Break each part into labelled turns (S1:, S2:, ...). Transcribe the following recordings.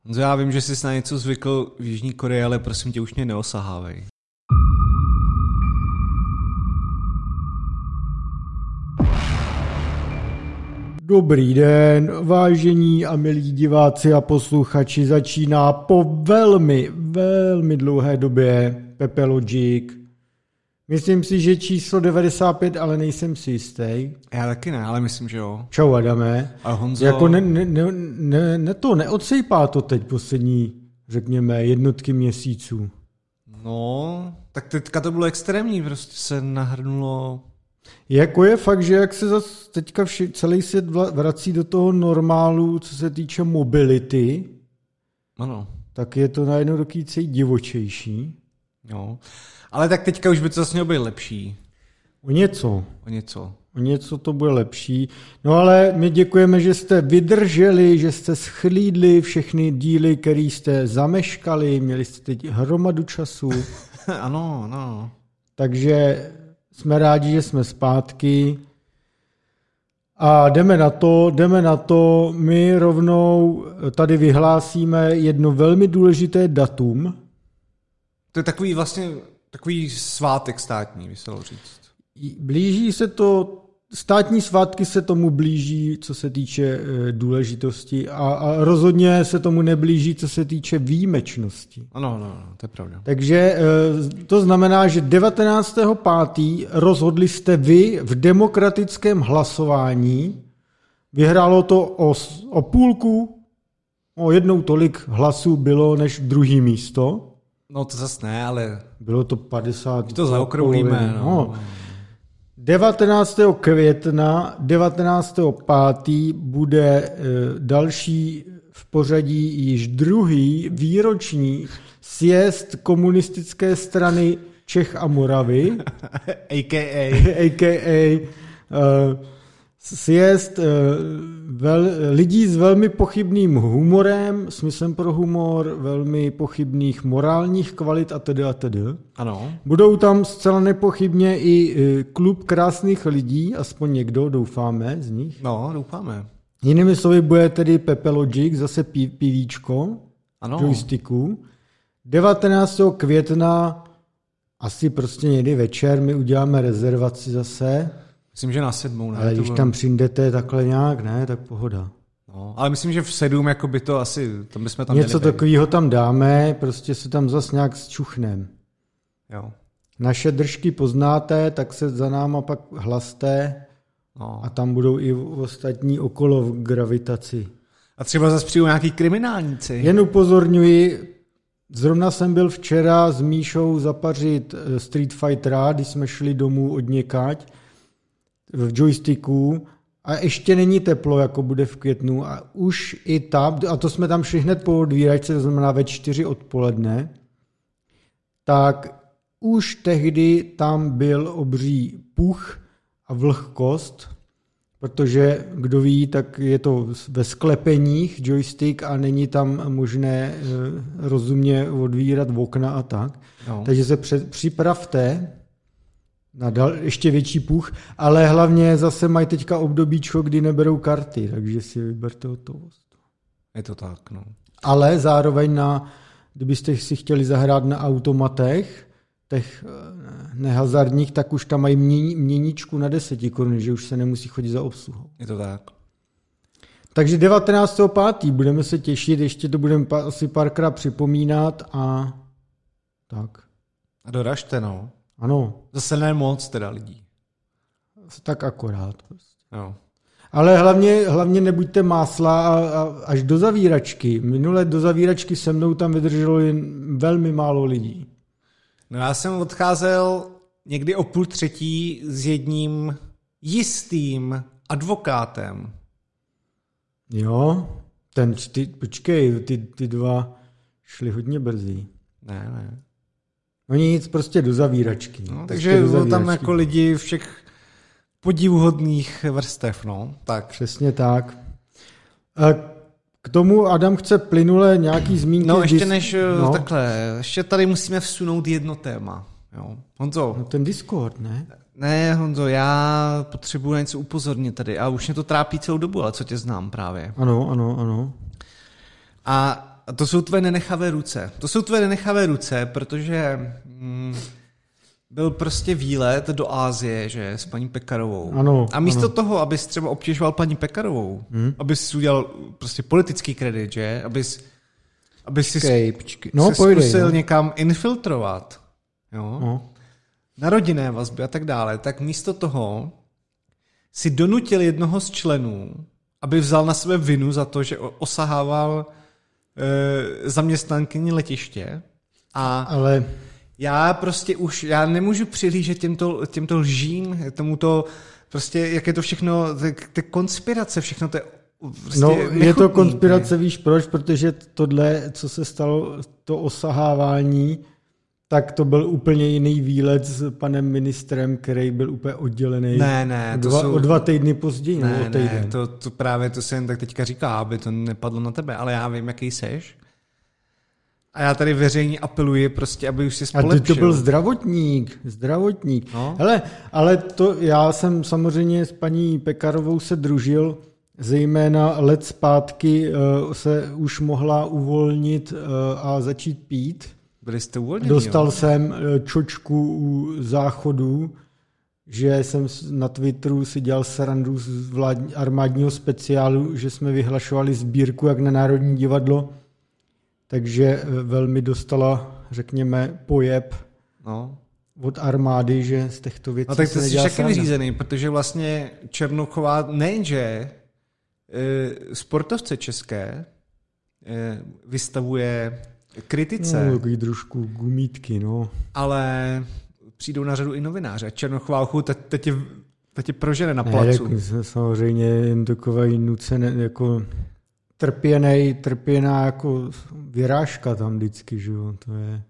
S1: Honzo, já vím, že jsi na něco zvykl v Jižní Koreji, ale prosím tě, už mě neosahávej.
S2: Dobrý den, vážení a milí diváci a posluchači, začíná po velmi dlouhé době Pepe Logic. Myslím si, že číslo 95, ale nejsem si jistý.
S1: Já taky ne, ale myslím, že jo.
S2: Čau Adame.
S1: A Honzo...
S2: Jako neodsejpá to teď poslední, řekněme, jednotky měsíců.
S1: No, tak teďka to bylo extrémní, prostě se nahrnulo...
S2: Jako je fakt, že jak se zase teďka celý svět vrací do toho normálu, co se týče mobility,
S1: ano,
S2: tak je to najednou dokonce divočejší.
S1: Jo. Ale tak teďka už by to zase mělo být lepší.
S2: O něco.
S1: O
S2: něco to bude lepší. No ale my děkujeme, že jste vydrželi, že jste schlídli všechny díly, které jste zameškali, měli jste teď hromadu času.
S1: Ano.
S2: Takže jsme rádi, že jsme zpátky. A jdeme na to. My rovnou tady vyhlásíme jedno velmi důležité datum.
S1: To je takový svátek státní, by se dalo říct.
S2: Blíží se to, státní svátky se tomu blíží, co se týče důležitosti a rozhodně se tomu neblíží, co se týče výjimečnosti.
S1: Ano, to je pravda.
S2: Takže to znamená, že 19.5. rozhodli jste vy v demokratickém hlasování, vyhrálo to o půlku, o jednou tolik hlasů bylo než druhý místo.
S1: No to zase ne, ale...
S2: Bylo to 50.
S1: My to zaokrouhlíme. No.
S2: 19. května, 19.5. bude další v pořadí již druhý výroční sjezd komunistické strany Čech a Moravy. a.k.a. Sjezd lidí s velmi pochybným humorem, smyslem pro humor, velmi pochybných morálních kvalit atd.
S1: Ano.
S2: Budou tam zcela nepochybně i klub krásných lidí, aspoň někdo, doufáme z nich.
S1: No, doufáme.
S2: Jinými slovy bude tedy Pepe Logic, zase pivíčko, joysticku. 19. května, asi prostě někdy večer, my uděláme rezervaci zase.
S1: Myslím, že na 7. Ne?
S2: Ale když tam přijdete takhle nějak, ne, tak pohoda.
S1: No, ale myslím, že v 7 jako by to asi, tam bychom tam
S2: něco takového tam dáme, prostě se tam zas nějak zčuchnem.
S1: Jo.
S2: Naše držky poznáte, tak se za náma pak hlaste a tam budou i ostatní okolo v gravitaci.
S1: A třeba zase přijdou nějaký kriminálníci.
S2: Jen upozorňuji, zrovna jsem byl včera s Míšou zapařit Street Fightera, když jsme šli domů od někať, v joysticku a ještě není teplo, jako bude v květnu a už i tam, a to jsme tam šli hned po odvíračce, to znamená ve 4 odpoledne, tak už tehdy tam byl obří puch a vlhkost, protože kdo ví, tak je to ve sklepeních joystick a není tam možné rozumně odvírat okna a tak. No. Takže se připravte na ještě větší puch, ale hlavně zase mají teďka obdobíčko, kdy neberou karty, takže si vyberte hotovost.
S1: Je to tak, no.
S2: Ale zároveň kdybyste si chtěli zahrát na automatech, těch nehazardních, tak už tam mají měničku na 10 korun, že už se nemusí chodit za obsluhou.
S1: Je to tak.
S2: Takže 19.5. budeme se těšit, ještě to budeme asi párkrát připomínat a tak.
S1: A doražte, no.
S2: Ano.
S1: Zase ne moc teda lidí.
S2: Tak akorát. Prostě.
S1: Jo.
S2: Ale hlavně nebuďte másla a až do zavíračky. Minule do zavíračky se mnou tam vydrželo jen velmi málo lidí.
S1: No já jsem odcházel někdy o 2:30 s jedním jistým advokátem.
S2: Jo? Počkej, ty dva šli hodně brzy.
S1: Ne.
S2: No nic, prostě do zavíračky.
S1: No, takže bylo tam jako lidi všech podivuhodných vrstev, no. Tak.
S2: Přesně tak. K tomu Adam chce plynule nějaký zmínky.
S1: No ještě takhle, ještě tady musíme vsunout jedno téma. Jo. Honzo.
S2: No ten Discord, ne?
S1: Ne, Honzo, já potřebuji na něco upozornit tady a už mě to trápí celou dobu, ale co tě znám právě.
S2: Ano.
S1: A to jsou tvé nenechavé ruce. To jsou tvé nenechavé ruce, protože byl prostě výlet do Asie, že, s paní Pekarovou.
S2: Ano,
S1: a místo toho, abys třeba obtěžoval paní Pekarovou, abys udělal prostě politický kredit, že, abys si zkusil někam infiltrovat, jo, na rodinné vazby a tak dále, tak místo toho si donutil jednoho z členů, aby vzal na sebe vinu za to, že osahával zaměstnankyni letiště.
S2: Ale
S1: já nemůžu přihlížet těmto lžím, tomuto prostě, jak je to všechno, ty konspirace, všechno to je prostě nechutný.
S2: Je to konspirace, víš proč? Protože tohle, co se stalo, to osahávání, tak to byl úplně jiný výlet s panem ministrem, který byl úplně oddělený.
S1: Ne,
S2: o 2 týdny později.
S1: Ne, to právě to se jen tak teďka říká, aby to nepadlo na tebe, ale já vím, jaký seš. A já tady veřejně apeluji prostě, aby už si spolepšil.
S2: A to byl zdravotník.
S1: No.
S2: Hele, ale já jsem samozřejmě s paní Pekarovou se družil, zejména let zpátky se už mohla uvolnit a začít pít.
S1: Byli jste uvolněni,
S2: Dostal jsem čočku u záchodu, že jsem na Twitteru si dělal srandu z armádního speciálu, že jsme vyhlašovali sbírku jak na Národní divadlo, takže velmi dostala, řekněme, pojeb od armády, že z těchto věcí
S1: no tak to
S2: se
S1: jsi
S2: nedělá
S1: taky vyřízený, protože vlastně Černochová nejenže sportovce české vystavuje kritice.
S2: No, takový trošku gumítky,
S1: ale přijdou na řadu i novináře. Černochová teď prožene na placu.
S2: Ne, samozřejmě jen takový nucený, jako trpěná jako vyrážka tam vždycky, že jo, to je...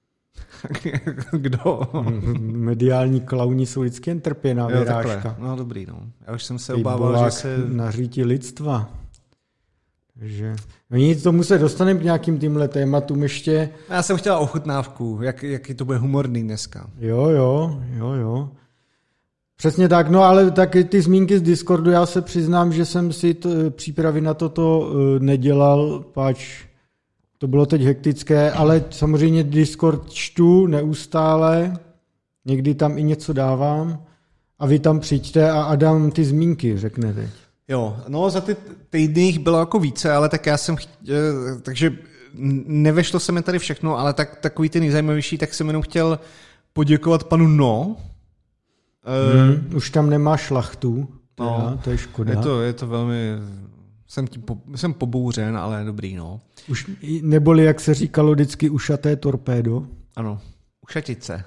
S1: Kdo?
S2: Mediální klauni jsou vždycky jen trpěná vyrážka.
S1: Takhle. No dobrý, Já už jsem se obával, že se...
S2: na řítí lidstva. Takže... No nic, tomu se dostaneme k nějakým tímhle tématům ještě.
S1: Já jsem chtěla ochutnávku, jaký to bude humorný dneska.
S2: Jo. Přesně tak, ale taky ty zmínky z Discordu, já se přiznám, že jsem si přípravy na toto nedělal, páč to bylo teď hektické, ale samozřejmě Discord čtu neustále, někdy tam i něco dávám a vy tam přijďte a Adam ty zmínky řekne teď.
S1: Jo, za ty týdny jich bylo jako více, ale tak já jsem takže nevešlo se mi tady všechno, ale takový ty nejzajímavější, tak jsem jenom chtěl poděkovat panu
S2: Už tam nemá šlachtu, to je škoda.
S1: Je to velmi... Jsem pobouřen, ale dobrý,
S2: Už, neboli, jak se říkalo vždycky, ušaté torpédo.
S1: Ano, ušatice.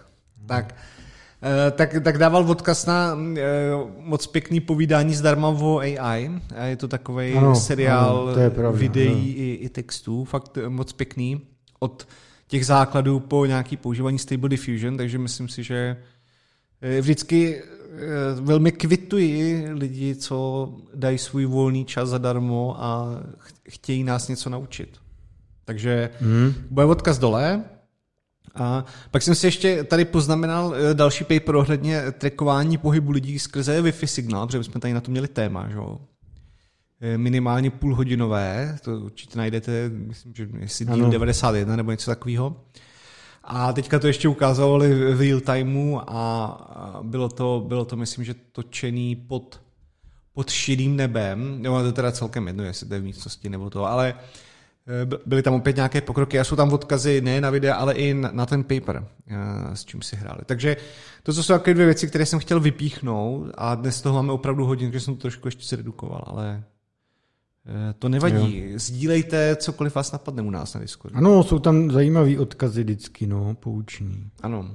S1: Tak dával odkaz na moc pěkný povídání zdarma o AI. Je to takový seriál videí i textů, fakt moc pěkný. Od těch základů po nějaký používání Stable Diffusion, takže myslím si, že vždycky velmi kvituji lidi, co dají svůj volný čas zadarmo a chtějí nás něco naučit. Takže bude odkaz dole. A pak jsem si ještě tady poznamenal další paper ohledně trackování pohybu lidí skrze Wi-Fi signál, protože jsme tady na to měli téma, že? Minimálně půlhodinové, to určitě najdete, myslím, že jestli díl 91 nebo něco takového. A teďka to ještě ukázali v real timeu a bylo to myslím, že točený pod širým nebem. No, to je teda celkem jedno, jestli to je v místnosti nebo to, ale byly tam opět nějaké pokroky a jsou tam odkazy ne na videa, ale i na ten paper, s čím si hráli. Takže to jsou takové 2 věci, které jsem chtěl vypíchnout a dnes toho máme opravdu hodně, takže jsem to trošku ještě zredukoval, ale to nevadí. Jo. Sdílejte cokoliv vás napadne u nás na Discordu.
S2: Ano, jsou tam zajímavý odkazy vždycky, pouční.
S1: Ano.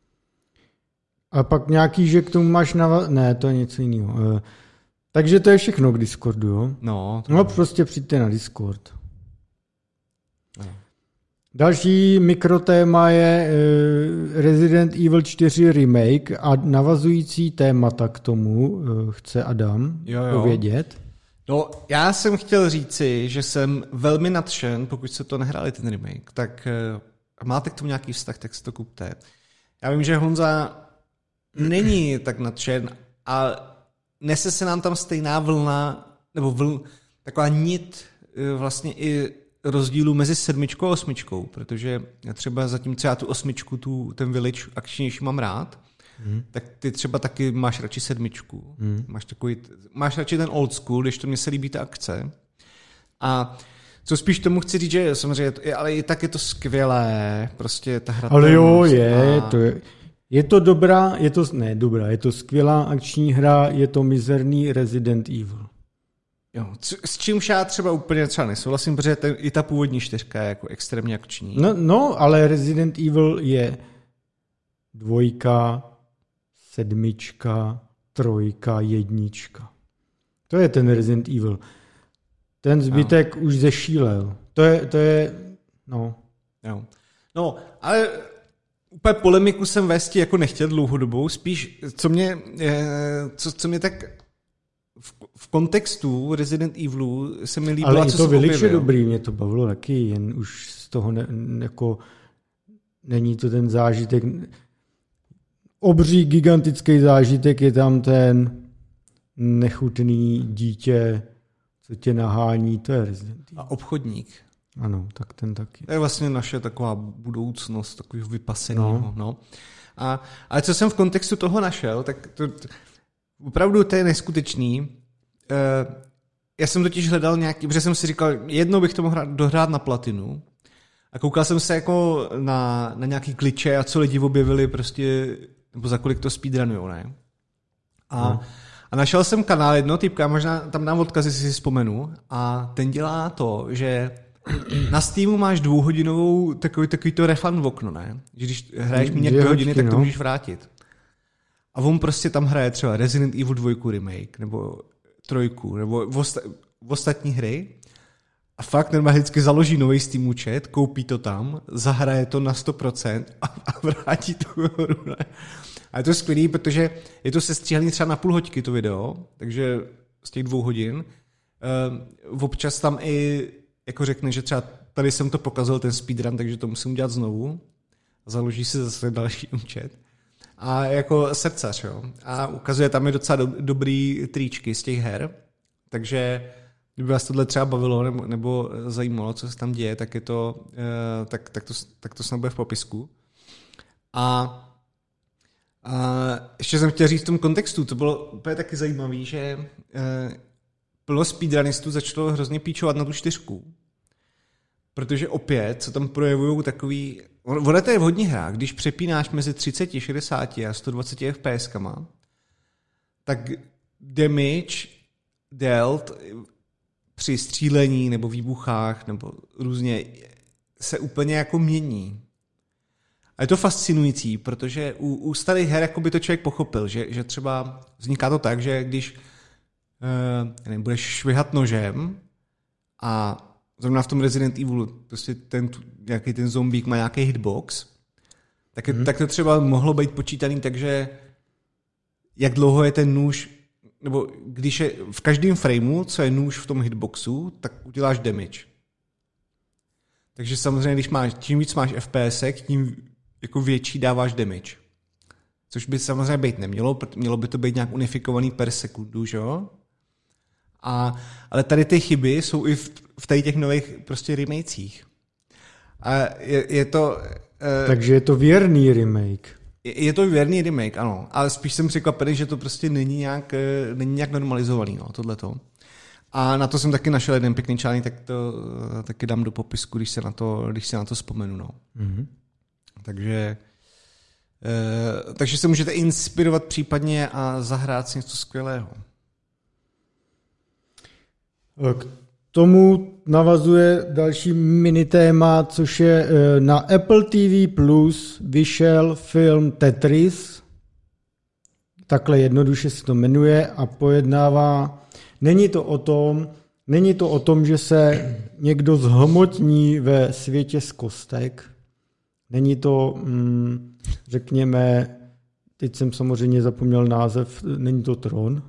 S2: A pak nějaký, že k tomu máš ne, to je něco jiného. Takže to je všechno k Discordu, jo?
S1: No,
S2: prostě přijďte na Discord. No. Další mikrotéma je Resident Evil 4 remake a navazující témata k tomu chce Adam povědět.
S1: No, já jsem chtěl říci, že jsem velmi nadšen, pokud jste to nehráli ten remake, tak máte k tomu nějaký vztah, tak si to kupte. Já vím, že Honza není tak nadšen a nese se nám tam stejná vlna, nebo taková nit vlastně i rozdílů mezi 7 a 8, protože třeba zatímco já tu 8, ten Village akčnější mám rád, tak ty třeba taky máš radši 7. Máš radši ten old school, když to mně se líbí ta akce. A co spíš tomu chci říct, že samozřejmě, ale i tak je to skvělé, prostě ta hra.
S2: Ale jo, je to dobrá, je to skvělá akční hra, je to mizerný Resident Evil.
S1: Jo, s čímž já třeba úplně nesouhlasím, protože i ta původní 4 je jako extrémně akční.
S2: No, ale Resident Evil je 2, 7, 3, 1. To je ten Resident Evil. Ten zbytek už zešílel. To je, no.
S1: Jo. No, ale úplně polemiku jsem vést jako nechtěl dlouhodobou, spíš, co mě tak v kontextu Resident Evilu se mi líbilo,
S2: ale co to Village je dobrý, mě to bavilo taky, jen už z toho jako není to ten zážitek. Obří gigantický zážitek je tam ten nechutný dítě, co tě nahání, to je Resident Evil.
S1: A obchodník.
S2: Ano, tak ten taky.
S1: To je vlastně naše taková budoucnost, takového vypaseného. No. Ale co jsem v kontextu toho našel, tak to opravdu to je neskutečný. Já jsem totiž hledal nějaký, protože jsem si říkal, jednou bych to mohl dohrát na platinu a koukal jsem se jako na nějaký kliče a co lidi objevili prostě, nebo za kolik to speedrunujou, ne? A našel jsem kanál jednoho typka, možná tam dám odkazy, si vzpomenu, a ten dělá to, že na Steamu máš 2hodinovou takový to refund okno, ne? Že když hraješ méně 2 hodiny, tak to můžeš vrátit. A on prostě tam hraje třeba Resident Evil 2 remake, nebo 3, nebo ostatní hry. A fakt normálně vždycky založí nový Steam účet, koupí to tam, zahraje to na 100% a vrátí tu hru. Ne? A je to skvělý, protože je to sestříhaný třeba na půl hoďky to video, takže z těch 2 hodin. Občas tam i jako řekne, že třeba tady jsem to pokazil, ten speedrun, takže to musím udělat znovu. Založí si zase další účet. A jako srdcař, jo. A ukazuje tam i docela dobrý tričky z těch her. Takže kdyby vás tohle třeba bavilo nebo zajímalo, co se tam děje, tak je to, tak to snad bude v popisku. A ještě jsem chtěl říct v tom kontextu, to bylo úplně taky zajímavé, že plno speedrunistů začalo hrozně píčovat na tu 4. Protože opět, co tam projevují takový... Ono to je v hodně hrách, když přepínáš mezi 30, 60 a 120 FPSkama, tak damage dealt při střílení nebo výbuchách nebo různě se úplně jako mění. A je to fascinující, protože u starých her jako by to člověk pochopil, že třeba vzniká to tak, že když budeš švihat nožem a zrovna v tom Resident Evilu prostě nějaký ten zombík má nějaký hitbox, tak to třeba mohlo být počítaný, takže jak dlouho je ten nůž, nebo když je v každém frameu, co je nůž v tom hitboxu, tak uděláš damage. Takže samozřejmě, čím víc máš FPSek, tím jako větší dáváš damage. Což by samozřejmě být nemělo, mělo by to být nějak unifikovaný per sekundu, že jo? Ale tady ty chyby jsou i v tady těch nových prostě remakech. A je to...
S2: Takže je to věrný remake.
S1: Je to věrný remake, ano. Ale spíš jsem překvapený, že to prostě není nějak normalizovaný, no, tohleto. A na to jsem taky našel jeden pěkný článek, tak to taky dám do popisku, když se na to vzpomenu, no. Mm-hmm. Takže se můžete inspirovat případně a zahrát si něco skvělého.
S2: K tomu navazuje další mini téma, což je na Apple TV Plus vyšel film Tetris. Takhle jednoduše se to jmenuje a pojednává. Není to o tom, že se někdo zhmotní ve světě z kostek. Není to, řekněme, teď jsem samozřejmě zapomněl název, není to Tron.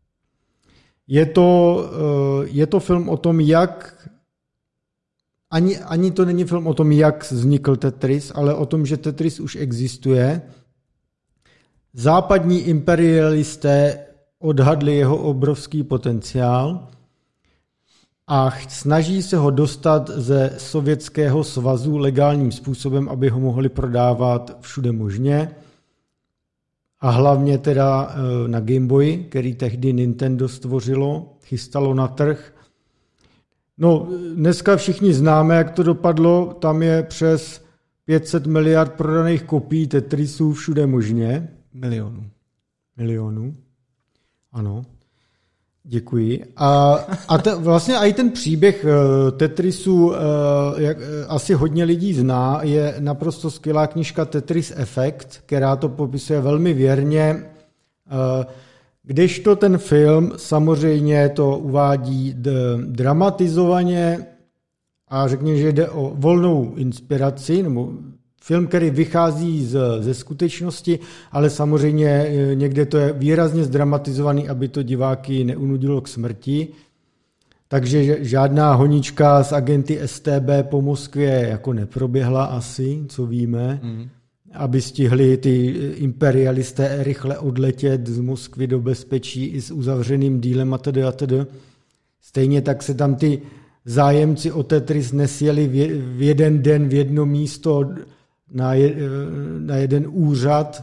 S2: Je to film o tom, jak ani to není film o tom, jak vznikl Tetris, ale o tom, že Tetris už existuje. Západní imperialisté odhadli jeho obrovský potenciál a snaží se ho dostat ze Sovětského svazu legálním způsobem, aby ho mohli prodávat všude možně. A hlavně teda na Game Boy, který tehdy Nintendo stvořilo, chystalo na trh. No, dneska všichni známe, jak to dopadlo. Tam je přes 500 miliard prodaných kopií Tetrisů všude možně. Milionů. Ano. Děkuji. Vlastně i ten příběh Tetrisu, jak asi hodně lidí zná, je naprosto skvělá knížka Tetris Effect, která to popisuje velmi věrně. Kdežto ten film samozřejmě to uvádí dramatizovaně a řekněme, že jde o volnou inspiraci, nebo film, který vychází ze skutečnosti, ale samozřejmě někde to je výrazně zdramatizovaný, aby to diváky neunudilo k smrti. Takže žádná honička s agenty STB po Moskvě jako neproběhla asi, co víme, aby stihli ty imperialisté rychle odletět z Moskvy do bezpečí i s uzavřeným dílem atd. Stejně tak se tam ty zájemci o Tetris nesjeli v jeden den v jedno místo na jeden úřad,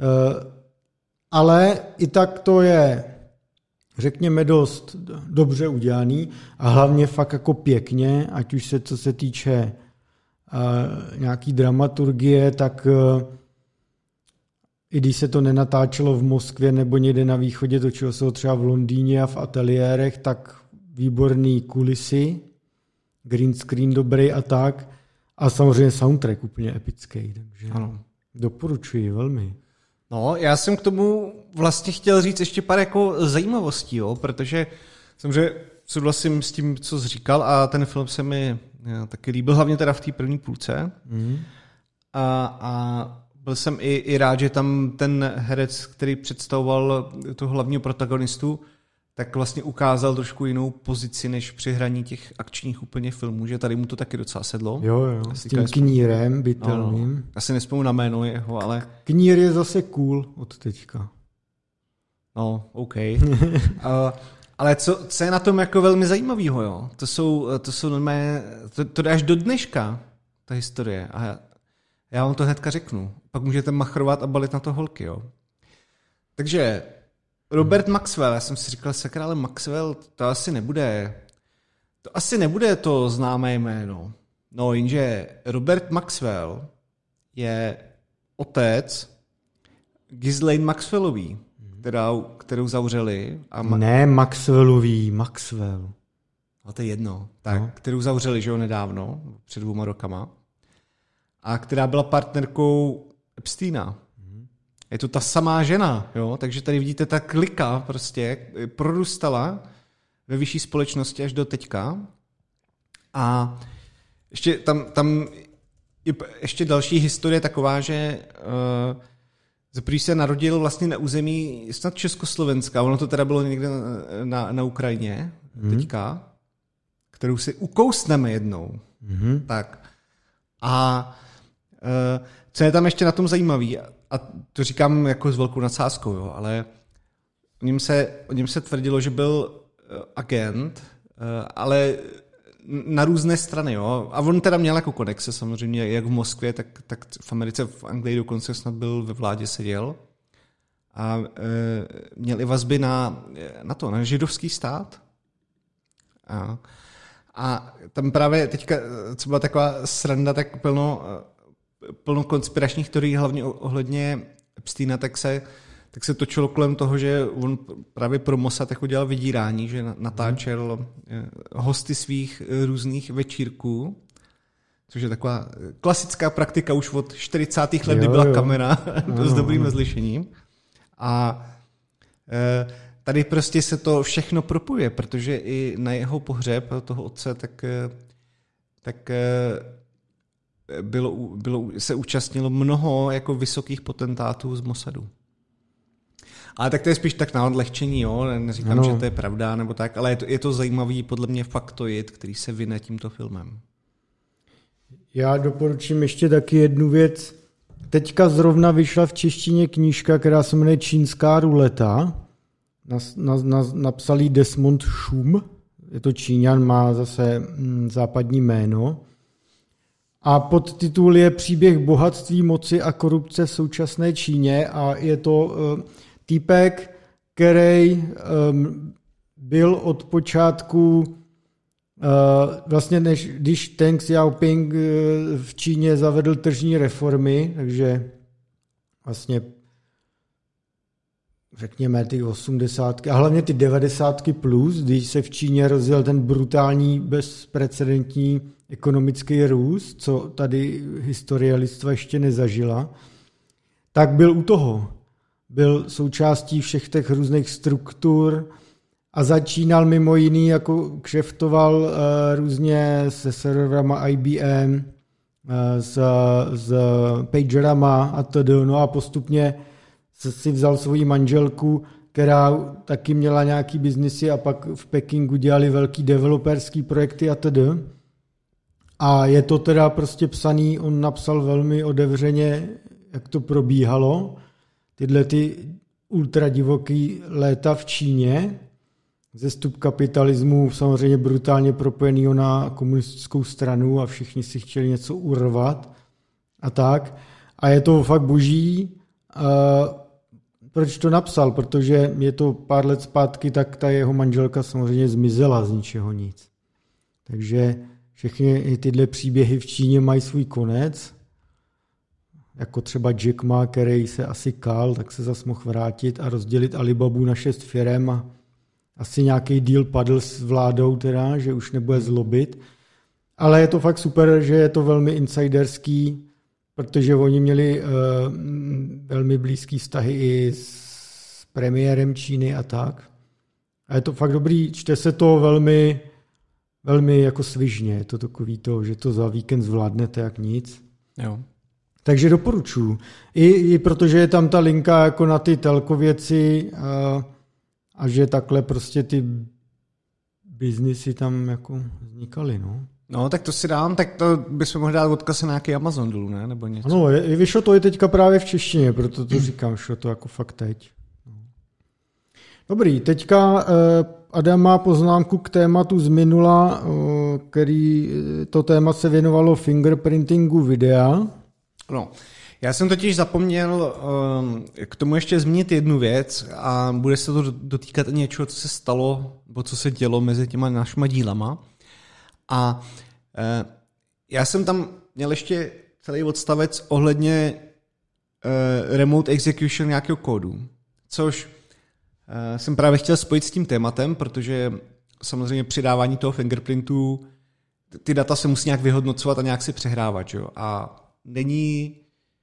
S2: ale i tak to je, řekněme, dost dobře udělaný a hlavně fakt jako pěkně, ať už se co se týče nějaký dramaturgie, tak i když se to nenatáčelo v Moskvě nebo někde na východě, točilo se ho třeba v Londýně a v ateliérech, tak výborný kulisy, green screen dobrý a tak. A samozřejmě soundtrack úplně epický, takže ano. Doporučuji velmi.
S1: No, já jsem k tomu vlastně chtěl říct ještě pár jako zajímavostí, jo, protože samozřejmě souhlasím s tím, co jsi říkal a ten film se mi taky líbil, hlavně teda v té první půlce. A byl jsem i rád, že tam ten herec, který představoval toho hlavního protagonistu, tak vlastně ukázal trošku jinou pozici, než při hraní těch akčních úplně filmů, že tady mu to taky docela sedlo.
S2: Jo, s tím knírem bytelným.
S1: No, asi nespomenu na jméno jeho, ale...
S2: Knír je zase cool od teďka.
S1: No, OK. Ale co je na tom jako velmi zajímavého, jo? To jsou normálně... To jde až do dneška, ta historie. A já vám to hnedka řeknu. Pak můžete machrovat a balit na to holky, jo? Takže... Robert Maxwell, já jsem si říkal, sakra, ale Maxwell, to asi nebude to známé jméno. No, jenže Robert Maxwell je otec Ghislaine Maxwellový, kterou zavřeli.
S2: Maxwell.
S1: A to je jedno. Tak, no. Kterou zavřeli, že jo, nedávno, před 2 rokama. A která byla partnerkou Epsteina. Je to ta samá žena, jo? Takže tady vidíte, ta klika prostě prorůstala ve vyšší společnosti až do teďka. A ještě tam je ještě další historie taková, že zaprvé se narodil vlastně na území snad Československa, ono to teda bylo někde na Ukrajině teďka, kterou si ukousneme jednou. Tak. A co je tam ještě na tom zajímavý, a to říkám jako s velkou nadsázkou, jo, ale o něm se tvrdilo, že byl agent, ale na různé strany. Jo. A on teda měl jako konexe samozřejmě, jak v Moskvě, tak v Americe, v Anglii dokonce snad byl ve vládě, seděl. A měl i vazby na židovský stát. A tam právě teďka, co byla taková sranda, tak plno konspiračních teorií, hlavně ohledně Epsteina, tak se točilo kolem toho, že on právě pro Mossad jako dělal vydírání, že natáčel hosty svých různých večírků, což je taková klasická praktika už od 40. let, kdy byla kamera s dobrým rozlišením. A tady prostě se to všechno propojuje, protože i na jeho pohřeb toho otce tak se účastnilo mnoho jako vysokých potentátů z Mossadu. Ale tak to je spíš tak na odlehčení, jo? Neříkám, že to je pravda, nebo tak, ale je to zajímavý podle mě faktoid, který se vyne tímto filmem. Já
S2: doporučím ještě taky jednu věc. Teďka zrovna vyšla v češtině knížka, která se jmenuje Čínská ruleta. Napsal jí Desmond Schum, je to Číňan, má zase západní jméno. A podtitul je Příběh bohatství, moci a korupce v současné Číně a je to týpek, který byl od počátku, vlastně když Deng Xiaoping v Číně zavedl tržní reformy, takže vlastně řekněme ty 80 a hlavně ty 90 plus, když se v Číně rozjel ten brutální, bezprecedentní ekonomický růst, co tady historie lidstva ještě nezažila, tak byl u toho. Byl součástí všech těch různých struktur a začínal mimo jiný, jako kšeftoval různě se serverama IBM, s pagerama a tedy. No a postupně si vzal svoji manželku, která taky měla nějaký biznisy a pak v Pekingu dělali velký developerský projekty a tedy. A je to teda prostě psaný, on napsal velmi otevřeně, jak to probíhalo, tyhle ty ultradivoký léta v Číně, zestup kapitalismu samozřejmě brutálně propojenýho na komunistickou stranu a všichni si chtěli něco urvat a tak. A je to fakt boží. Proč to napsal? Protože je to pár let zpátky, tak ta jeho manželka samozřejmě zmizela z ničeho nic. Takže všechny tyhle příběhy v Číně mají svůj konec. Jako třeba Jack Ma, který se asi kál, tak se zas mohl vrátit a rozdělit Alibabu na 6 firem a asi nějaký deal padl s vládou teda, že už nebude zlobit. Ale je to fakt super, že je to velmi insiderský, protože oni měli velmi blízký vztahy i s premiérem Číny a tak. A je to fakt dobrý, čte se to velmi, velmi jako svižně. Je to takový to, že to za víkend zvládnete jak nic.
S1: Jo.
S2: Takže doporučuji. I protože je tam ta linka jako na ty telko věci a že takhle prostě ty biznisy tam jako vznikaly, no.
S1: No, tak to si dám, tak to bychom mohli dát odkaz na nějaký Amazon dolů, ne? Nebo něco.
S2: Ano, vyšlo to i teďka právě v češtině, proto to říkám, šlo to jako fakt teď. Dobrý, teďka Adam má poznámku k tématu z minula, který to téma se věnovalo fingerprintingu videa.
S1: No, já jsem totiž zapomněl k tomu ještě zmínit jednu věc a bude se to dotýkat něčeho, co se stalo, nebo co se dělo mezi těma našima dílama. A já jsem tam měl ještě celý odstavec ohledně remote execution nějakého kódu, což jsem právě chtěl spojit s tím tématem, protože samozřejmě přidávání toho fingerprintu, ty data se musí nějak vyhodnocovat a nějak si přehrávat, jo? A není,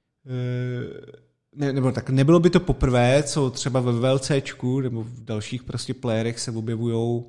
S1: nebo tak nebylo by to poprvé, co třeba ve VLCčku nebo v dalších prostě playerech se objevujou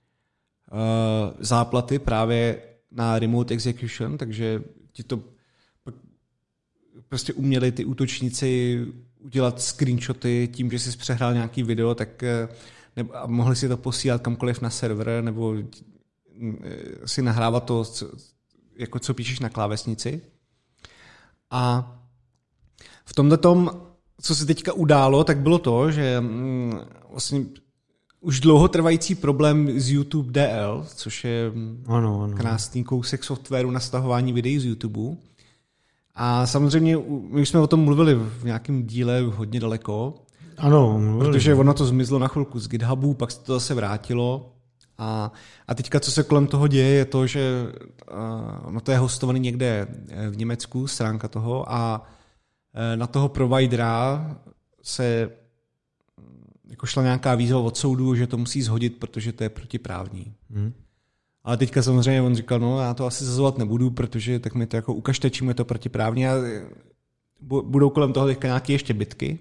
S1: záplaty právě na remote execution, takže ti to prostě uměli ty útočníci udělat screenshoty tím, že jsi přehrál nějaký video, tak a mohli si to posílat kamkoliv na server nebo si nahrávat to, jako co píšeš na klávesnici. A v tomhletom, co se teďka událo, tak bylo to, že vlastně už dlouho trvající problém z YouTube DL, což je krásný kousek softwaru na stahování videí z YouTube. A samozřejmě my už jsme o tom mluvili v nějakém díle hodně daleko.
S2: Ano,
S1: protože ono to zmizlo na chvilku z GitHubu, pak se to zase vrátilo. A teďka, co se kolem toho děje, je to, že ono to je hostovaný někde v Německu, stránka toho, a na toho providera se jako šla nějaká výzva od soudu, že to musí shodit, protože to je protiprávní. Ale teďka samozřejmě on říkal, no já to asi zazovat nebudu, protože tak mi to jako ukažte, čím je to protiprávní, a budou kolem toho teďka nějaké ještě bitky.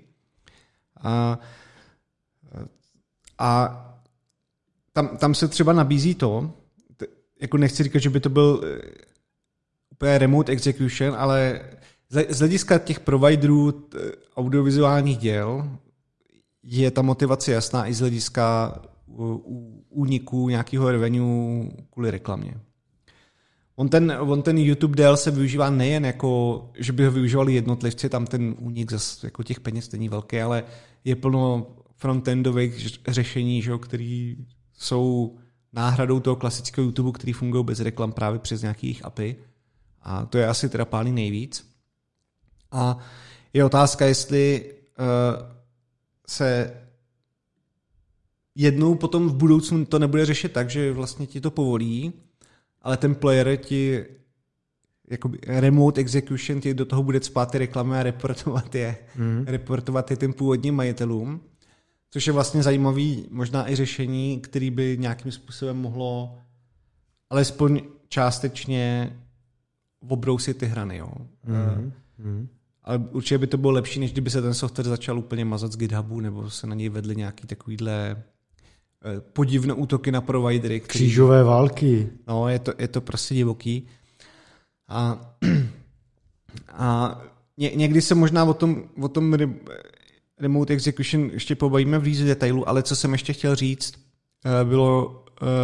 S1: A tam se třeba nabízí to, jako nechci říkat, že by to byl úplně remote execution, ale z hlediska těch providerů audiovizuálních děl je ta motivace jasná i z hlediska úniku nějakého revenue kvůli reklamě. On ten YouTube DL se využívá nejen jako, že by ho využívali jednotlivci, tam ten únik zase jako těch peněz není velký, ale je plno frontendových řešení, že, který jsou náhradou toho klasického YouTube, který fungují bez reklam právě přes nějakých API. A to je asi teda pálí nejvíc. A je otázka, jestli se jednou potom v budoucnu to nebude řešit tak, že vlastně ti to povolí, ale ten player ti jakoby remote execution ti do toho bude cpát ty reklamy a reportovat je těm původním majitelům, což je vlastně zajímavý možná i řešení, který by nějakým způsobem mohlo alespoň částečně obrousit ty hrany. Jo. Ale určitě by to bylo lepší, než kdyby se ten software začal úplně mazat z GitHubu, nebo se na něj vedly nějaký takovýhle podivné útoky na providery.
S2: Křížové války.
S1: No, je to prostě divoký. A někdy se možná o tom remote execution ještě pobavíme v víc detailu, ale co jsem ještě chtěl říct, bylo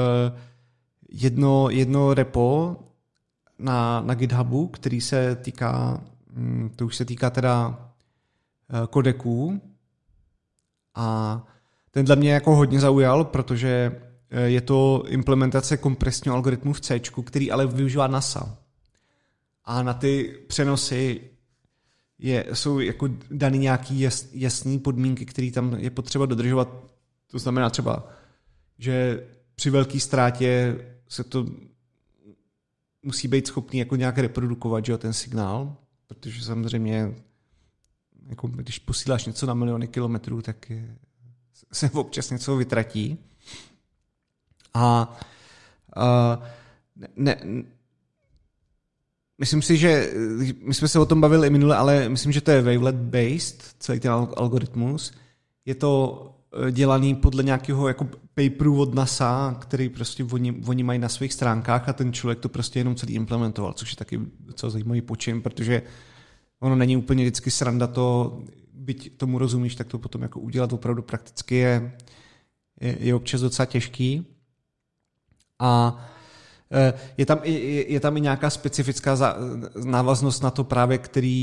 S1: jedno repo na GitHubu, který se týká, to už se týká teda kodeků, a ten dla mě jako hodně zaujal, protože je to implementace kompresního algoritmu v C, který ale využívá NASA. A na ty přenosy jsou jako daný nějaký jasný podmínky, které tam je potřeba dodržovat. To znamená třeba, že při velké ztrátě se to musí být schopný jako nějak reprodukovat, že, ten signál, protože samozřejmě jako když posíláš něco na miliony kilometrů, tak se občas něco vytratí. Myslím si, že my jsme se o tom bavili i minule, ale myslím, že to je wavelet-based, celý ten algoritmus. Je to dělaný podle nějakého jako paperu od NASA, který prostě oni mají na svých stránkách, a ten člověk to prostě jenom celý implementoval, což je taky docela zajímavý počin, protože ono není úplně vždycky sranda to, byť tomu rozumíš, tak to potom jako udělat opravdu prakticky je občas docela těžký. A je tam i nějaká specifická návaznost na to právě,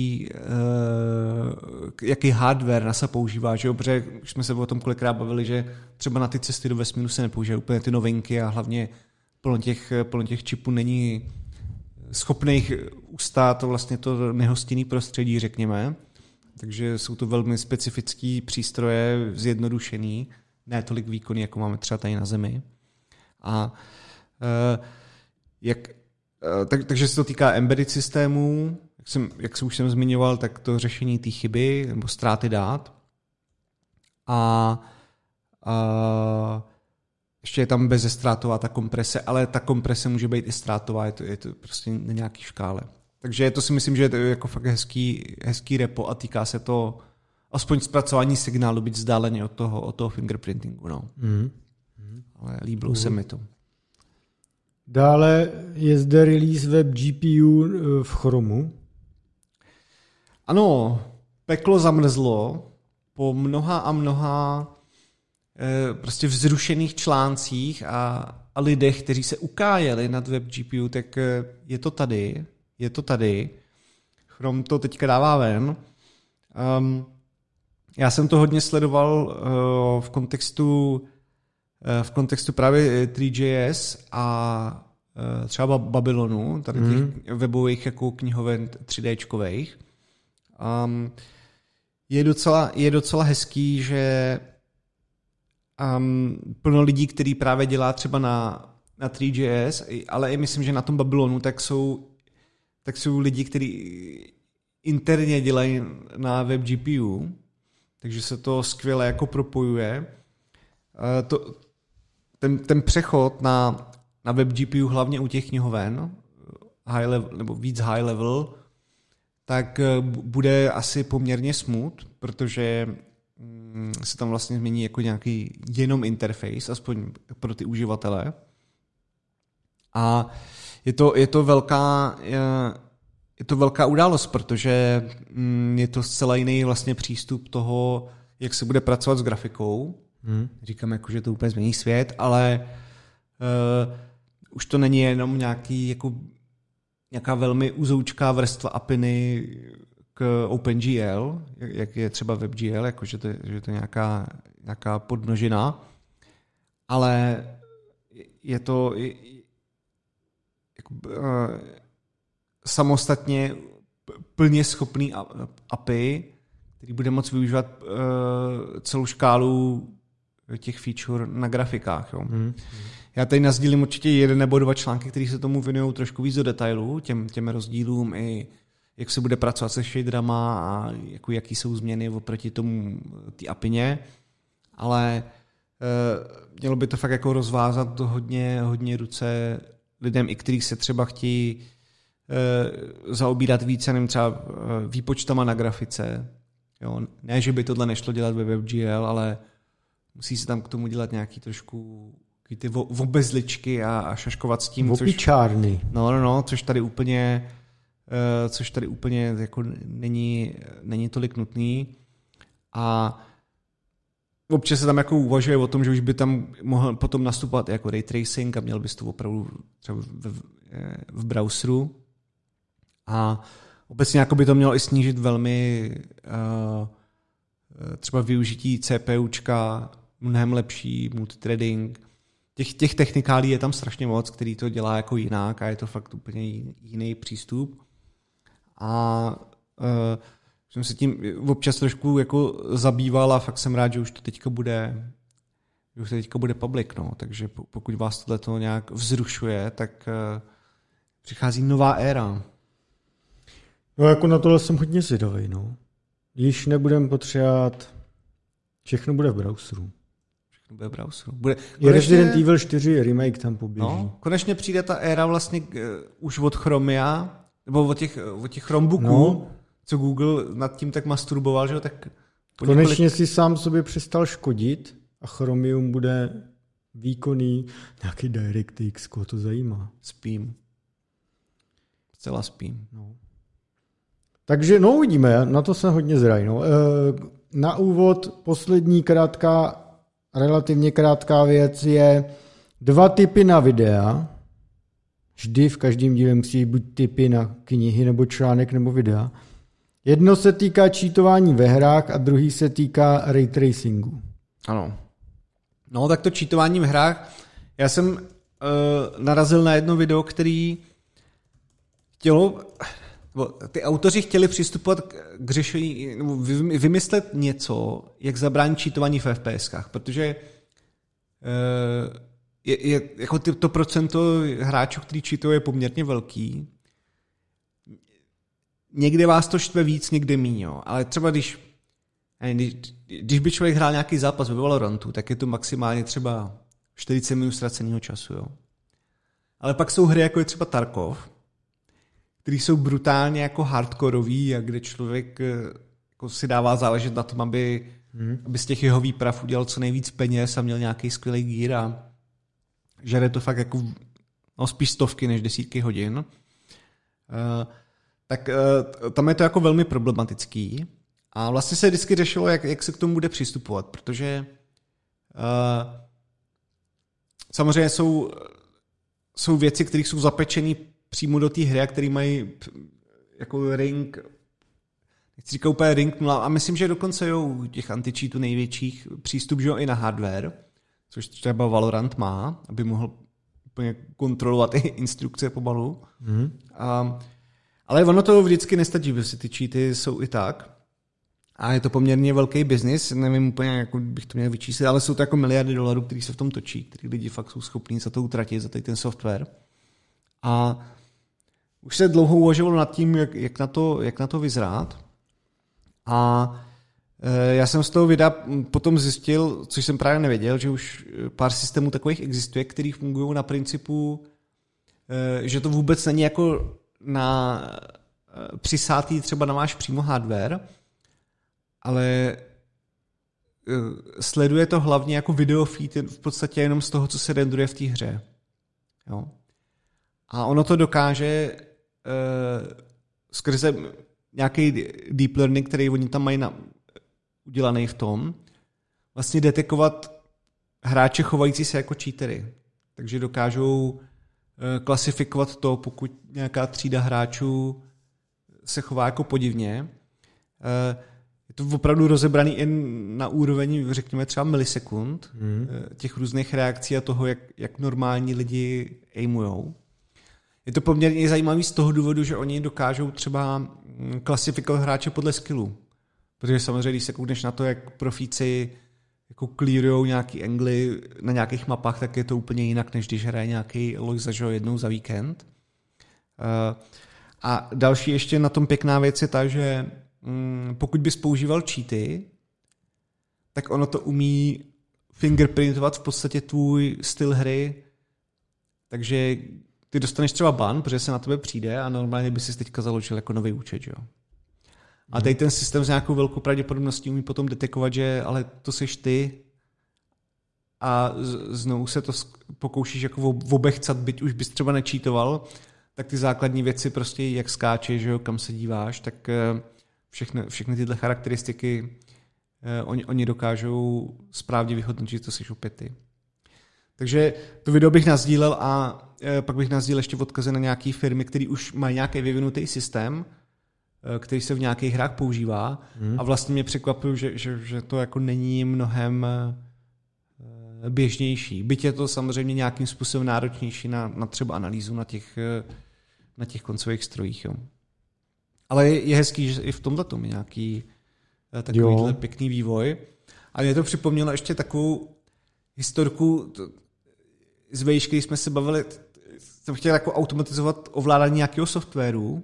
S1: jaký hardware NASA používá, že jo? Protože už jsme se o tom kolikrát bavili, že třeba na ty cesty do vesmíru se nepoužívají úplně ty novinky a hlavně plno těch čipů není schopných ustát vlastně to nehostinný prostředí, řekněme. Takže jsou to velmi specifický přístroje, zjednodušený, ne tolik výkonný, jako máme třeba tady na Zemi. A takže se to týká embedded systémů, jak jsem už zmiňoval, tak to řešení té chyby nebo ztráty dát. A ještě je tam bezzestrátová ta komprese, ale ta komprese může být i ztrátová, je to prostě na nějaký škále. Takže to si myslím, že je to jako fakt hezký repo a týká se to aspoň zpracování signálu, být vzdáleně od toho fingerprintingu. No. Ale líbilo se mi to.
S2: Dále je zde release web GPU v Chromu.
S1: Ano, peklo zamrzlo po mnoha prostě vzrušených článcích a lidech, kteří se ukájeli nad web GPU, tak je to tady. Chrome to teďka dává ven. Já jsem to hodně sledoval v kontextu právě 3JS a třeba Babylonu, tady těch webových jako knihoven 3Dčkových. Je docela hezký, že plno lidí, který právě dělá třeba na 3JS, ale i myslím, že na tom Babylonu, tak jsou lidi, kteří interně dělají na web GPU, takže se to skvěle jako propojuje. Ten přechod na web GPU, hlavně u těch knihoven, high level, nebo víc high level, tak bude asi poměrně smooth, protože se tam vlastně změní jako nějaký jenom interface, aspoň pro ty uživatele. A je to velká událost, protože je to zcela jiný vlastně přístup toho, jak se bude pracovat s grafikou. Říkám, jako, že to úplně změní svět, ale už to není jenom nějaká velmi uzoučká vrstva APIny k OpenGL, jak je třeba WebGL, jako, že to je nějaká podnožina, ale je to samostatně plně schopný API, který bude moct využívat celou škálu těch feature na grafikách. Jo. Já tady nasdílím určitě 1 nebo 2 články, které se tomu věnují trošku víc do detailů, těm rozdílům i jak se bude pracovat se shaderama a jaký jsou změny oproti tomu té apině, ale mělo by to fakt jako rozvázat to hodně ruce lidem, i kteří se třeba chtějí zaobírat více, nevím, třeba výpočtama na grafice. Jo, ne, že by tohle nešlo dělat ve WebGL, ale musí se tam k tomu dělat nějaký trošku ty obezličky a šaškovat s tím.
S2: Opičárny.
S1: Což tady úplně jako není tolik nutný. A občas se tam jako uvažuje o tom, že už by tam mohl potom nastupovat jako ray tracing a měl bys to opravdu třeba v browseru. A obecně jako by to mělo i snížit velmi třeba využití CPUčka, mnohem lepší multithreading. Těch technikálí je tam strašně moc, který to dělá jako jinak a je to fakt úplně jiný přístup. A jsem se tím občas trošku jako zabýval a fakt jsem rád, že už to teďka bude public. No. Takže pokud vás tohleto nějak vzrušuje, tak přichází nová éra.
S2: No jako na tohle jsem hodně zvědavý. No. Již nebudeme potřebovat, všechno bude v browseru. Resident Evil 4 remake tam poběží. No,
S1: konečně přijde ta éra vlastně už od Chromia, nebo od těch Chromebooků, co Google nad tím tak masturboval, že tak
S2: konečně si sám sobě přestal škodit a Chromium bude výkonný, nějaký DirectX, koho to zajímá.
S1: Spím. Zcela spím.
S2: No. Takže uvidíme, na to jsem hodně zraj. No. Na úvod poslední relativně krátká věc je 2 tipy na videa. Vždy v každém díle musí být buď tipy na knihy, nebo článek, nebo videa. Jedno se týká cheatování ve hrách a druhý se týká ray tracingu.
S1: Ano. No tak to cheatování v hrách. Já jsem narazil na jedno video, který ty autoři chtěli přistupovat k řešení, nebo vymyslet něco, jak zabránit cheatování v FPSkách, protože jako to procento hráčů, který cheatují, je poměrně velký. Někde vás to štve víc, někde míň, jo. Ale třeba když by člověk hrál nějaký zápas ve Valorantu, tak je to maximálně třeba 40 minut ztraceného času, jo. Ale pak jsou hry, jako je třeba Tarkov, který jsou brutálně jako hardkorový a kde člověk jako si dává záležet na tom, aby z těch jeho výprav udělal co nejvíc peněz a měl nějaký skvělý gír a žere to fakt jako spíš stovky než desítky hodin. Tak tam je to jako velmi problematický a vlastně se vždycky řešilo, jak se k tomu bude přistupovat, protože samozřejmě jsou věci, které jsou zapečené přímo do té hry, které mají jako ring, nechci říkat úplně ring 0, a myslím, že dokonce u těch anti-cheatů největších přístup, že i na hardware, což třeba Valorant má, aby mohl úplně kontrolovat i instrukce pomalu. Ale ono to vždycky nestačí, protože ty cheaty jsou i tak. A je to poměrně velký biznis, nevím úplně, jak bych to měl vyčíslit, ale jsou to jako miliardy dolarů, které se v tom točí, který lidi fakt jsou schopní za to utratit, za ten software. A už se dlouho uvažovalo nad tím, jak na to vyzrát. A já jsem z toho videa potom zjistil, což jsem právě nevěděl, že už pár systémů takových existuje, který fungují na principu, že to vůbec není jako přisátý třeba na váš přímo hardware, ale sleduje to hlavně jako video feed v podstatě jenom z toho, co se renduje v té hře. Jo. A ono to dokáže skrze nějaký deep learning, který oni tam mají udělaný v tom, vlastně detekovat hráče chovající se jako cheatery. Takže dokážou klasifikovat to, pokud nějaká třída hráčů se chová jako podivně. to opravdu rozebraný i na úroveň, řekněme třeba milisekund, těch různých reakcí a toho, jak normální lidi aimujou. Je to poměrně zajímavý z toho důvodu, že oni dokážou třeba klasifikovat hráče podle skillů. Protože samozřejmě, když se koukneš na to, jak profíci jako clearujou nějaký angly na nějakých mapách, tak je to úplně jinak, než když hraje nějaký Loiza jednou za víkend. A další ještě na tom pěkná věc je ta, že pokud bys používal cheaty, tak ono to umí fingerprintovat v podstatě tvůj styl hry, takže ty dostaneš třeba ban, protože se na tebe přijde a normálně by si teďka založil jako nový účet, jo. A tady ten systém s nějakou velkou pravděpodobností umí potom detekovat, že ale to seš ty a znovu se to pokoušíš jako obechcat, byť už bys třeba nečítoval, tak ty základní věci prostě jak skáčeš, že jo, kam se díváš, tak všechny tyhle charakteristiky oni dokážou správně vyhodnotit, že to seš opět ty. Takže to video bych nasdílel a pak bych nasdílel ještě odkazy na nějaké firmy, které už mají nějaký vyvinutý systém, který se v nějakých hrách používá a vlastně mě překvapilo, že to jako není mnohem běžnější. Byť je to samozřejmě nějakým způsobem náročnější na třeba analýzu na těch koncových strojích. Jo. Ale je hezký, že i v tomhletom je nějaký takovýhle pěkný vývoj. A mě to připomnělo ještě takovou historku z vejšky, když jsme se bavili, jsem chtěl jako automatizovat ovládání nějakého softwaru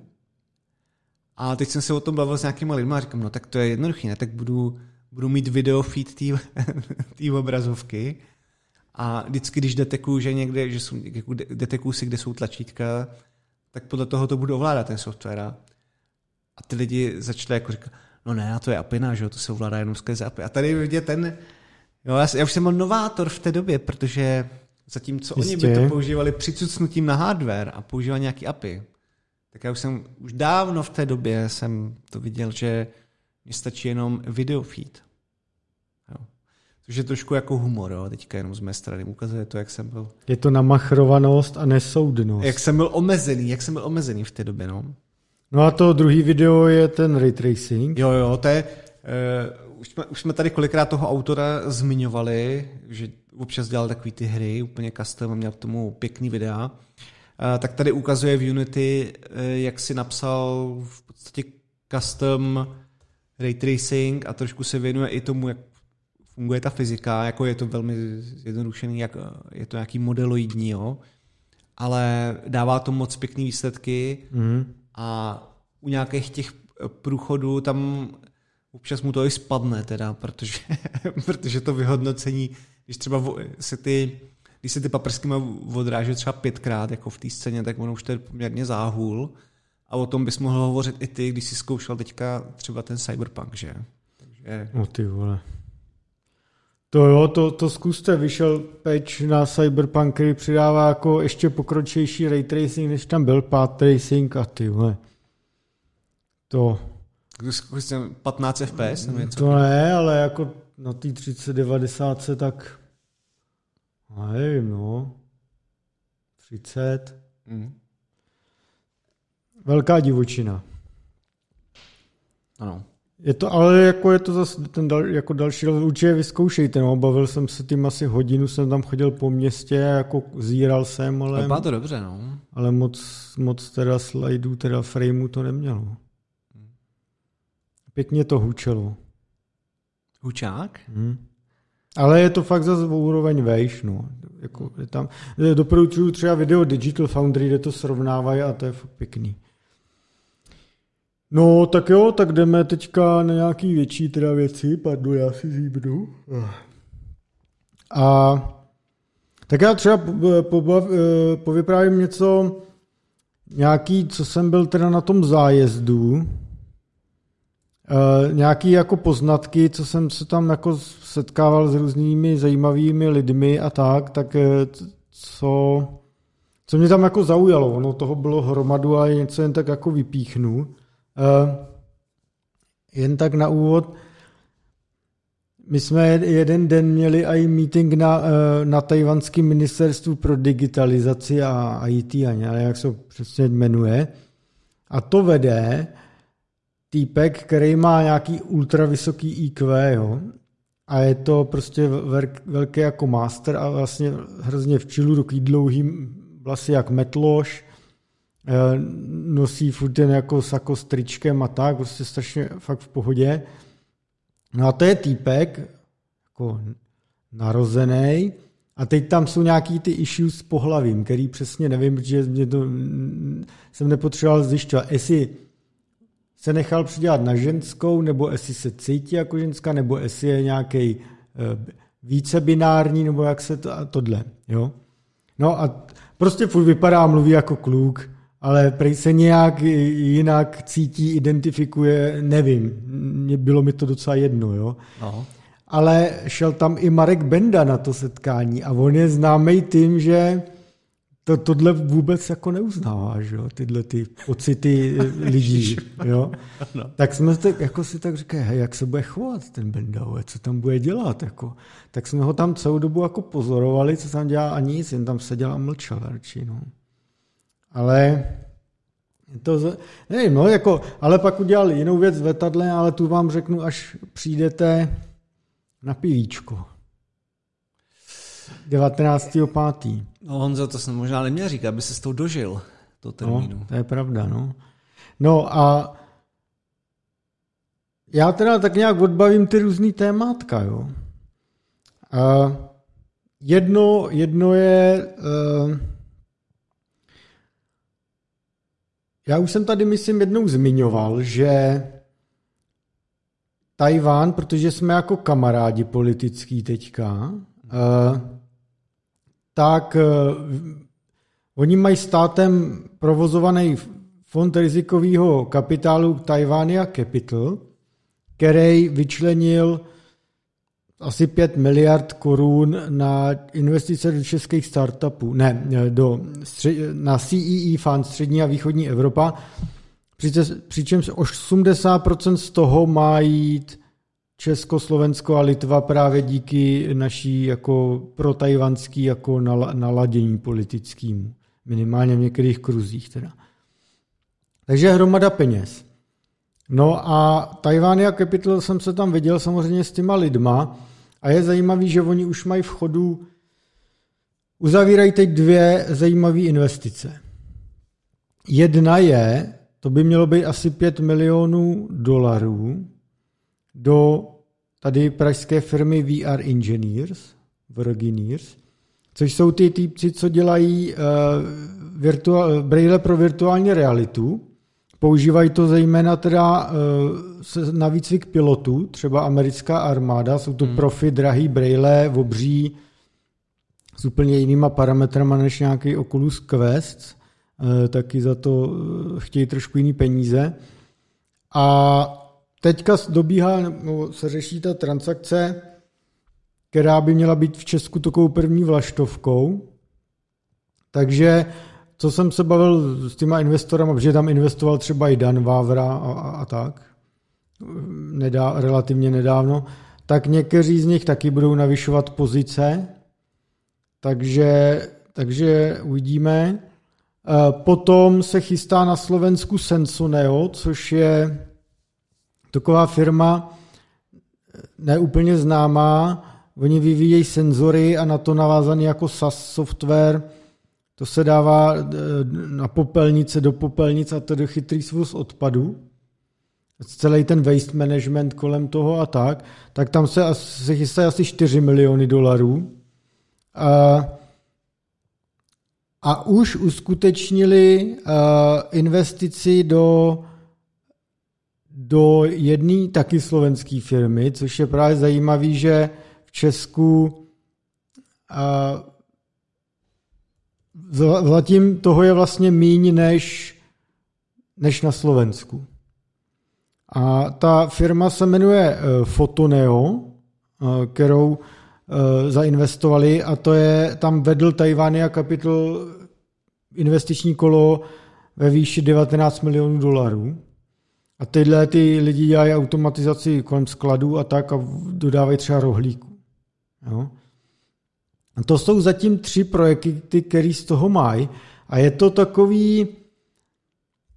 S1: a teď jsem se o tom bavil s nějakýma lidmi a říkám, no tak to je jednoduchý, ne? Tak budu mít video feed té obrazovky a vždycky, když detekuju, že někde, že jsou, jako detekuju si, kde jsou tlačítka, tak podle toho to budu ovládat ten software. A ty lidi začali jako říkat, no ne, a to je apina, že jo, to se ovládá jenom skrze API. A tady vidět jo, já už jsem byl novátor v té době, protože zatímco oni by to používali přicucnutím na hardware a používali nějaký API, tak já už dávno v té době jsem to viděl, že mi stačí jenom video feed. Jo. Což je trošku jako humor, jo, teďka jenom z mé strany. Ukazuje to, jak jsem byl...
S2: Je to namachrovanost a nesoudnost.
S1: Jak jsem byl omezený v té době, no.
S2: No a to druhý video je ten ray tracing.
S1: Jo, to je... Už jsme tady kolikrát toho autora zmiňovali, že občas dělal takový ty hry, úplně custom a měl k tomu pěkný videa. Tak tady ukazuje v Unity, jak si napsal v podstatě custom ray tracing a trošku se věnuje i tomu, jak funguje ta fyzika, jako je to velmi zjednodušený, jak je to nějaký modeloidní, jo? Ale dává to moc pěkný výsledky a u nějakých těch průchodů tam občas mu to i spadne teda, protože to vyhodnocení, když třeba když se ty paprsky odráží třeba 5krát jako v té scéně, tak ono už to je poměrně záhul a o tom bys mohl hovořit i ty, když jsi zkoušel teďka třeba ten Cyberpunk, že? Takže...
S2: No ty vole. To jo, to zkuste, vyšel patch na Cyberpunk, který přidává jako ještě pokročilejší ray tracing, než tam byl path tracing a ty vole. To...
S1: 15 FPS?
S2: To ne, ale jako na té 3090 tak nevím, no. 30. Velká divočina.
S1: Ano.
S2: Je to, ale jako je to zase jako další, určitě vyzkoušejte, no. Bavil jsem se tím asi hodinu, jsem tam chodil po městě, jako zíral jsem, ale...
S1: Vypadá to dobře, no.
S2: Ale moc teda slajdů, teda frameu to nemělo. Pěkně to hučelo.
S1: Hučák?
S2: Ale je to fakt zase úroveň vejš, no. Jako je tam, doporučuju třeba video Digital Foundry, kde to srovnávají a to je fakt pěkný. No, tak jo, tak jdeme teďka na nějaký větší teda věci. Pardon, já si zíbnu. A tak já třeba povyprávím něco, nějaký, co jsem byl teda na tom zájezdu, nějaký jako poznatky, co jsem se tam jako setkával s různými zajímavými lidmi a tak co mě tam jako zaujalo, ono toho bylo hromadu a něco jen tak jako vypíchnu. Jen tak na úvod, my jsme jeden den měli i meeting na tajvanském ministerstvu pro digitalizaci a IT, a jak se přesně jmenuje, a to vede týpek, který má nějaký ultra vysoký IQ, jo. A je to prostě velký jako master a vlastně hrozně v čilu, takový dlouhý vlasy jak metloš, nosí furt jen jako sako s tričkem a tak, prostě strašně fakt v pohodě. No a to je týpek, jako narozený, a teď tam jsou nějaký ty issues s pohlavím, který přesně nevím, protože jsem nepotřeboval zjišťovat, jestli se nechal přidělat na ženskou, nebo jestli se cítí jako ženská, nebo jestli je nějaký vícebinární, nebo jak se tohle, jo. No a prostě furt vypadá a mluví jako kluk, ale prej se nějak jinak cítí, identifikuje, nevím, bylo mi to docela jedno, jo. No. Ale šel tam i Marek Benda na to setkání a on je známý tím, že tohle vůbec jako neuznává, že jo, tyhle ty pocity lidí, jo. No. Tak jsme jako si tak říkali, hej, jak se bude chovat ten Benda, co tam bude dělat, jako. Tak jsme ho tam celou dobu jako pozorovali, co tam dělá a nic, jen tam seděl a mlčel radši, no. Ale to, nevím, no, jako, ale pak udělal jinou věc v letadle, ale tu vám řeknu, až přijdete na pivíčko. 19.5.
S1: No Honzo, to jsem možná neměl říkat, aby se s tou dožil, toho termínu.
S2: No, to je pravda, no. No a já teda tak nějak odbavím ty různý témátka, jo. Jedno je... Já už jsem tady, myslím, jednou zmiňoval, že Tajván, protože jsme jako kamarádi politický teďka, tak oni mají státem provozovaný fond rizikového kapitálu Taiwania Capital, který vyčlenil asi 5 miliard korun na investice do českých startupů, na CEE Fund, střední a východní Evropa, přičemž 80% z toho má jít Česko, Slovensko a Litva právě díky naší jako protajvanský jako naladění politickému, minimálně v některých kruzích teda. Takže hromada peněz. No a Taiwania Capital jsem se tam viděl samozřejmě s těma lidma a je zajímavý, že oni už mají v chodu, uzavírají teď 2 zajímavé investice. Jedna je, to by mělo být asi $5 milionů do tady pražské firmy VR Engineers, což jsou ty týpci, co dělají brejle pro virtuální realitu. Používají to zejména teda na výcvik pilotů, třeba americká armáda, jsou to profi, drahý brejle, obří, s úplně jinýma parametrama než nějaký Oculus Quest, taky za to chtějí trošku jiný peníze. A teďka se řeší ta transakce, která by měla být v Česku takovou první vlaštovkou. Takže co jsem se bavil s těma investorama, protože tam investoval třeba i Dan Vávra a tak, relativně nedávno, tak někteří z nich taky budou navyšovat pozice, takže uvidíme. Potom se chystá na Slovensku Sensoneo, což je taková firma neúplně známá. Oni vyvíjejí senzory a na to navázaný jako SaaS software. To se dává na popelnice, do popelnic a to do chytrý svoz odpadu. Celý ten waste management kolem toho a tak tam se chystají asi $4 miliony. A už uskutečnili investici do jedné taky slovenské firmy, což je právě zajímavý, že v Česku zatím toho je vlastně míň než na Slovensku. A ta firma se jmenuje Photoneo, kterou zainvestovali, a to je, tam vedl Taiwania Capital investiční kolo ve výši $19 milionů. A tyhle ty lidi dělají automatizaci kolem skladů a tak a dodávají třeba rohlíku. Jo? A to jsou zatím 3 projekty, které z toho mají. A je to takový,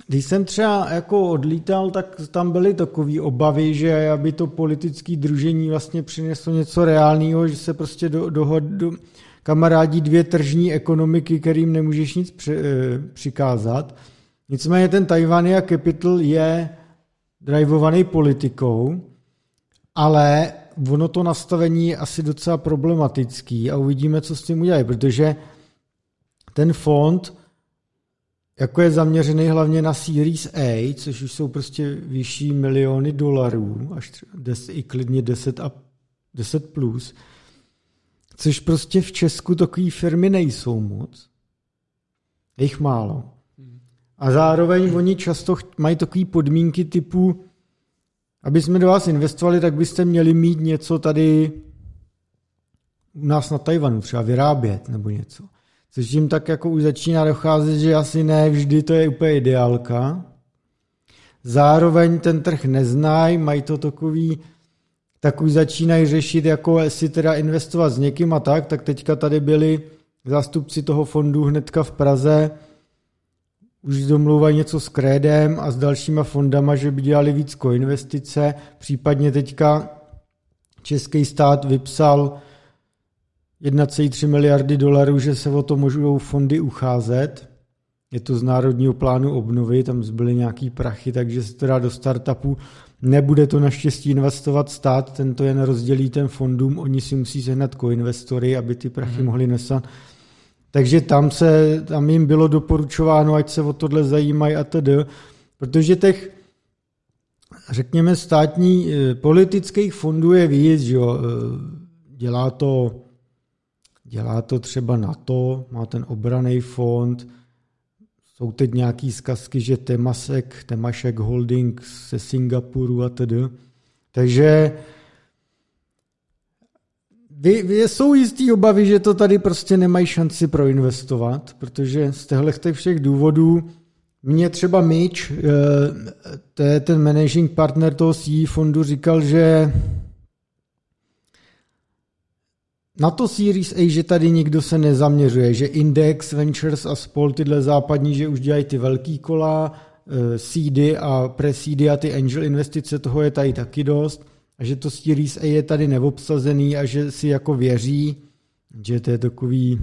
S2: Když jsem třeba jako odlítal, tak tam byly takové obavy, že aby to politické družení vlastně přineslo něco reálného, že se prostě kamarádí dvě tržní ekonomiky, kterým nemůžeš nic přikázat. Nicméně ten Taiwania Capital je drivovaný politikou, ale ono to nastavení je asi docela problematický a uvidíme, co s tím udělají, protože ten fond jako je zaměřený hlavně na Series A, což už jsou prostě vyšší miliony dolarů, až i klidně 10 plus, což prostě v Česku takové firmy nejsou moc. Je jich málo. A zároveň oni často mají takové podmínky typu, aby jsme do vás investovali, tak byste měli mít něco tady u nás na Tajvanu, třeba vyrábět nebo něco. Což tím tak jako už začíná docházet, že asi ne vždy to je úplně ideálka. Zároveň ten trh neznají, mají to tak už začínají řešit, jako jestli teda investovat s někým a tak teďka tady byli zástupci toho fondu hnedka v Praze, už domlouvají něco s Krédem a s dalšíma fondama, že by dělali víc koinvestice, případně teďka český stát vypsal 1,3 miliardy dolarů, že se o to můžou fondy ucházet. Je to z Národního plánu obnovy, tam zbyly nějaký prachy, takže se to dá do startupu. Nebude to naštěstí investovat stát, ten to jen rozdělí ten fondům, oni si musí sehnat koinvestory, aby ty prachy mohli nesat. Takže tam jim bylo doporučováno, ať se o tohle zajímají a tedy, protože těch, řekněme, státní politických fondů je víc, že jo, dělá to třeba NATO, má ten obranný fond, jsou teď nějaký zkazky, že Temasek Holding ze Singapuru a tedy. Takže jsou jistý obavy, že to tady prostě nemají šanci proinvestovat, protože z těchto všech důvodů mě třeba Mitch, to je ten managing partner toho CE fondu, říkal, že na to Series A, že tady nikdo se nezaměřuje, že Index, Ventures a spol, tyhle západní, že už dělají ty velký kola, seed a pre-seed a ty angel investice, toho je tady taky dost, a že to Series A je tady neobsazený a že si jako věří, že to je takový,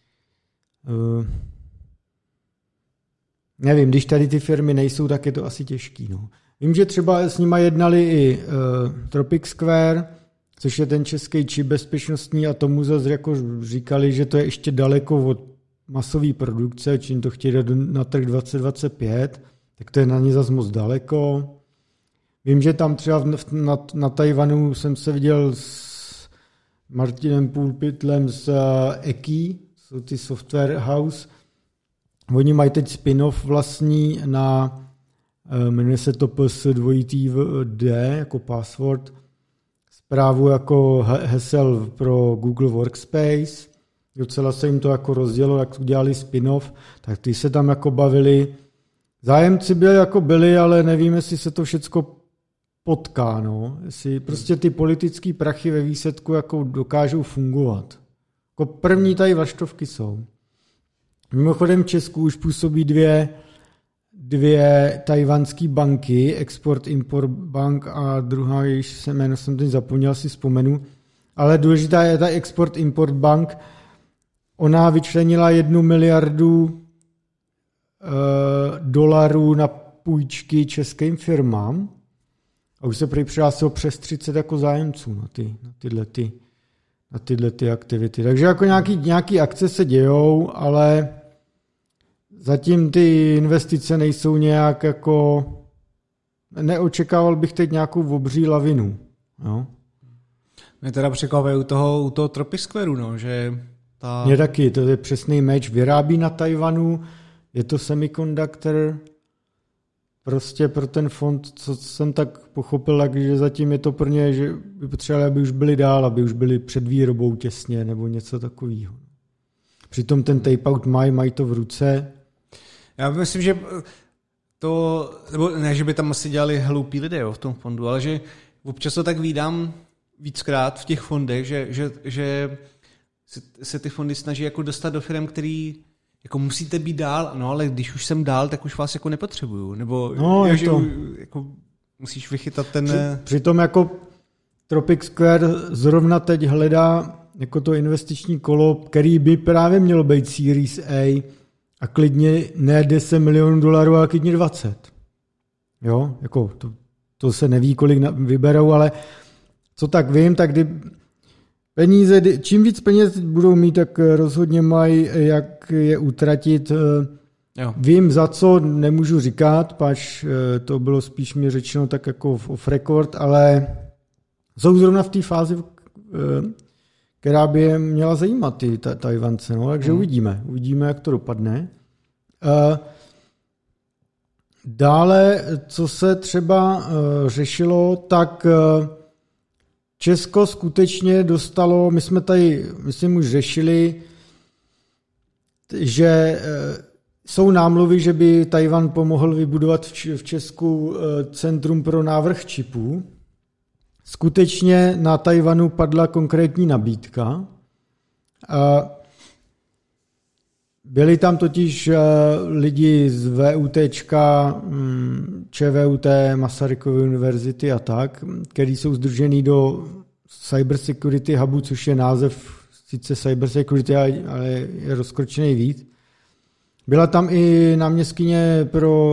S2: nevím, když tady ty firmy nejsou, tak je to asi těžký. No. Vím, že třeba s nima jednali i Tropic Square, což je ten český čip bezpečnostní a tomu zase jako říkali, že to je ještě daleko od masové produkce, čím to chtějí dát na trh 2025, tak to je na ně zase moc daleko. Vím, že tam třeba na Tajvanu jsem se viděl s Martinem Pulpitlem z EKI, jsou ty software house. Oni mají teď spin-off vlastní jmenuje se to PS2D jako password, zprávu jako hesel pro Google Workspace. Docela se jim to jako rozdělo, jak udělali spin-off, tak ty se tam jako bavili. Zájemci byli, ale nevím, jestli se to všecko potká, no. Jestli prostě ty politické prachy ve výsledku jako dokážou fungovat. Jako první tady vlaštovky jsou. Mimochodem v Česku už působí dvě tajvanské banky, Export-Import Bank a druhá, jejíž se jméno jsem teď zapomněl, si vzpomenu. Ale důležitá je ta Export-Import Bank. Ona vyčlenila 1 miliardu dolarů na půjčky českým firmám a už se přihlásilo přes 30 jako zájemců na tyhle aktivity. Takže jako nějaký akce se dějou, ale zatím ty investice nejsou nějak jako, neočekával bych teď nějakou obří lavinu. Jo?
S1: Mě teda překvapuje u toho Tropic Squareu, no, že
S2: Mě taky, to je přesný meč, vyrábí na Tajvanu, je to semiconductor, prostě pro ten fond, co jsem tak pochopil, takže zatím je to pro ně, že by potřebovali, aby už byli dál, aby už byli před výrobou těsně, nebo něco takového. Přitom ten tape-out mají to v ruce.
S1: Já myslím, že to, nebo ne, že by tam asi dělali hloupí lidé, jo, v tom fondu, ale že občas to tak vídám víckrát v těch fondech, že se ty fondy snaží jako dostat do firm, který jako musíte být dál, no ale když už jsem dál, tak už vás jako nepotřebuju, nebo že jako musíš vychytat ten...
S2: Přitom jako Tropic Square zrovna teď hledá jako to investiční kolo, který by právě mělo být Series A a klidně ne 10 milionů dolarů, ale klidně 20. Jo, jako to se neví, kolik vyberou, ale co tak vím, tak čím víc peněz budou mít, tak rozhodně mají, jak je utratit.
S1: Jo.
S2: Vím za co, nemůžu říkat, pač to bylo spíš mi řečeno tak jako off record, ale jsou zrovna v té fázi, která by je měla zajímat ty Tajvance, no, takže uvidíme, jak to dopadne. Dále, co se třeba řešilo, tak Česko skutečně dostalo, my jsme tady, myslím, už řešili, že jsou námluvy, že by Tajvan pomohl vybudovat v Česku centrum pro návrh čipů. Skutečně na Tajvanu padla konkrétní nabídka. Byli tam totiž lidi z VUTčka, ČVUT, Masarykovy univerzity a tak, který jsou sdružený do Cyber Security Hubu, což je název sice Cyber Security, ale je rozkročený víc. Byla tam i náměstkyně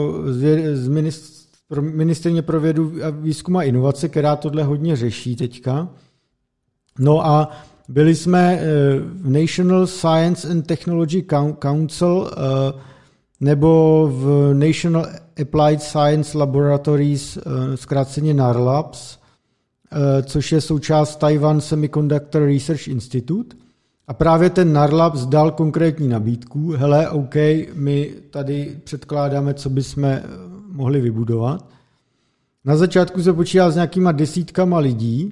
S2: ministryně pro vědu, výzkum a inovace, která tohle hodně řeší teďka. No a byli jsme v National Science and Technology Council nebo v National Applied Science Laboratories, zkráceně NARLabs, což je součást Taiwan Semiconductor Research Institute. A právě ten NARLabs dal konkrétní nabídku. Hele, OK, my tady předkládáme, co bychom mohli vybudovat. Na začátku se počítá s nějakýma desítkama lidí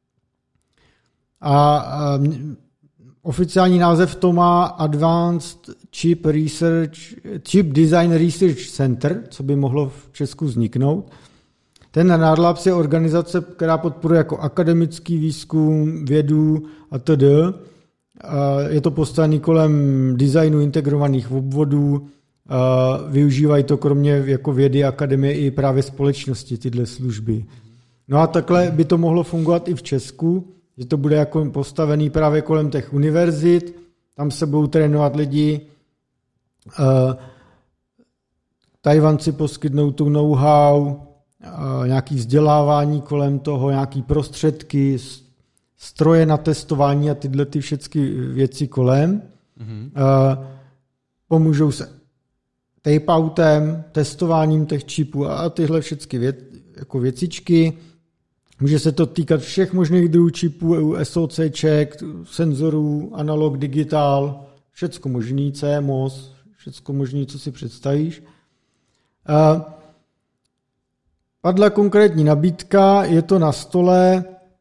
S2: a oficiální název to má Advanced Chip Design Research Center, co by mohlo v Česku vzniknout. Ten NARLabs je organizace, která podporuje jako akademický výzkum, vědu a td. Je to postavené kolem designu integrovaných obvodů, využívají to kromě jako vědy, akademie i právě společnosti tyhle služby. No a takhle by to mohlo fungovat i v Česku, že to bude jako postavený právě kolem těch univerzit, tam se budou trénovat lidi, Tajvanci poskytnou tu know-how, nějaké vzdělávání kolem toho, nějaké prostředky, stroje na testování a tyhle ty všechny věci kolem. Pomůžou se tape-outem, testováním těch čipů a tyhle všechny jako věcičky. Může se to týkat všech možných druhů čipů, SOCček, senzorů, analog, digital, všecko možný, CMOS, všecko možný, co si představíš. Padla konkrétní nabídka, je to na stole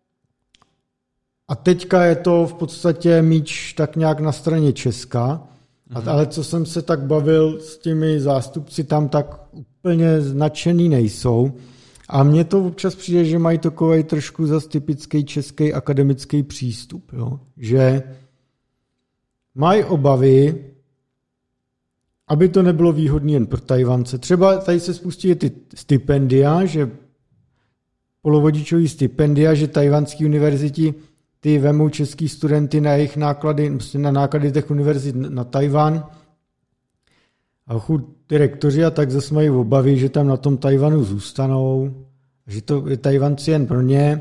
S2: a teďka je to v podstatě míč tak nějak na straně Česka. Ale co jsem se tak bavil s těmi zástupci tam, tak úplně značený nejsou. A mně to občas přijde, že mají takový trošku zas typický český akademický přístup. Jo? Že mají obavy, aby to nebylo výhodné jen pro Tajvance. Třeba tady se spustí ty stipendia, že polovodičový stipendia, že tajvanské univerzity ty vemou český studenty na jejich náklady, na náklady těch univerzit na Tajvan. A ty rektoři a tak zase mají obavy, že tam na tom Tajvanu zůstanou, že to je Tajvanci jen pro ně.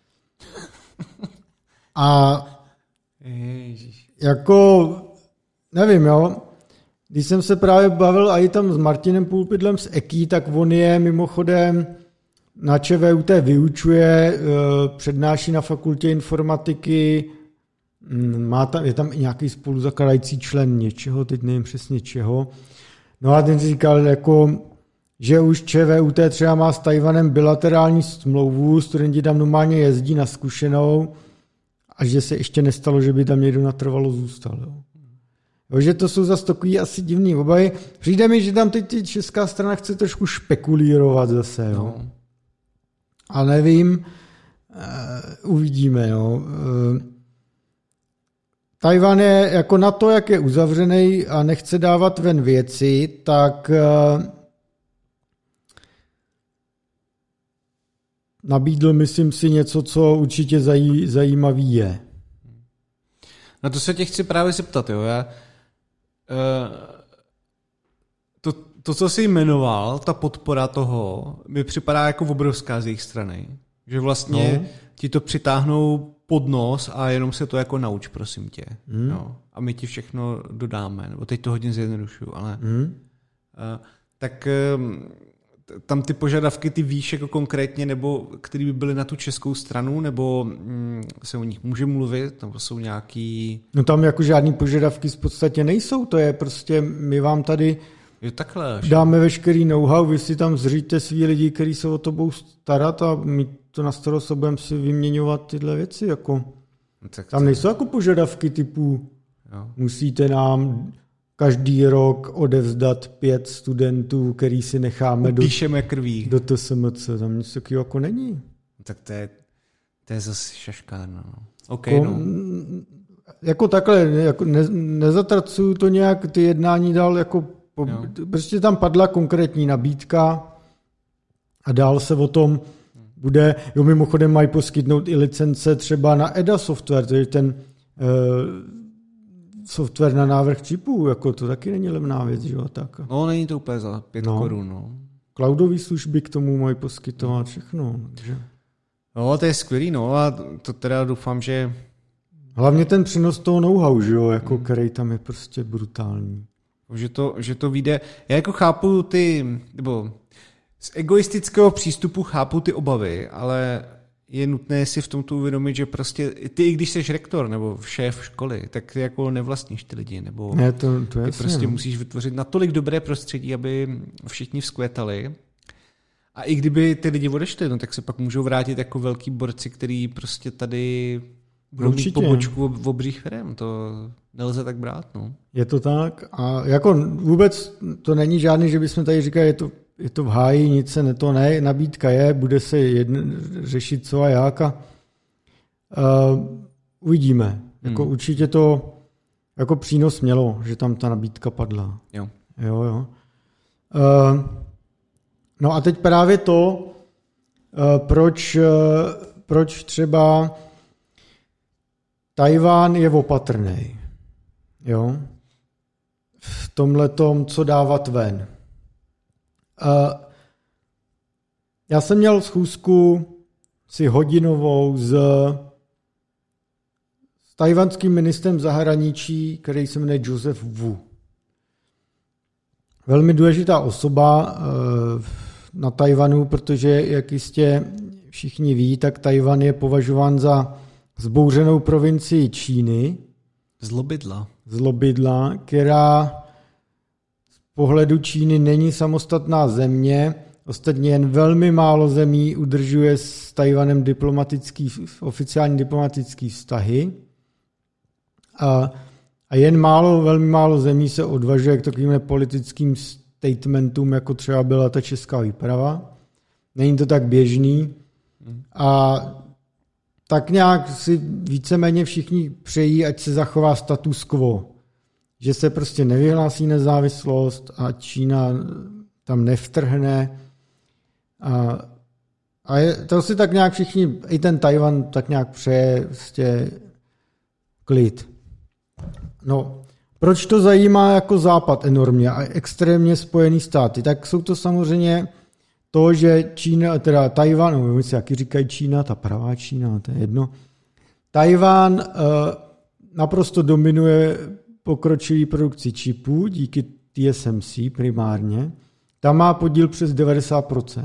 S2: A jako, nevím, jo, když jsem se právě bavil i tam s Martinem Pulpidlem z EKI, tak on je mimochodem na ČVUT vyučuje, přednáší na fakultě informatiky, je tam i nějaký spoluzakladající člen něčeho, teď nevím přesně čeho. No a ten říkal, jako, že už ČVUT třeba má s Tajvanem bilaterální smlouvu, studenti tam normálně jezdí na zkušenou a že se ještě nestalo, že by tam někdo natrvalo zůstal. Jo, že to jsou zase takový asi divný obavy. Přijde mi, že tam teď česká strana chce trošku špekulírovat zase. Jo. No. A nevím, uvidíme. Jo. Tajvan je jako na to, jak je uzavřený a nechce dávat ven věci, tak nabídl, myslím si, něco, co určitě zajímavý je.
S1: Na to se tě chci právě zeptat, jo. To, co jsi jmenoval, ta podpora toho, mi připadá jako obrovská z jejich strany. Že vlastně ti to přitáhnou pod nos a jenom se to jako nauč, prosím tě. No. A my ti všechno dodáme. Nebo teď to hodně zjednodušuju, ale... tak tam ty požadavky ty víš jako konkrétně, nebo který by byly na tu českou stranu, nebo se o nich může mluvit, nebo jsou nějaký...
S2: No tam jako žádný požadavky v podstatě nejsou, to je prostě, my vám tady dáme veškerý know-how, vy si tam zříte svý lidi, kteří se o to budou starat a my to na starost budeme si vyměňovat tyhle věci, jako... Tam nejsou jako požadavky typu musíte nám každý rok odevzdat 5 studentů, který si necháme do TSMC. Tam nic takového jako není.
S1: Tak to je zase šaškárna. No.
S2: Okay, jako takhle, jako nezatracuju to nějak, ty jednání dál, jako prostě tam padla konkrétní nabídka a dál se o tom bude, mimochodem mají poskytnout i licence třeba na EDA software, to je ten software na návrh čipů, jako to taky není levná věc, že jo, tak.
S1: No, není to úplně za 5 korun, no.
S2: Cloudové služby k tomu mají poskytovat všechno, takže.
S1: No, to je skvělý, no, a to teda doufám, že...
S2: Hlavně ten přenos toho know-how, že jo, jako který tam je prostě brutální.
S1: Že to vyjde, já jako chápu nebo z egoistického přístupu chápu ty obavy, ale je nutné si v tomto uvědomit, že prostě ty, i když jsi rektor nebo šéf školy, tak ty jako nevlastníš ty lidi, nebo
S2: to
S1: ty prostě musíš vytvořit natolik dobré prostředí, aby všichni vzkvétali. A i kdyby ty lidi odešli, no, tak se pak můžou vrátit jako velký borci, který prostě tady budou mít pobočku v obřích firem. To nelze tak brát. No.
S2: Je to tak. A jako vůbec to není žádný, že bychom tady říkali, je to v háji, nic se ne, nabídka je, bude se řešit co a jak a uvidíme. Jako určitě to jako přínos mělo, že tam ta nabídka padla. Jo. No a teď právě to, proč třeba Tajván je opatrný. Jo? V tomhletom, co dávat ven. Já jsem měl schůzku si hodinovou s tajvanským ministrem zahraničí, který se jmenuje Joseph Wu. Velmi důležitá osoba na Tajvanu, protože, jak jistě všichni ví, tak Tajvan je považován za zbouřenou provincii Číny. Zlobydla, která z pohledu Číny není samostatná země. Ostatně jen velmi málo zemí udržuje s Tajvanem oficiální diplomatický vztahy. A jen velmi málo zemí se odvažuje k takovým politickým statementům, jako třeba byla ta česká výprava. Není to tak běžný. A tak nějak si víceméně všichni přejí, ať se zachová status quo. Že se prostě nevyhlásí nezávislost a Čína tam nevtrhne. A to si tak nějak všichni, i ten Tajvan tak nějak přeje prostě klid. No, proč to zajímá jako Západ enormně a extrémně Spojený státy? Tak jsou to samozřejmě to, že Čína, teda Tajvan, no, my si jaký říkají Čína, ta pravá Čína, to je jedno. Tajvan naprosto dominuje pokročilý produkci čipů díky TSMC primárně. Tam má podíl přes 90%.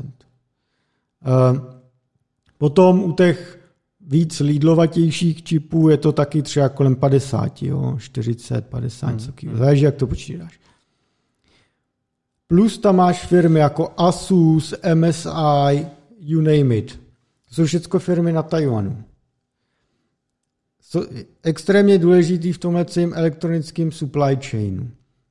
S2: Potom u těch víc lídlovatějších čipů je to taky třeba kolem 50, jo, 40, 50, záleží, jak to počítáš. Plus tam máš firmy jako Asus, MSI, you name it. To jsou všechno firmy na Tajvanu. Extrémně důležitý v tomhle celém elektronickém supply chainu.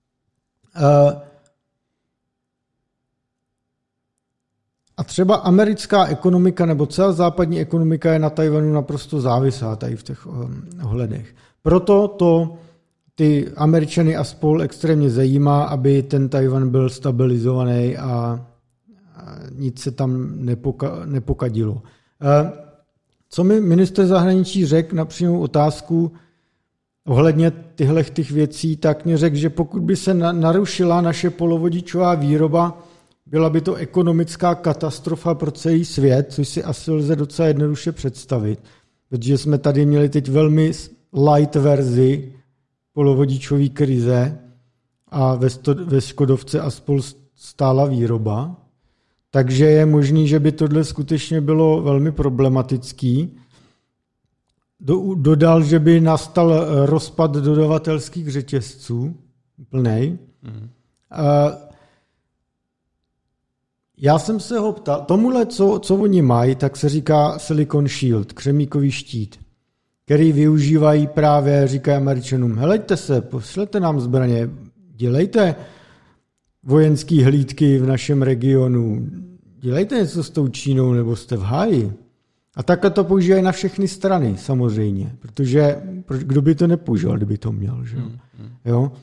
S2: A třeba americká ekonomika nebo celá západní ekonomika je na Tajvanu naprosto závislá tady v těch ohledech. Proto to ty Američany a spol extrémně zajímá, aby ten Tajvan byl stabilizovaný a nic se tam nepokadilo. Co mi ministr zahraničí řekl na přímou otázku ohledně těch věcí, tak mě řekl, že pokud by se narušila naše polovodičová výroba, byla by to ekonomická katastrofa pro celý svět, což si asi lze docela jednoduše představit, protože jsme tady měli teď velmi light verzi polovodičové krize a ve Škodovce a spol stála výroba. Takže je možný, že by tohle skutečně bylo velmi problematický. Dodal, že by nastal rozpad dodavatelských řetězců, plnej. Já jsem se ho ptal, tomuhle, co oni mají, tak se říká Silicon Shield, křemíkový štít, který využívají právě, říkají Američanům, helejte se, pošlete nám zbraně, dělejte vojenský hlídky v našem regionu, dělejte něco s tou Čínou, nebo jste v háji. A takhle to používají na všechny strany, samozřejmě, protože kdo by to nepoužíval, kdyby to měl, že jo?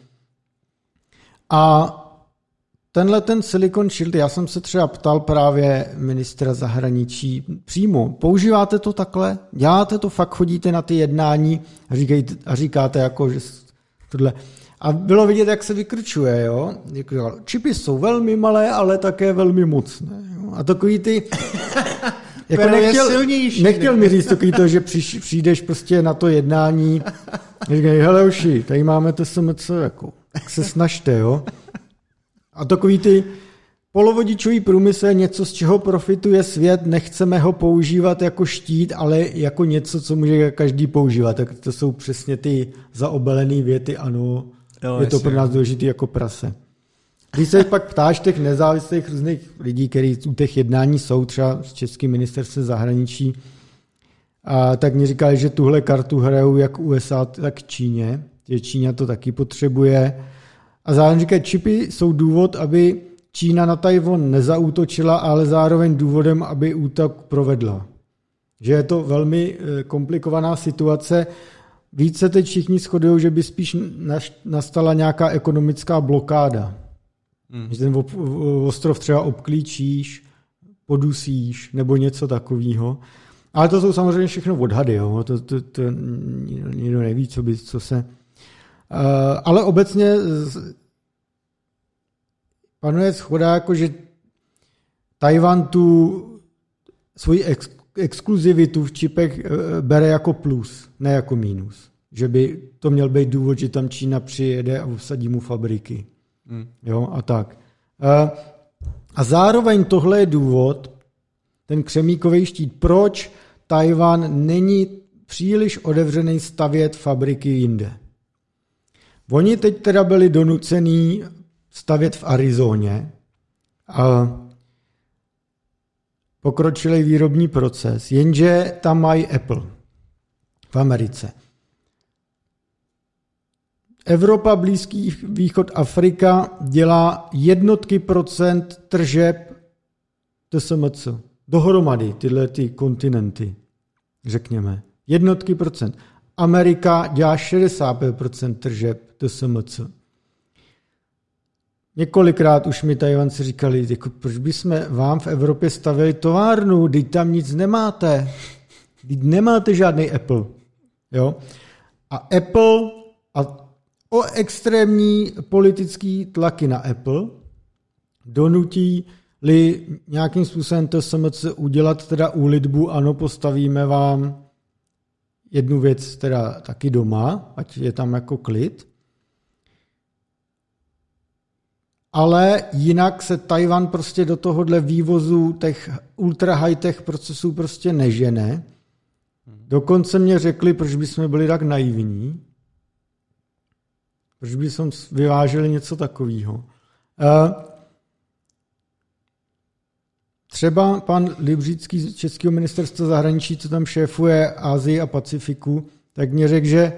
S2: A tenhle ten Silicon Shield, já jsem se třeba ptal právě ministra zahraničí přímo, používáte to takhle? Děláte to, fakt chodíte na ty jednání a říkáte jako, že tohle. A bylo vidět, jak se vykručuje, jo? Čipy jsou velmi malé, ale také velmi mocné. Jo? A takový ty... Jako nechtěl mi říct takový to, že přijdeš prostě na to jednání a říkají, hele uši, tady máme to SMC, jako, tak se snažte, jo? A takový ty polovodičový průmysl je něco, z čeho profituje svět, nechceme ho používat jako štít, ale jako něco, co může každý používat. Tak to jsou přesně ty zaobelené věty, ano, je to pro nás důležitý jako prase. Když se pak ptáš těch nezávislých různých lidí, kteří u těch jednání jsou, třeba z Českým ministerstvem zahraničí, tak mi říkali, že tuhle kartu hrajou jak USA, tak Číně, že Čína to taky potřebuje. A zároveň říkají, čipy jsou důvod, aby Čína na Tajvan nezaútočila, ale zároveň důvodem, aby útok provedla. Že je to velmi komplikovaná situace. Více teď všichni shodují, že by spíš nastala nějaká ekonomická blokáda. Že ten ostrov třeba obklíčíš, podusíš nebo něco takového. Ale to jsou samozřejmě všechno odhady. Jo? To nikdo neví, co se... Ale obecně panuje shoda, jako že Tajvan tu svoji exkluzivitu v čipech bere jako plus, ne jako minus. Že by to měl být důvod, že tam Čína přijede a usadí mu fabriky. Jo, a tak. A zároveň tohle je důvod, ten křemíkový štít, proč Tajvan není příliš otevřený stavět fabriky jinde. Oni teď teda byli donucený stavět v Arizoně a pokročilý výrobní proces, jenže tam mají Apple v Americe. Evropa, Blízký východ, Afrika dělá jednotky procent tržeb TSMC. Dohromady tyhle ty kontinenty, řekněme. Jednotky procent. Amerika dělá 65% tržeb TSMC. Několikrát už mi Tajvanci říkali, jako, proč bychom vám v Evropě stavili továrnu, teď tam nic nemáte. Teď nemáte žádný Apple. Jo? A Apple a o extrémní politický tlaky na Apple donutí-li nějakým způsobem TSMC udělat teda úlitbu, ano, postavíme vám jednu věc teda taky doma, ať je tam jako klid. Ale jinak se Tajvan prostě do tohohle vývozu těch ultra high-tech procesů prostě nežene. Dokonce mě řekli, proč bychom byli tak naivní. Proč bychom vyváželi něco takového. Třeba pan Libřícký z Českého ministerstva zahraničí, co tam šéfuje Asii a Pacifiku, tak mě řekl, že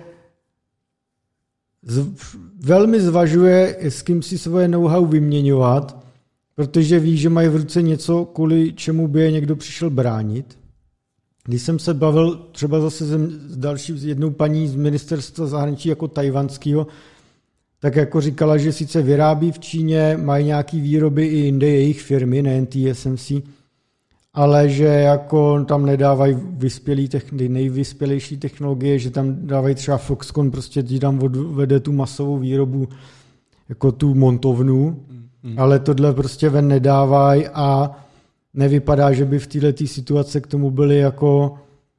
S2: velmi zvažuje, s kým si svoje know-how vyměňovat, protože ví, že mají v ruce něco, kvůli čemu by je někdo přišel bránit. když jsem se bavil třeba zase s jednou paní z ministerstva zahraničí jako tajvanského, tak jako říkala, že sice vyrábí v Číně, mají nějaký výroby i jinde jejich firmy, nejen TSMC, ale že jako tam nedávají nejvyspělejší technologie, že tam dávají třeba Foxconn, prostě ti tam vede tu masovou výrobu, jako tu montovnu, ale tohle prostě ven nedávají a nevypadá, že by v této situaci k tomu byli jako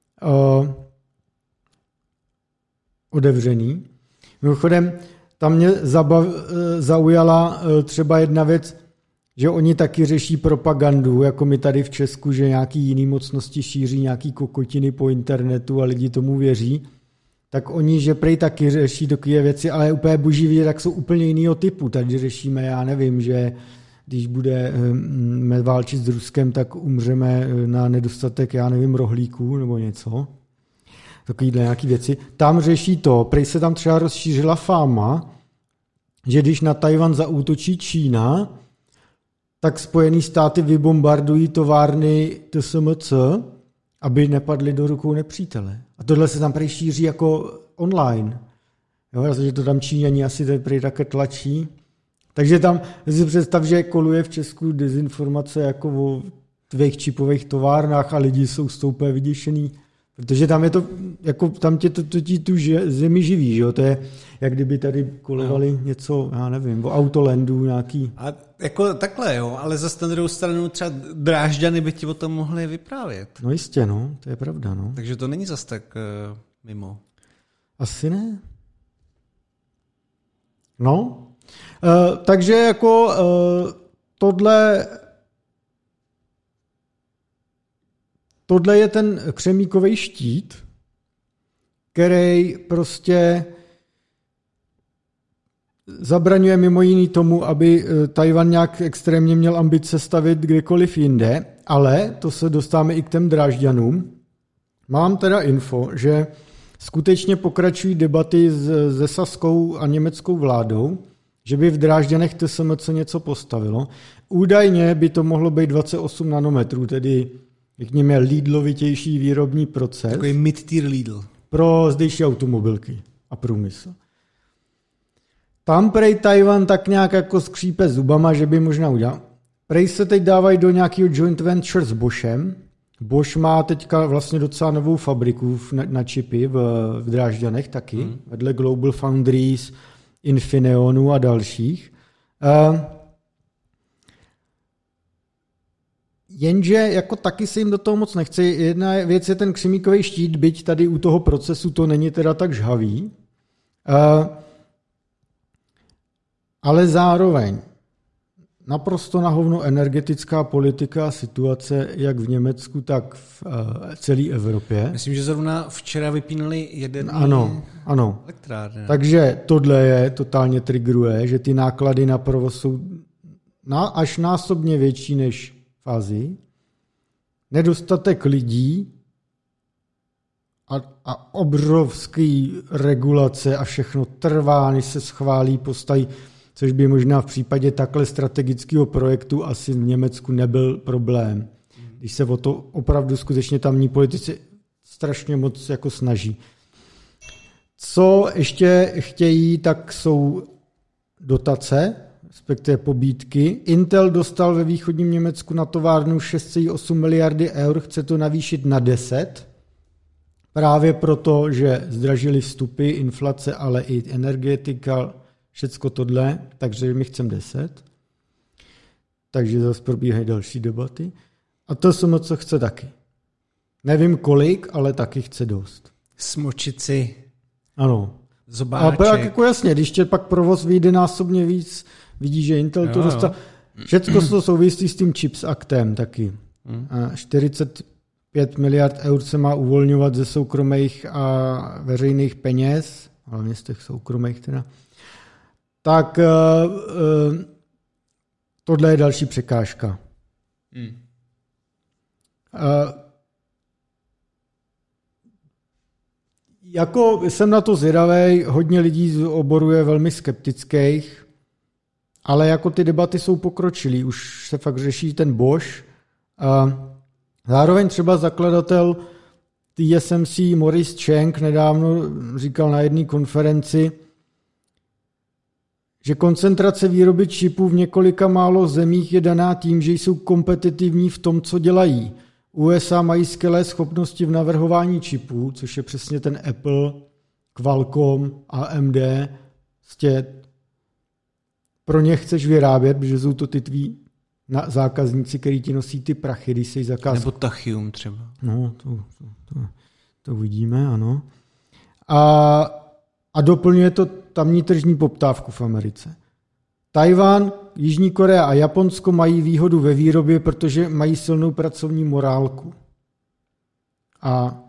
S2: otevřený. Mimochodem, tam mě zaujala třeba jedna věc, že oni taky řeší propagandu, jako my tady v Česku, že nějaký jiný mocnosti šíří nějaký kokotiny po internetu a lidi tomu věří, tak oni, že prej taky řeší takové věci, ale úplně boží vědět, tak jsou úplně jiného typu. Tady řešíme, já nevím, že když budeme válčit s Ruskem, tak umřeme na nedostatek, já nevím, rohlíků nebo něco. Takovýhle nějaký věci. Tam řeší to, prej se tam třeba rozšířila fáma, že když na Tajvan zaútočí Čína, tak Spojené státy vybombardují továrny TSMC, aby nepadly do rukou nepřítele. A tohle se tam prej šíří jako online. Jo, že to tam Číňani asi prej také tlačí. Takže tam si představ, že koluje v Česku dezinformace jako o tvých čipových továrnách a lidi jsou stoupé vyděšený. Protože tam je to, jako tam tě to tu zemi živí, že jo? To je, jak kdyby tady kolovali něco, já nevím, o Autolandu nějaký.
S1: A jako takhle, jo, ale zase na druhou stranu třeba Drážďany by ti o tom mohli vyprávět.
S2: No jistě, no, to je pravda, no.
S1: Takže to není zas tak mimo.
S2: Asi ne. No, takže jako tohle je ten křemíkový štít, který prostě zabraňuje mimo jiný tomu, aby Tajvan nějak extrémně měl ambice stavit kdekoliv jinde, ale to se dostáváme i k těm Drážďanům. Mám teda info, že skutečně pokračují debaty se saskou a německou vládou, že by v Drážďanech TSMC něco postavilo. Údajně by to mohlo být 28 nanometrů, tedy řekněme Lidlovitější výrobní proces.
S1: Takový mid-tier Lidl.
S2: Pro zdejší automobilky a průmysl. Tam prej Tajvan tak nějak jako skřípe zubama, že by možná udělal. Prej se teď dávají do nějakého joint venture s Boschem. Bosch má teďka vlastně docela novou fabriku na čipy v Drážďanech taky, vedle Global Foundries, Infineonu a dalších. Jenže jako taky se jim do toho moc nechce. Jedna věc je ten křemíkový štít, byť tady u toho procesu to není teda tak žhavý. Ale zároveň naprosto na hovno energetická politika a situace jak v Německu, tak v celé Evropě.
S1: Myslím, že zrovna včera vypínali jeden elektrárny.
S2: Takže tohle je totálně triggeruje, že ty náklady na provoz jsou až násobně větší než v Asii. Nedostatek lidí a obrovský regulace a všechno trvá, než se schválí, postaví, což by možná v případě takhle strategického projektu asi v Německu nebyl problém. Když se o to opravdu skutečně tamní politici strašně moc jako snaží. Co ještě chtějí, tak jsou dotace, respektive pobídky. Intel dostal ve východním Německu na továrnu 6,8 miliardy eur, chce to navýšit na 10. Právě proto, že zdražili vstupy, inflace, ale i energetika, všecko tohle, takže my chceme 10. Takže zase probíhají další debaty. A to jsem co chce taky. Nevím kolik, ale taky chce dost.
S1: Smočici.
S2: Ano.
S1: Zobáček.
S2: A pak jako jasně, když tě pak provoz vyjde násobně víc, vidíš, že Intel to dostal. Všecko to souvisí s tím Chips Actem taky. 45 miliard eur se má uvolňovat ze soukromých a veřejných peněz, hlavně z těch soukromých teda. Tak tohle je další překážka. Jako jsem na to zvědavej, hodně lidí z oboru je velmi skeptických, ale jako ty debaty jsou pokročilý, už se fakt řeší ten Bosch. Zároveň třeba zakladatel TSMC Maurice Cheng nedávno říkal na jedné konferenci, že koncentrace výroby čipů v několika málo zemích je daná tím, že jsou kompetitivní v tom, co dělají. USA mají skvělé schopnosti v navrhování čipů, což je přesně ten Apple, Qualcomm, AMD. Pro ně chceš vyrábět, protože jsou to ty tví zákazníci, který ti nosí ty prachy, když jsi zakázal.
S1: Nebo Tachium třeba.
S2: No, to uvidíme, ano. A doplňuje to tamní tržní poptávku v Americe. Tajván, Jižní Korea a Japonsko mají výhodu ve výrobě, protože mají silnou pracovní morálku. A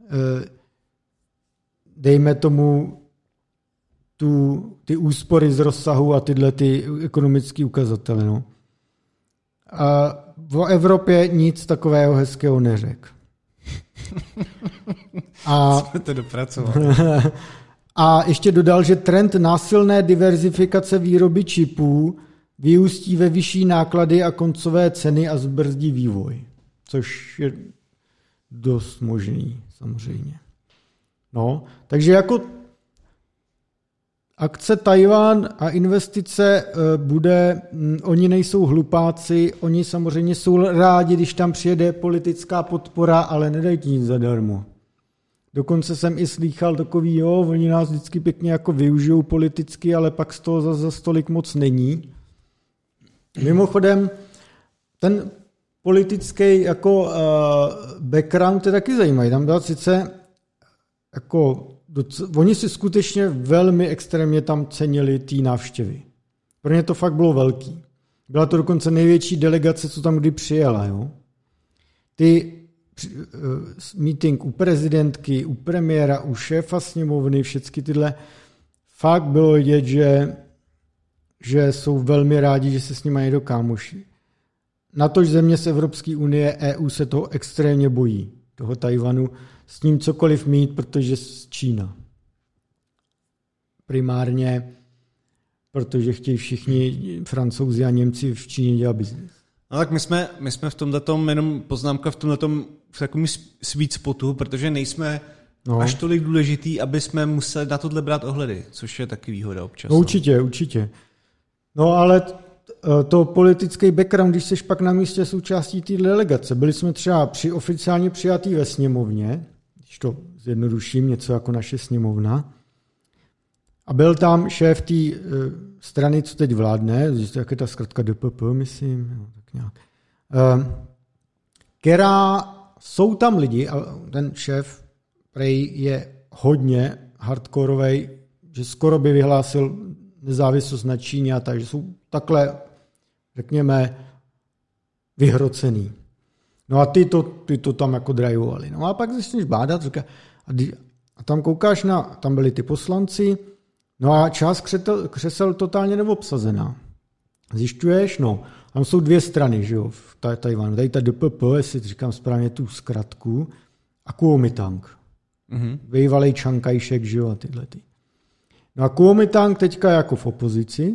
S2: dejme tomu ty úspory z rozsahu a tyhle ty ekonomické ukazatele. No. A v Evropě nic takového hezkého neřekl.
S1: Jsme to dopracovali.
S2: A ještě dodal, že trend násilné diverzifikace výroby čipů vyústí ve vyšší náklady a koncové ceny a zbrzdí vývoj. Což je dost možný, samozřejmě. No, takže jako akce Tajván a investice oni nejsou hlupáci, oni samozřejmě jsou rádi, když tam přijede politická podpora, ale nedají ti nic zadarmo. Dokonce jsem i slýchal takový, oni nás vždycky pěkně jako využijou politicky, ale pak z toho zase tolik moc není. Mimochodem, ten politický jako background je taky zajímavý. Tam byla sice jako oni si skutečně velmi extrémně tam cenili té návštěvy. Pro ně to fakt bylo velký. Byla to dokonce největší delegace, co tam kdy přijela. Jo? Meeting u prezidentky, u premiéra, u šéfa sněmovny, všechny tyhle, fakt bylo vidět, že jsou velmi rádi, že se s nimi někdo kámoší. Natož země z Evropské unie, EU se toho extrémně bojí, toho Tajvanu, s ním cokoliv mít, protože z Čína. Primárně, protože chtějí všichni Francouzi a Němci v Číně dělat biznis.
S1: No tak my jsme v tomhletom, jenom poznámka v tomhletom v takovém sweet spotu, protože nejsme až tolik důležitý, aby jsme museli na tohle brát ohledy, což je taky výhoda občas.
S2: No, určitě. No ale to politický background, když jsi pak na místě součástí té delegace. Byli jsme třeba oficiálně přijatý ve sněmovně, když to zjednoduším, něco jako naše sněmovna. A byl tam šéf té strany, co teď vládne, jak je ta zkratka DPP, myslím, tak nějak. Která jsou tam lidi, a ten šéf prej je hodně hardkorovej, že skoro by vyhlásil nezávislost na Číně a takže jsou takhle, řekněme, vyhrocený. No a ty to tam jako drajovali. No a pak začneš bádat, říká, a tam koukáš tam byli ty poslanci, no a část křesel totálně neobsazená. Zjišťuješ, tam jsou dvě strany, že jo, v Tajvanu. Tady ta DPP, jestli říkám správně tu zkratku, a Kuomintang. Bývalej Chiang Kai-shek, že jo, a tyhle ty. No a Kuomintang teďka jako v opozici.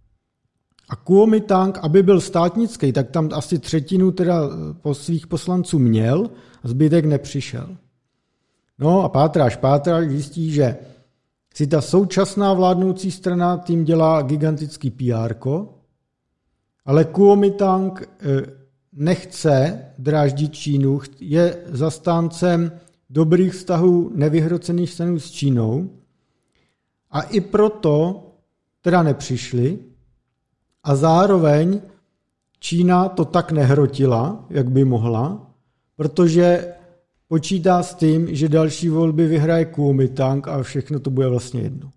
S2: A Kuomintang, aby byl státnický, tak tam asi třetinu teda svých poslanců měl a zbytek nepřišel. No a pátráš, zjistí, že si ta současná vládnoucí strana tím dělá gigantický PR-ko, ale Kuomintang nechce dráždit Čínu, je zastáncem dobrých vztahů, nevyhrocených vztahů s Čínou a i proto teda nepřišli a zároveň Čína to tak nehrotila, jak by mohla, protože počítá s tím, že další volby vyhraje Kuomintang a všechno to bude vlastně jedno.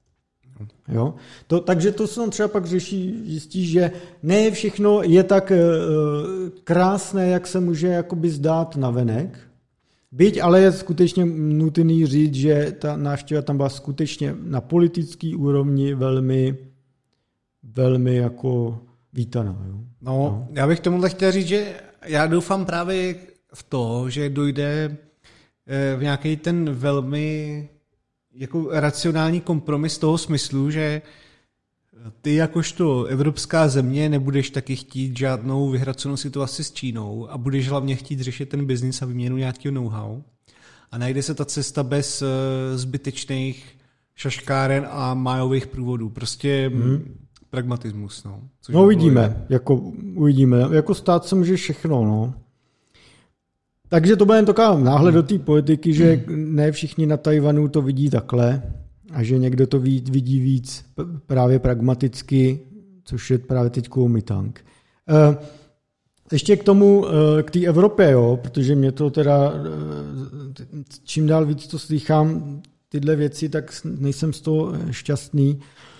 S2: Jo? Takže to se tam třeba pak zjistí, že ne všechno je tak krásné, jak se může jakoby zdát navenek. Byť ale je skutečně nutný říct, že ta návštěva tam byla skutečně na politický úrovni velmi, velmi jako vítaná. Jo?
S1: No, já bych tomuhle chtěl říct, že já doufám právě v to, že dojde v nějaký ten velmi jako racionální kompromis toho smyslu, že ty jakožto evropská země nebudeš taky chtít žádnou vyhracenou situaci s Čínou a budeš hlavně chtít řešit ten biznis a výměnu nějakého know-how. a najde se ta cesta bez zbytečných šaškáren a májových průvodů. Prostě pragmatismus. No,
S2: uvidíme. Jako stát se může všechno. No. Takže to bude jen taková náhled do té politiky, že ne všichni na Tajvanu to vidí takhle a že někdo to vidí víc právě pragmaticky, což je právě teď Kuomintang. Ještě k té Evropě, jo, protože mě to teda, čím dál víc to slychám, tyhle věci, tak nejsem z toho šťastný.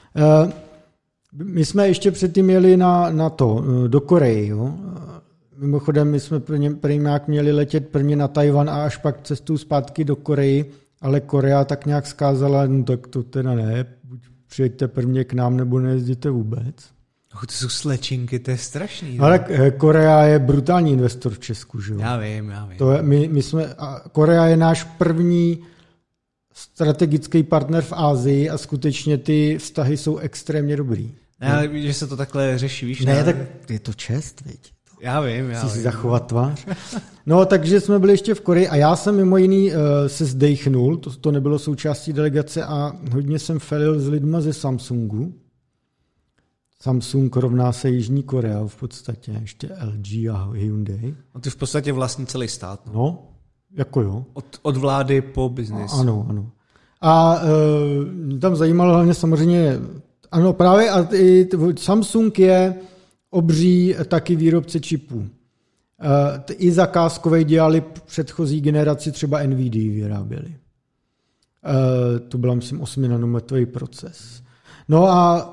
S2: My jsme ještě předtím jeli do Koreji, jo. Mimochodem, my jsme nějak měli letět prvně na Tajvan a až pak cestou zpátky do Koreji, ale Korea tak nějak zkázala, no tak to teda ne, buď přijeďte prvně k nám, nebo nejezděte vůbec.
S1: To jsou slečinky, to je strašný.
S2: Ale Korea je brutální investor v Česku, že jo?
S1: Já vím.
S2: Korea je náš první strategický partner v Asii a skutečně ty vztahy jsou extrémně dobrý.
S1: Ne, ale že se to takhle řeší, víš?
S2: Ne, tak je to čest, viď?
S1: Já vím.
S2: Si zachovat tvář. No, takže jsme byli ještě v Koreji a já jsem mimo jiný se zdejchnul, to nebylo součástí delegace a hodně jsem felil s lidma ze Samsungu. Samsung rovná se Jižní Korea v podstatě, ještě LG a Hyundai.
S1: A ty v podstatě vlastní celý stát.
S2: No, jako jo.
S1: Od vlády po biznis.
S2: Ano. A tam zajímalo hlavně samozřejmě, ano právě, a Samsung je obří taky výrobce čipů. I zakázkové dělali předchozí generaci, třeba NVIDIA vyráběli. To byl, myslím, 8nanometrový proces. No a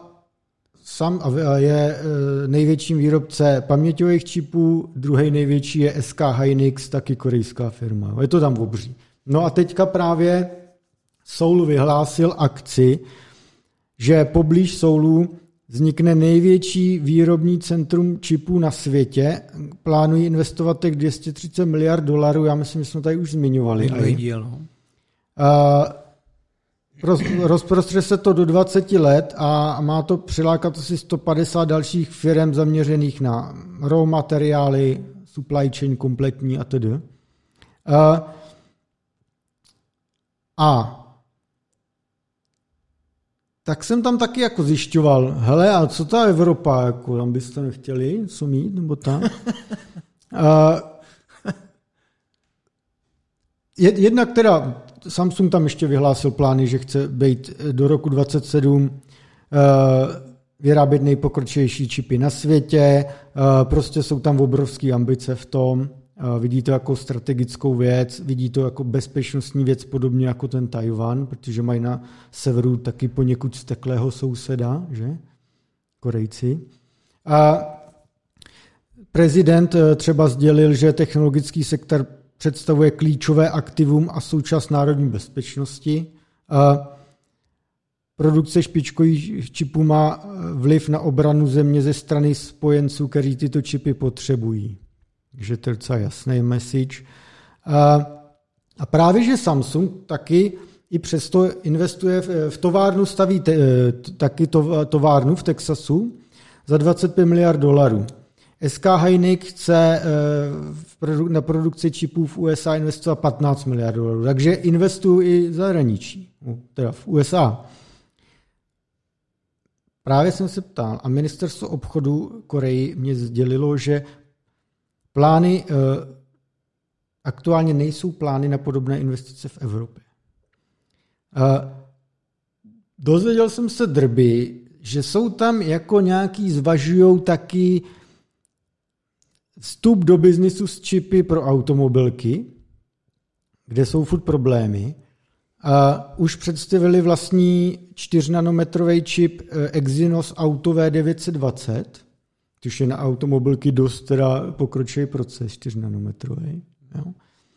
S2: je největším výrobce paměťových čipů, druhý největší je SK Hynix, taky korejská firma. Je to tam obří. No a teďka právě Seoul vyhlásil akci, že poblíž Seoulu vznikne největší výrobní centrum čipů na světě. Plánují investovat tak $230 miliard. Já myslím, že jsme tady už zmiňovali. Rozprostře se to do 20 let a má to přilákat asi 150 dalších firm zaměřených na raw materiály, supply chain kompletní a tedy. Tak jsem tam taky jako zjišťoval, hele, a co ta Evropa, jako tam byste nechtěli co mít, nebo tak? Jednak teda Samsung tam ještě vyhlásil plány, že chce být do roku 2027 vyrábět nejpokročilejší čipy na světě, prostě jsou tam obrovské ambice v tom, vidí to jako strategickou věc, vidí to jako bezpečnostní věc, podobně jako ten Tajvan, protože mají na severu taky poněkud steklého souseda, že? Korejci. A prezident třeba sdělil, že technologický sektor představuje klíčové aktivum a součást národní bezpečnosti. Produkce špičkových čipů má vliv na obranu země ze strany spojenců, kteří tyto čipy potřebují. Takže to je docela jasný message. A právě, že Samsung taky i přesto investuje v továrnu, staví taky továrnu v Texasu za $25 miliard. SK Hynix chce na produkci čipů v USA investovat $15 miliard. Takže investují i v zahraničí, teda v USA. Právě jsem se ptal a ministerstvo obchodu Koreji mě sdělilo, že aktuálně nejsou plány na podobné investice v Evropě. Dozvěděl jsem se drby, že jsou tam jako nějaký, zvažujou taky vstup do biznisu s čipy pro automobilky, kde jsou furt problémy. Už představili vlastní 4nanometrový čip Exynos Auto V920, což je na automobilky dost teda pokročilý proces 4nanometrový. Jo.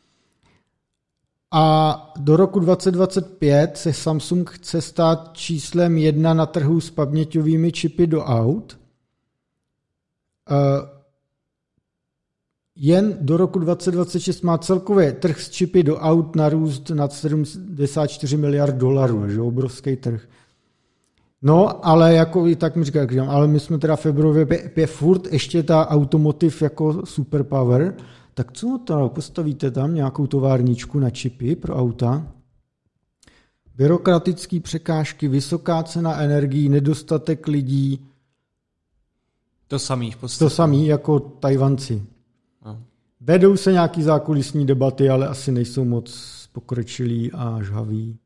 S2: A do roku 2025 se Samsung chce stát číslem 1 na trhu s paměťovými čipy do aut. Jen do roku 2026 má celkově trh s čipy do aut narůst nad $74 miliard, že obrovský trh. No, ale jako i tak mi říkám, ale my jsme teda v Evropě furt ještě ta automotiv jako superpower, tak co to, postavíte tam nějakou továrničku na čipy pro auta? Byrokratické překážky, vysoká cena energií, nedostatek lidí.
S1: To samý v podstatě.
S2: To samý jako Tajvanci.
S1: No.
S2: Vedou se nějaký zákulisní debaty, ale asi nejsou moc pokročilí a žhaví.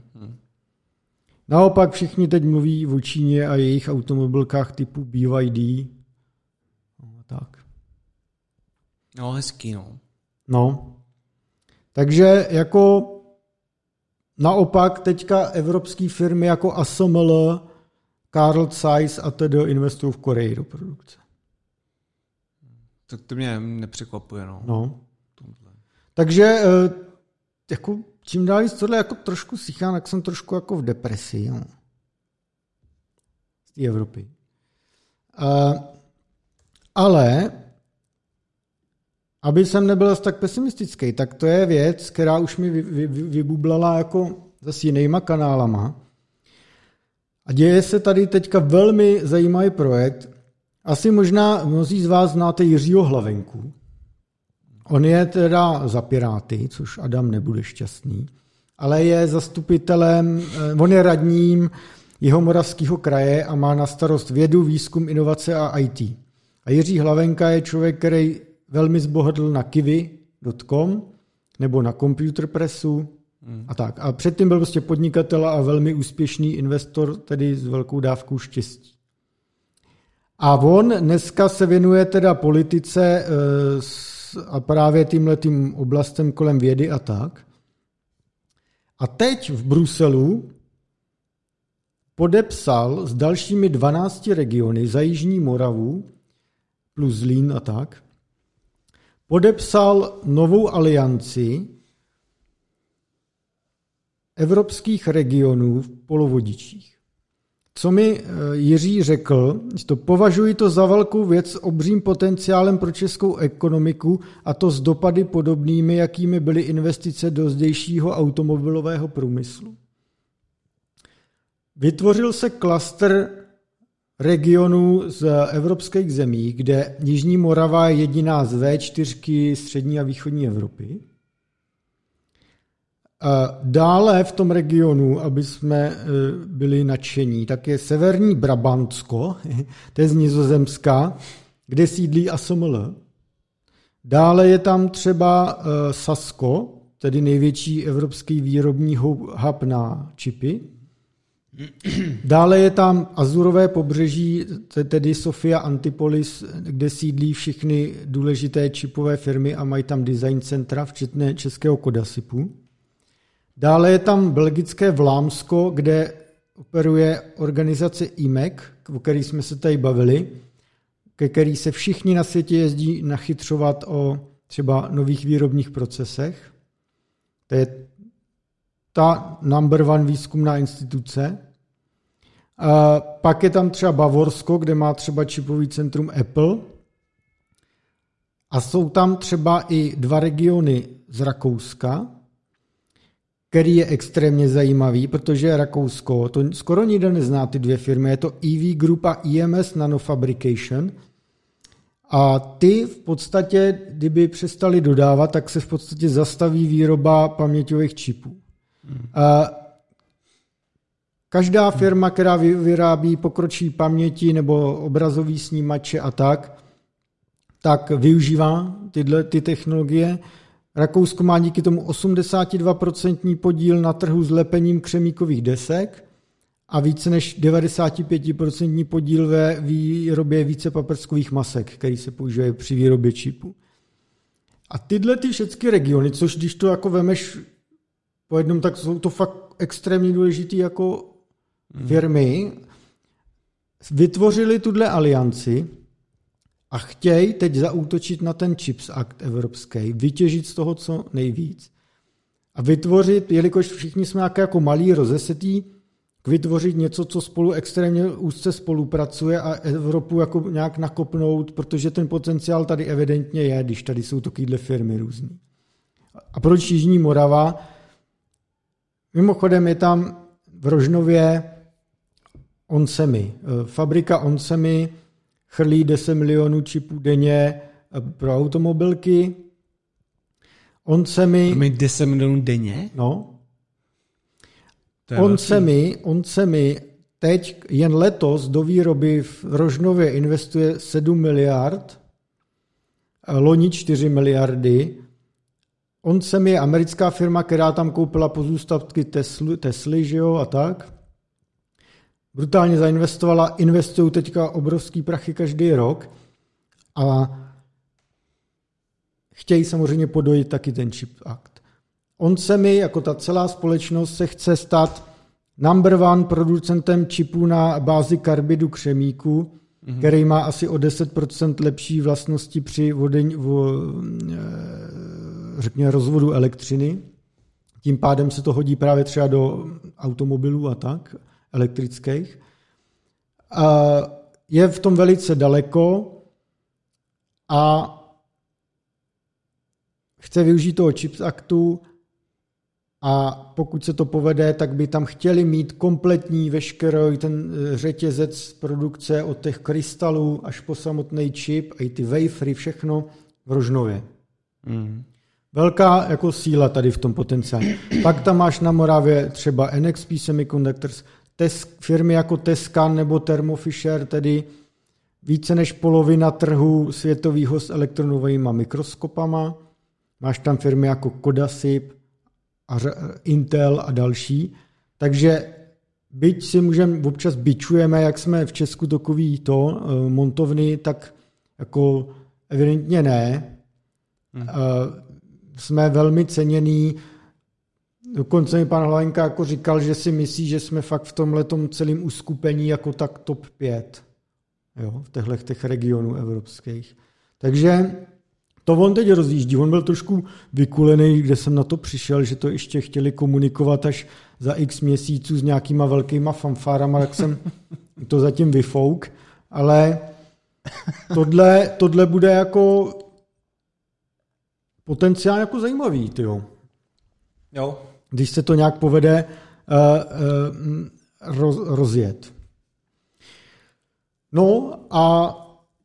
S2: Naopak všichni teď mluví o Číně a jejich automobilkách typu BYD. Tak.
S1: No, hezký, no.
S2: No. Takže jako naopak teďka evropské firmy jako ASML, Carl Zeiss a tedy investují v Koreji do produkce.
S1: Tak to mě nepřekvapuje, no.
S2: No. Takže jako čím dál víc tohle jako trošku sichám, tak jsem trošku jako v depresi. No. Z té Evropy. Ale aby jsem nebyl tak pesimistický, tak to je věc, která už mi vybublala jako zase jinýma kanálama. A děje se tady teďka velmi zajímavý projekt. Asi možná mnozí z vás znáte Jiřího Hlavenku. On je teda za Piráty, což Adam nebude šťastný, ale je zastupitelem, on je radním Jihomoravského kraje a má na starost vědu, výzkum, inovace a IT. A Jiří Hlavenka je člověk, který velmi zbohatl na kiwi.com nebo na Computer Pressu a tak. A předtím byl prostě podnikatel a velmi úspěšný investor, tedy s velkou dávkou štěstí. A on dneska se věnuje teda politice a právě tímhletým oblastem kolem vědy a tak. A teď v Bruselu podepsal s dalšími 12 regiony za Jižní Moravu plus Zlín a tak, podepsal novou alianci evropských regionů v polovodičích. Co mi Jiří řekl, to považuji to za velkou věc s obřím potenciálem pro českou ekonomiku a to s dopady podobnými, jakými byly investice do zdejšího automobilového průmyslu. Vytvořil se klaster regionů z evropských zemí, kde Jižní Morava je jediná z V4 střední a východní Evropy. Dále v tom regionu, aby jsme byli nadšení, tak je severní Brabantsko, to je z Nizozemska, kde sídlí ASML. Dále je tam třeba Sasko, tedy největší evropský výrobní hub na čipy. Dále je tam Azurové pobřeží, tedy Sofia Antipolis, kde sídlí všechny důležité čipové firmy a mají tam design centra, včetně českého Kodasipu. Dále je tam belgické Vlámsko, kde operuje organizace IMEC, o který jsme se tady bavili, ke který se všichni na světě jezdí nachytřovat o třeba nových výrobních procesech. To je ta number one výzkumná instituce. A pak je tam třeba Bavorsko, kde má třeba čipový centrum Apple. A jsou tam třeba i 2 regiony z Rakouska, který je extrémně zajímavý, protože Rakousko, to skoro nikdo nezná ty 2 firmy, je to EV Group a EMS Nanofabrication. A ty v podstatě, kdyby přestali dodávat, tak se v podstatě zastaví výroba paměťových čipů. Každá firma, která vyrábí pokročilé paměti nebo obrazový snímače a tak využívá ty technologie. Rakousko má díky tomu 82% podíl na trhu s lepením křemíkových desek a více než 95% podíl ve výrobě vícepaprskových masek, který se používají při výrobě čipů. A tyhle ty všechny regiony, což když to jako vemeš po jednom, tak jsou to fakt extrémně důležitý jako firmy, vytvořili tuhle alianci a chtějí teď zaútočit na ten Chips Act evropský, vytěžit z toho co nejvíc a vytvořit, jelikož všichni jsme jako malí rozesetí, vytvořit něco, co spolu extrémně úzce spolupracuje a Evropu jako nějak nakopnout, protože ten potenciál tady evidentně je, když tady jsou takovýhle firmy různý. A proč Jižní Morava? Mimochodem je tam v Rožnově Onsemi. Fabrika Onsemi chrlí 10 milionů čipů denně pro automobilky On se mi...
S1: 10 milionů denně?
S2: No. On se mi teď jen letos do výroby v Rožnově investuje 7 miliard, loni 4 miliardy. On se mi je americká firma, která tam koupila pozůstatky Tesly, že jo, a tak. Brutálně zainvestovala, investují teďka obrovský prachy každý rok a chtějí samozřejmě podojit taky ten Chip Act. On se mi, jako ta celá společnost, se chce stát number one producentem čipů na bázi karbidu křemíku, který má asi o 10% lepší vlastnosti při řekněme, rozvodu elektřiny. Tím pádem se to hodí právě třeba do automobilů a tak, elektrických. Je v tom velice daleko a chce využít toho Chips Actu a pokud se to povede, tak by tam chtěli mít kompletní veškerý ten řetězec produkce od těch krystalů až po samotný čip a i ty wafery, všechno v Rožnově. Velká jako síla tady v tom potenciálu. Pak tam máš na Moravě třeba NXP Semiconductors, firmy jako Tescan nebo Thermo Fisher, tedy více než polovina trhu světového s elektronovými mikroskopama. Máš tam firmy jako Kodasip, a Intel a další. Takže byť si můžeme, občas bičujeme, jak jsme v Česku takový montovny, tak jako evidentně ne. Jsme velmi ceněný. Dokonce mi pan Hlavenka jako říkal, že si myslí, že jsme fakt v tomhletom celém uskupení jako tak top 5. Jo, v těch regionů evropských. Takže to on teď rozjíždí. On byl trošku vykulený, kde jsem na to přišel, že to ještě chtěli komunikovat až za x měsíců s nějakýma velkýma fanfárama, tak jsem to zatím vyfouk. Ale tohle bude jako potenciálně jako zajímavý, tyjo.
S1: Jo.
S2: Když se to nějak povede rozjet. No a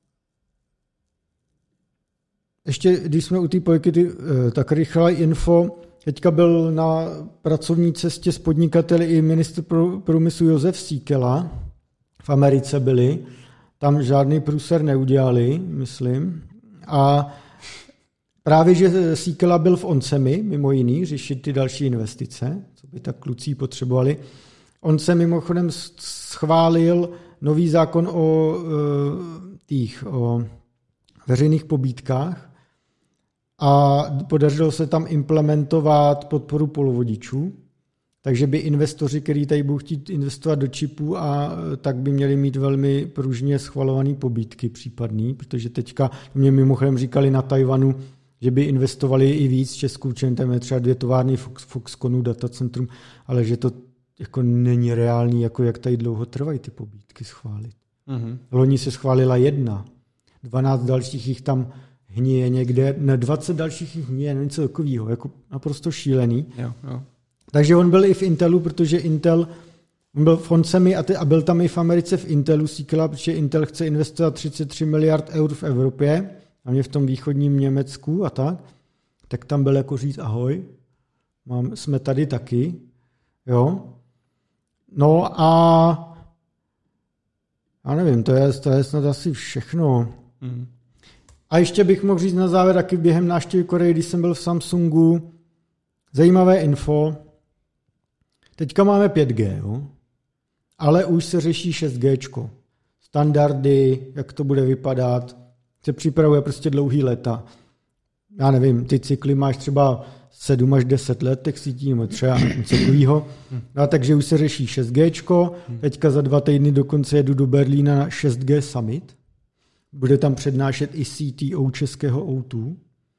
S2: ještě, když jsme u té pojky, tak rychlá info. Teďka byl na pracovní cestě s podnikateli i ministr průmyslu Josef Síkela. V Americe byli. Tam žádný průser neudělali, myslím. A právě, že Síkela byl v Onsemi, mimo jiný, řešit ty další investice, co by tak kluci potřebovali. On se mimochodem schválil nový zákon o veřejných pobídkách a podařilo se tam implementovat podporu polovodičů, takže by investoři, kteří tady budou chtít investovat do čipů, a tak by měli mít velmi pružně schvalované pobídky případný, protože teďka mě mimochodem říkali na Tajvanu, že by investovali i víc Českou čentem, třeba 2 továrny Foxconnu datacentrum, ale že to jako není reálný, jako jak tady dlouho trvají ty pobídky schválit. Loni se schválila 1, 12 dalších jich tam hníje někde, 20 dalších jich hníje, něco takového, jako naprosto šílený.
S1: Jo.
S2: Takže on byl i v Intelu, protože Intel, on byl v Onsemi a byl tam i v Americe v Intelu Síkela, protože Intel chce investovat 33 miliard eur v Evropě, a mě v tom východním Německu a tak tam byl jako říct ahoj, jsme tady taky, jo. No a já nevím, to je snad asi všechno. A ještě bych mohl říct na závěr, taky během návštěvy Koreje, když jsem byl v Samsungu, zajímavé info. Teďka máme 5G, jo? Ale už se řeší 6G. Standardy, jak to bude vypadat, se připravuje prostě dlouhý léta. Já nevím, ty cykly máš třeba 7 až 10 let, tak si tím třeba něco takového. No, takže už se řeší 6G. Teďka za 2 týdny dokonce jedu do Berlína na 6G Summit. Bude tam přednášet i CTO českého O2.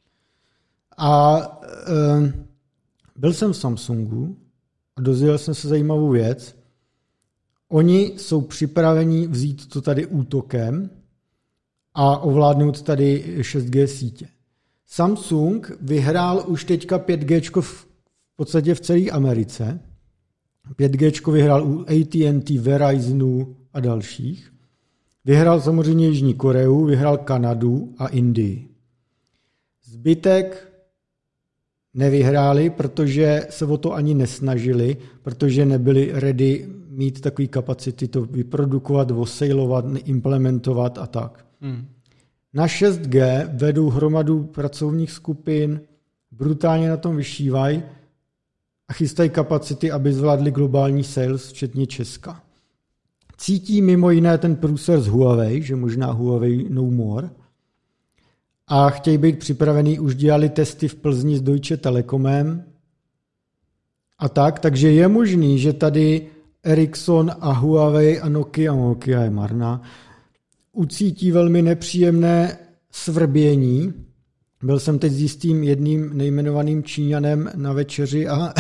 S2: A byl jsem v Samsungu a dozvěděl jsem se zajímavou věc. Oni jsou připraveni vzít to tady útokem a ovládnout tady 6G sítě. Samsung vyhrál už teďka 5G v podstatě v celé Americe. 5G vyhrál u AT&T, Verizonu a dalších. Vyhrál samozřejmě Jižní Koreu, vyhrál Kanadu a Indii. Zbytek nevyhráli, protože se o to ani nesnažili, protože nebyli ready mít takový kapacity to vyprodukovat, osejlovat, implementovat a tak. Na 6G vedou hromadu pracovních skupin, brutálně na tom vyšívají a chystají kapacity, aby zvládli globální sales, včetně Česka. Cítí mimo jiné ten průser z Huawei, že možná Huawei no more, a chtějí být připravený, už dělali testy v Plzni s Deutsche Telekomem a tak, takže je možný, že tady Ericsson a Huawei a Nokia je marná, ucítí velmi nepříjemné svrbění. Byl jsem teď s jistým jedním nejmenovaným Číňanem na večeři a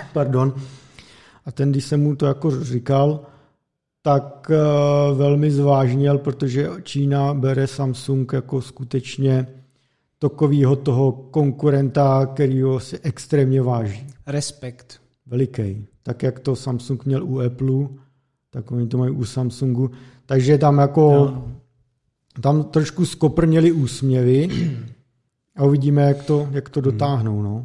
S2: ten, když jsem mu to jako říkal, tak velmi zvážněl, protože Čína bere Samsung jako skutečně takovýho toho konkurenta, kterýho si extrémně váží.
S1: Respekt.
S2: Veliký. Tak jak to Samsung měl u Apple, tak oni to mají u Samsungu. Takže tam jako tam trošku skoprněli úsměvy a uvidíme, jak to dotáhnou. No.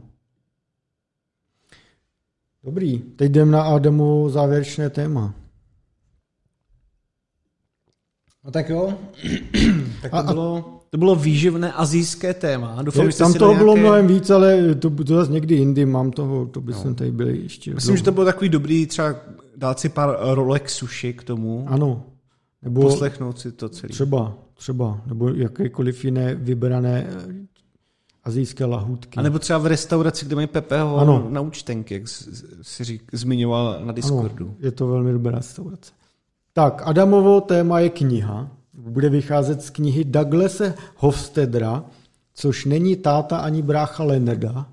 S2: Dobrý, teď jdem na Adamovo závěrečné téma.
S1: No tak jo, tak to bylo výživné asijské téma. Doufám,
S2: tam toho bylo mnohem víc, ale to zase někdy jindy mám toho, to by jsem tady byl ještě.
S1: Myslím, že to bylo takový dobrý, třeba dát si pár rolek sushi k tomu.
S2: Ano. Nebo
S1: poslechnout si to celé.
S2: Třeba, nebo jakékoliv jiné vybrané asijské lahůdky.
S1: A nebo třeba v restauraci, kde mají Pepeho na účtenky, jak si zmiňoval na Discordu.
S2: Ano, je to velmi dobrá restaurace. Tak, Adamovo téma je kniha. Bude vycházet z knihy Douglase Hofstadtera, což není táta ani brácha Leonarda.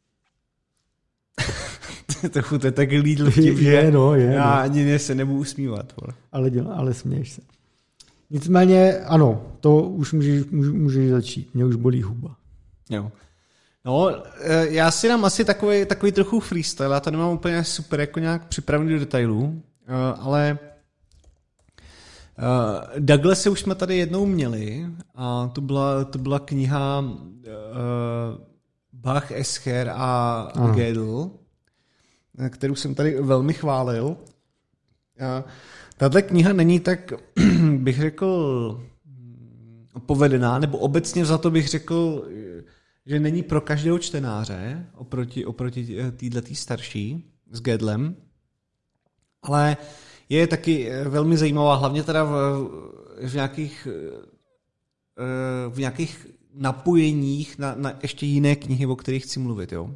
S1: To je tak lídl vtip, že já ani se nebudu usmívat.
S2: Ale směješ se. Nicméně, ano, to už můžeš začít. Mě už bolí huba.
S1: Jo. No, já si dám asi takový trochu freestyle, já to nemám úplně super jako nějak připravený do detailů, ale Douglase už jsme tady jednou měli a to byla kniha Bach, Escher a Gödel, kterou jsem tady velmi chválil. Tato kniha není tak, bych řekl, povedená, nebo obecně vzato bych řekl, že není pro každého čtenáře oproti této starší s Gödelem, ale je taky velmi zajímavá, hlavně teda v nějakých napojeních na ještě jiné knihy, o kterých chci mluvit. Jo.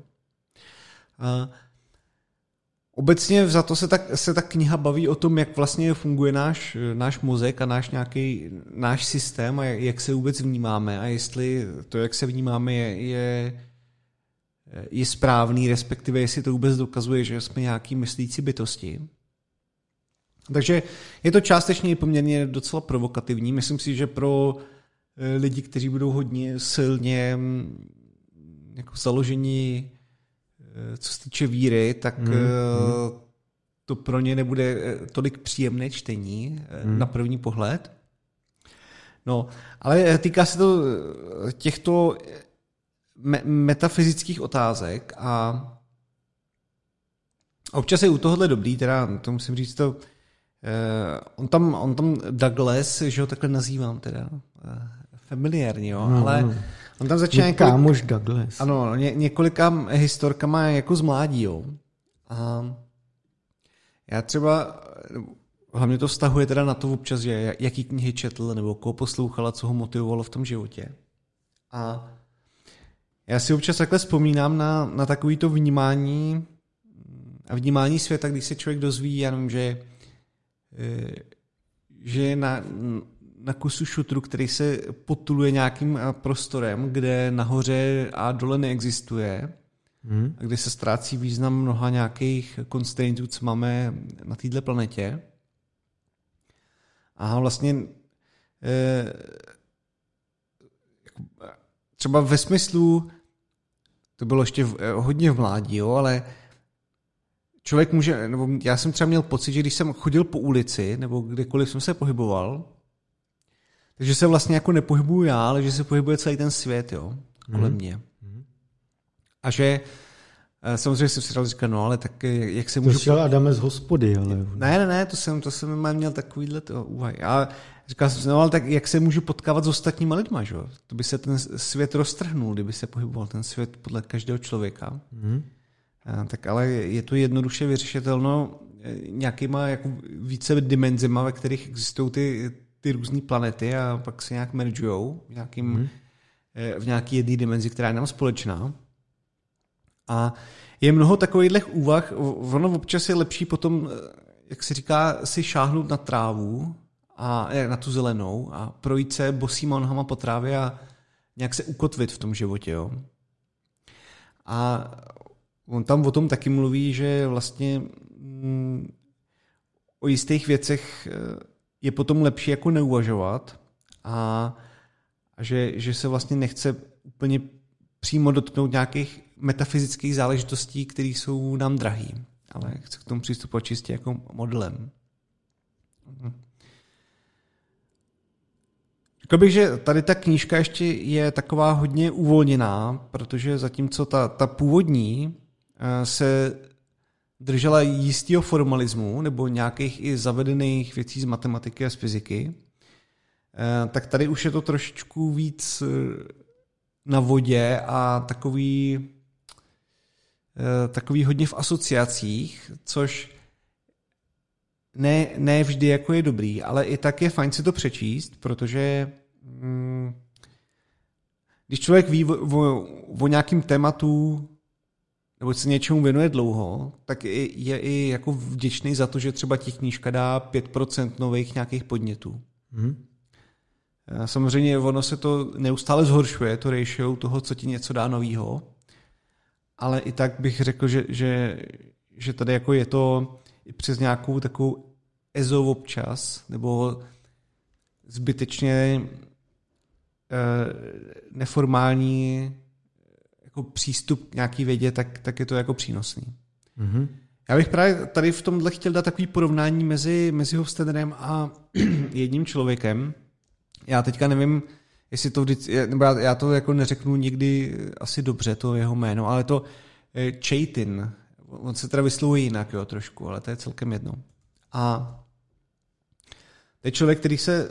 S1: Obecně vzato se ta kniha baví o tom, jak vlastně funguje náš mozek a náš systém a jak se vůbec vnímáme a jestli to, jak se vnímáme, je správný, respektive jestli to vůbec dokazuje, že jsme nějaký myslící bytosti. Takže je to částečně poměrně docela provokativní. Myslím si, že pro lidi, kteří budou hodně silně jako založení, co se týče víry, tak to pro ně nebude tolik příjemné čtení na první pohled. No, ale týká se to těchto metafyzických otázek a občas je u tohohle dobrý, teda to musím říct to, on tam Douglas, že ho takhle nazývám teda, familiárně, jo, ale on tam začíná
S2: kámoš Douglas.
S1: Ano, několika historkama jako z mládí, jo. A já třeba, hlavně to vztahuje teda na to občas, že jaký knihy četl, nebo koho poslouchal a co ho motivovalo v tom životě. A já si občas takhle vzpomínám na takovýto vnímání světa, když se člověk dozví, já nevím, že je na kusu šutru, který se potuluje nějakým prostorem, kde nahoře a dole neexistuje, a kde se ztrácí význam mnoha nějakých constraintů, co máme na této planetě. A vlastně třeba ve smyslu, to bylo ještě hodně v mládí, jo, ale člověk může, nebo já jsem třeba měl pocit, že když jsem chodil po ulici, nebo kdekoliv jsem se pohyboval, takže se vlastně jako nepohybuju já, ale že se pohybuje celý ten svět, jo, kolem mě. A že Samozřejmě jsem si říkal, no ale tak jak se můžu...
S2: To šel Adame z hospody, ale...
S1: Ne, to jsem měl takovýhle úvahy. A říkal jsem si, no ale tak jak se můžu potkávat s ostatníma lidma, že? To by se ten svět roztrhnul, kdyby se pohyboval ten svět podle každého člověka. Tak ale je to jednoduše vyřešitelno nějakýma jako více dimenzema, ve kterých existují ty různé planety a pak se nějak mergujou v nějaké jedné dimenzi, která je nám společná. A je mnoho takových úvah, ono občas je lepší potom, jak se říká, si šáhnout na trávu a na tu zelenou a projít se bosýma nohama po trávě a nějak se ukotvit v tom životě. Jo. A on tam o tom taky mluví, že vlastně o jistých věcech je potom lepší jako neuvažovat a že se vlastně nechce úplně přímo dotknout nějakých metafyzických záležitostí, které jsou nám drahý, ale chce k tomu přistupovat čistě jako modelem. Řekl bych, že tady ta knížka ještě je taková hodně uvolněná, protože zatímco ta původní se držela jistého formalismu nebo nějakých i zavedených věcí z matematiky a z fyziky, tak tady už je to trošičku víc na vodě a takový hodně v asociacích, což ne vždy jako je dobrý, ale i tak je fajn si to přečíst, protože když člověk ví o nějakém tématu nebo se něčemu věnuje dlouho, tak je i jako vděčný za to, že třeba ti knížka dá 5% nových nějakých podnětů. Samozřejmě ono se to neustále zhoršuje, to ratio toho, co ti něco dá novýho, ale i tak bych řekl, že tady jako je to i přes nějakou takovou EZO občas, nebo zbytečně neformální jako přístup k nějaký vědě, tak je to jako přínosný. Já bych právě tady v tomhle chtěl dát takový porovnání mezi Hofstadterem a jedním člověkem. Já teďka nevím, jestli to vždycky, nebo já to jako neřeknu nikdy asi dobře, to jeho jméno, ale to Chaitin, on se teda vyslovuje jinak, jo, trošku, ale to je celkem jedno. A to je člověk, který se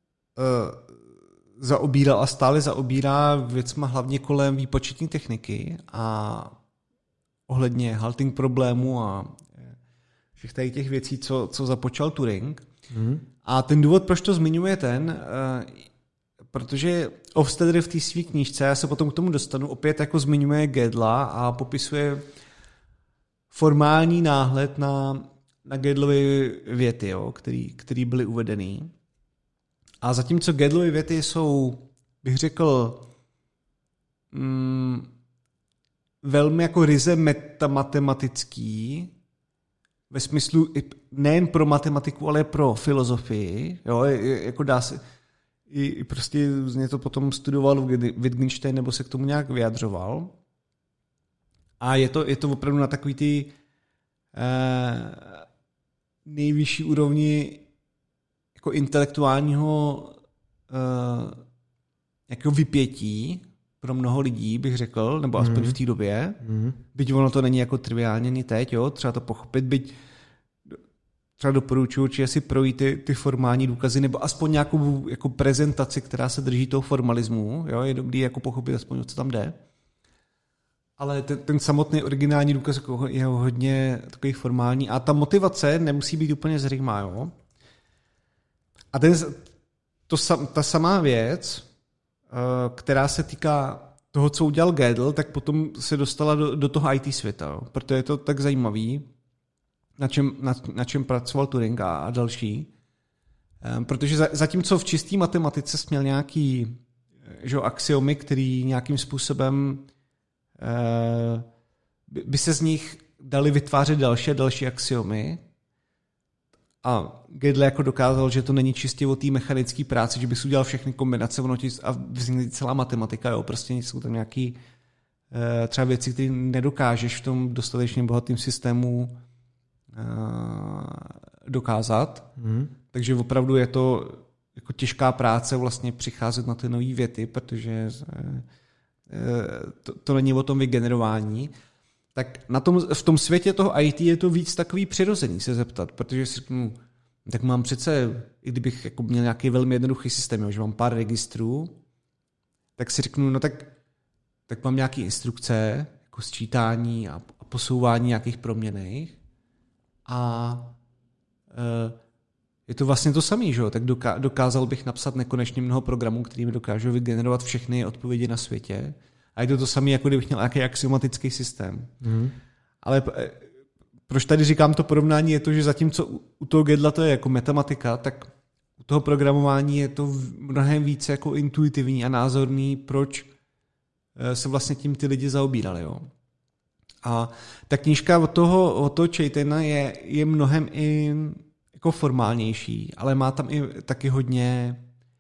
S1: zaobíral a stále zaobírá věcma hlavně kolem výpočetní techniky a ohledně halting problémů a všech tady těch věcí, co započal Turing. A ten důvod, proč to zmiňuje protože Hofstadter v té své knížce, já se potom k tomu dostanu, opět jako zmiňuje Gödela a popisuje formální náhled na Gödelovy věty, jo, který byly uvedený. A zatímco Gödelovy věty jsou, bych řekl, velmi jako ryze metamatematický, ve smyslu nejen pro matematiku, ale pro filozofii. Jo, jako dá se, i prostě mě to potom studoval Wittgenstein nebo se k tomu nějak vyjadřoval. A je to opravdu na takový ty nejvyšší úrovni jako intelektuálního nějakého vypětí pro mnoho lidí, bych řekl, nebo aspoň v té době. Byť ono to není jako triviálně ni teď, jo, třeba to pochopit, byť třeba doporučuji určitě si projít ty formální důkazy, nebo aspoň nějakou jako prezentaci, která se drží toho formalismu, jo, je dobrý jako pochopit aspoň, co tam jde. Ale ten samotný originální důkaz je hodně takový formální a ta motivace nemusí být úplně zřejmá, jo. A ta samá věc, která se týká toho, co udělal Gödel, tak potom se dostala do toho IT světa, jo. Proto je to tak zajímavý, na čem pracoval Turing a další. Protože zatímco v čisté matematice jsi měl nějaký axiomy, který nějakým způsobem by se z nich dali vytvářet další axiomy. A Gödel jako dokázal, že to není čistě o té mechanické práci, že bys udělal všechny kombinace a vznikne celá matematika. Jo. Prostě jsou tam nějaké třeba věci, které nedokážeš v tom dostatečně bohatém systému dokázat. Takže opravdu je to jako těžká práce vlastně přicházet na ty nové věty, protože to není o tom vygenerování. tak v tom světě toho IT je to víc takový přirozený se zeptat, protože si řeknu, tak mám přece, i kdybych jako měl nějaký velmi jednoduchý systém, že mám pár registrů, tak si řeknu, no tak mám nějaké instrukce, jako sčítání a posouvání nějakých proměnných a je to vlastně to samé, že jo? Tak dokázal bych napsat nekonečně mnoho programů, který mi dokážou vygenerovat všechny odpovědi na světě a je to samé, jako kdybych měl nějaký axiomatický systém. Ale proč tady říkám to porovnání je to, že zatímco u toho Gödela to je jako matematika, tak u toho programování je to mnohem více jako intuitivní a názorný, proč se vlastně tím ty lidi zaobírali. Jo. A ta knížka od toho Chaitanya je mnohem i jako formálnější, ale má tam i taky hodně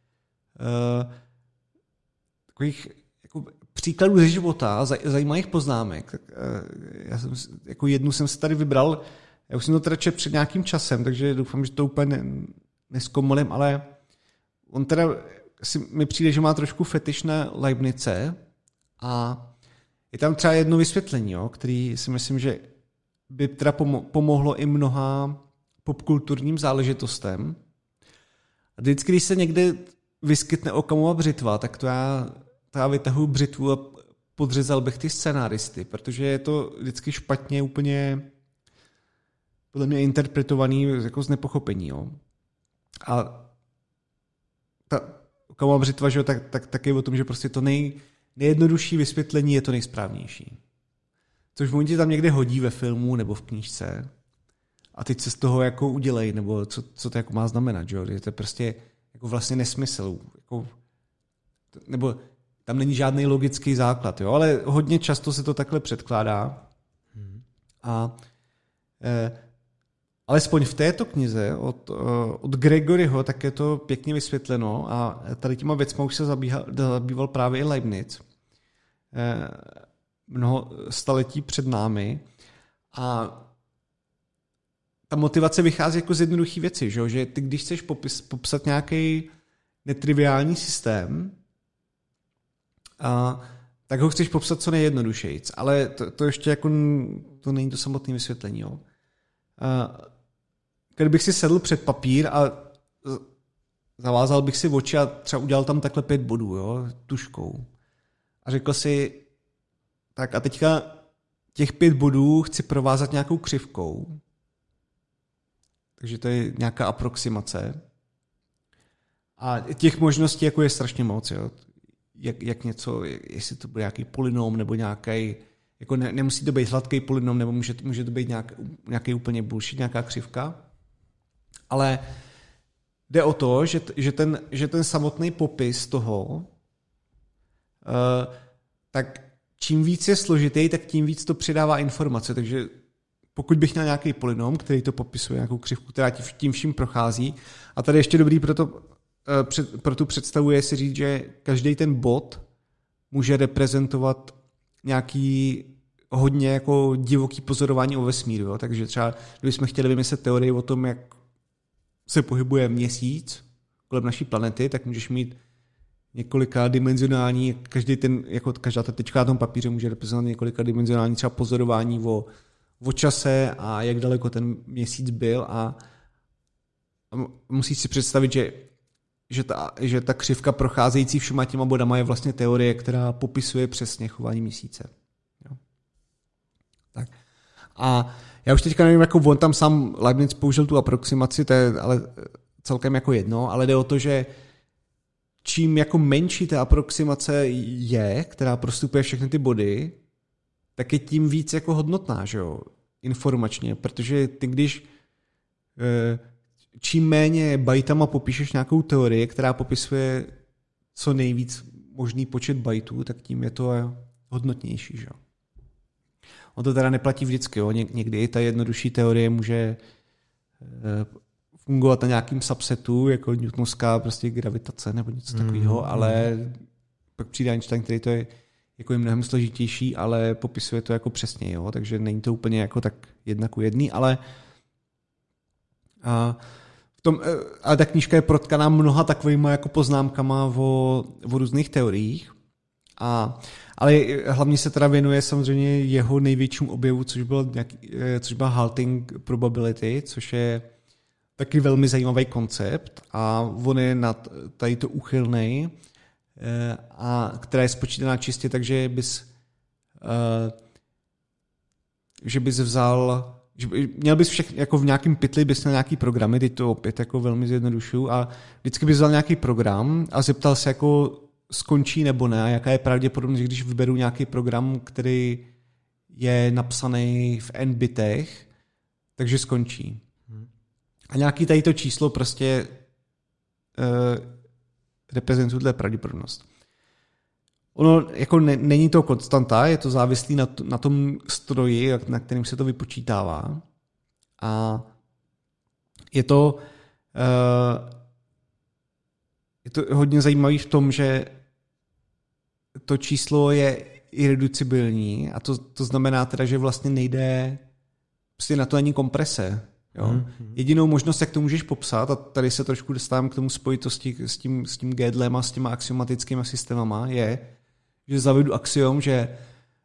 S1: takových jako příkladů ze života, zajímavých poznámek. Tak, já jsem, jako jednu jsem si tady vybral, já už jsem to teda četl před nějakým časem, takže doufám, že to úplně neskomolím, ale on teda mi přijde, že má trošku fetiš na Leibnize a je tam třeba jedno vysvětlení, jo, který si myslím, že by teda pomohlo i mnoha popkulturním záležitostem. A vždycky, když se někde vyskytne Okamova břitva, tak to já vytahuji břitvu a podřezal bych ty scenáristy, protože je to vždycky špatně úplně podle mě interpretovaný jako z nepochopení. Jo. A ta Okamova břitva, že jo, tak je o tom, že prostě to nejjednodušší vysvětlení je to nejsprávnější. Což v momentě tam někde hodí ve filmu nebo v knížce a teď se z toho jako udělej, nebo co to jako má znamenat, že jo? Je to prostě jako vlastně nesmysl. Jako, nebo tam není žádný logický základ, jo? Ale hodně často se to takhle předkládá. A alespoň v této knize od Gregoryho tak je to pěkně vysvětleno a tady těma věcma už se zabýval právě i Leibniz. Mnoho staletí před námi a ta motivace vychází jako z jednoduchý věci, že ty když chceš popsat nějaký netriviální systém, tak ho chceš popsat co nejjednodušejc, ale to ještě jako to není to samotné vysvětlení. Jo. Kdybych si sedl před papír a zavázal bych si oči a třeba udělal tam takhle 5 bodů, jo, tužkou. A řekl si, tak a teďka těch 5 bodů chci provázat nějakou křivkou. Takže to je nějaká aproximace. A těch možností jako je strašně moc. Jo. Jak něco, jestli to bude nějaký polynom nebo nějaký, jako nemusí to být hladký polynom, nebo může to být nějaký úplně bullshit, nějaká křivka. Ale jde o to, že ten samotný popis toho, tak čím víc je složitý, tak tím víc to přidává informace. Takže pokud bych měl nějaký polynom, který to popisuje, nějakou křivku, která tím vším prochází, a tady ještě dobrý pro tu představu je si říct, že každý ten bod může reprezentovat nějaký hodně jako divoký pozorování o vesmíru. Jo? Takže třeba, kdybychom chtěli vymyslet teorii o tom, jak se pohybuje měsíc kolem naší planety, tak můžeš mít několika dimenzionální, každá ta tečka na tom papíře může reprezentovat několika dimenzionální třeba pozorování o čase a jak daleko ten měsíc byl a musíš si představit, že ta křivka procházející všema těma bodama je vlastně teorie, která popisuje přesně chování měsíce. Jo. Tak. A já už teďka nevím, jako on tam sám Leibniz použil tu aproximaci, to je ale celkem jako jedno, ale jde o to, že čím jako menší ta aproximace je, která prostupuje všechny ty body, tak je tím víc jako hodnotná, že jo, informačně, protože ty když čím méně bajtama popíšeš nějakou teorii, která popisuje co nejvíc možný počet bajtů, tak tím je to hodnotnější, že jo. On to teda neplatí vždycky, jo. Někdy i ta jednodušší teorie může fungovat na nějakým subsetu, jako newtonská prostě gravitace nebo něco takového, ale pak přijde Einstein, který to je jako je mnohem složitější, ale popisuje to jako přesně, jo, takže není to úplně jako tak 1:1, ale ale ta knížka je protkaná mnoha takovýma jako poznámkama o různých teoriích Ale hlavně se teda věnuje samozřejmě jeho největšímu objevu, což byla halting probability, což je taky velmi zajímavý koncept a on je na tady to úchylnej, a která je spočítaná čistě tak, že bys vzal, že měl bys jako v nějakém pytli bys měl nějaký programy, teď to opět jako velmi zjednodušuju, a vždycky bys vzal nějaký program a zeptal se jako skončí nebo ne, jaká je pravděpodobnost, když vyberu nějaký program, který je napsaný v n bitech, takže skončí. A nějaký tady to číslo prostě reprezentuje tuhle pravděpodobnost. Ono jako není to konstanta, je to závislý na tom stroji, na kterým se to vypočítává. A je to hodně zajímavý v tom, že to číslo je irreducibilní a to znamená teda, že vlastně nejde prostě na to ani komprese. Jo? Jedinou možnost, jak to můžeš popsat, a tady se trošku dostávám k tomu spojitosti s tím Gödelem a s těma axiomatickými systémama, je, že zavedu axiom, že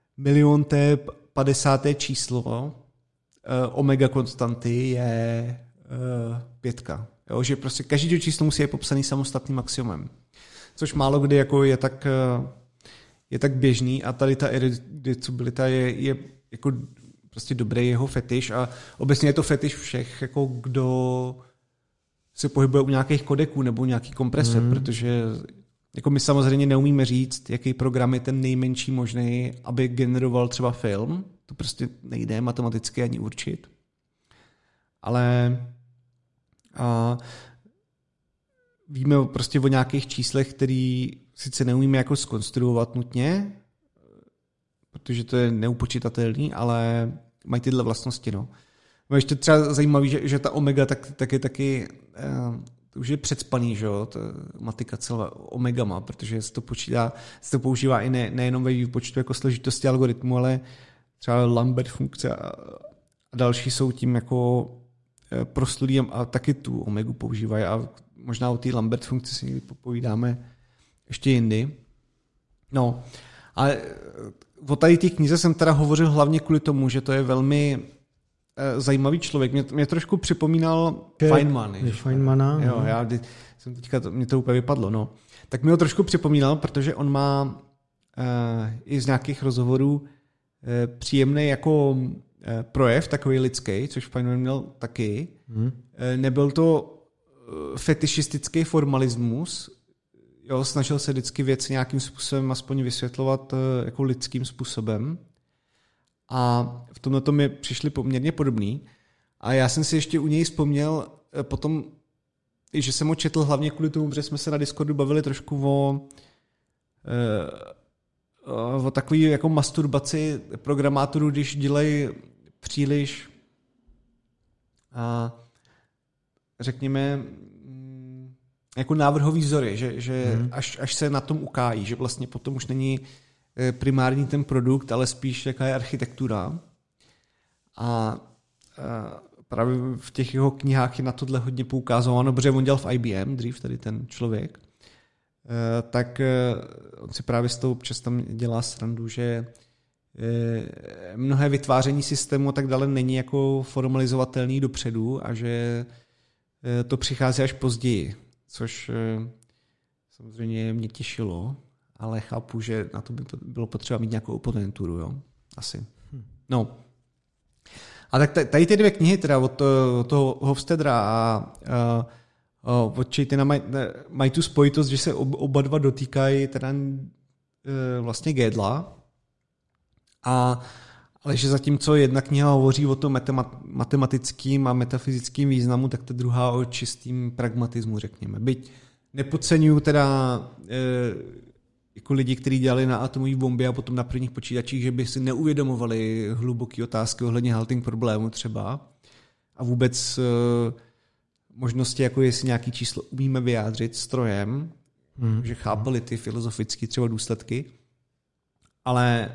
S1: 1.050. číslo omega konstanty je 5. Jo? Že prostě každý číslo musí být popsaný samostatným axiomem. Což málo kdy jako je tak běžný a tady ta irreducibilita je jako prostě dobrý jeho fetiš a obecně je to fetiš všech, jako kdo se pohybuje u nějakých kodeků nebo nějaký komprese, protože jako my samozřejmě neumíme říct, jaký program je ten nejmenší možný, aby generoval třeba film. To prostě nejde matematicky ani určit. Ale víme prostě o nějakých číslech, který sice neumíme jako zkonstruovat nutně, protože to je neupočitatelný, ale mají tyhle vlastnosti. No. Ještě třeba zajímavý, že ta omega tak je taky to už je předspaný, že jo, ta matika celá omegama, protože se to používá i nejenom ve výpočtu jako složitosti algoritmu, ale třeba Lambert funkce a další jsou tím jako proslulý a taky tu omegu používají a možná o té Lambert funkci si popovídáme ještě jindy. No, ale o tady té knize jsem teda hovořil hlavně kvůli tomu, že to je velmi zajímavý člověk. Mě trošku připomínal Feynmana.
S2: Feynmana.
S1: Jo, mě to úplně vypadlo. No. Tak mi ho trošku připomínal, protože on má i z nějakých rozhovorů příjemný jako projev, takový lidský, což Feynman měl taky. Nebyl to fetišistický formalismus, jo, snažil se vždycky věci nějakým způsobem aspoň vysvětlovat jako lidským způsobem. A v tomhle mi přišli poměrně podobný. A já jsem si ještě u něj vzpomněl potom, že jsem ho četl hlavně kvůli tomu, že jsme se na Discordu bavili trošku o takové jako masturbaci programátorů, když dělají příliš řekněme jako návrhový vzory, že až se na tom ukájí, že vlastně potom už není primární ten produkt, ale spíš jaká je architektura. A právě v těch jeho knihách je na tohle hodně poukázováno, protože on dělal v IBM dřív, tady ten člověk, tak on si právě z toho občas tam dělá srandu, že mnohé vytváření systému a tak dále není jako formalizovatelný dopředu a že to přichází až později, což samozřejmě mě těšilo, ale chápu, že na to by bylo potřeba mít nějakou oponenturu, jo? Asi. No. A tak tady ty dvě knihy teda od toho Hofstedera a od Chaitina mají tu spojitost, že se oba dva dotýkají teda vlastně Gödela, ale že zatímco jedna kniha hovoří o tom matematickém a metafyzickém významu, tak ta druhá o čistým pragmatismu, řekněme. Byť nepodceňuju teda jako lidi, kteří dělali na atomové bomby a potom na prvních počítačích, že by si neuvědomovali hluboké otázky ohledně halting problému třeba a vůbec možnosti, jako jestli nějaké číslo umíme vyjádřit strojem, že chápali ty filozofické třeba důsledky, ale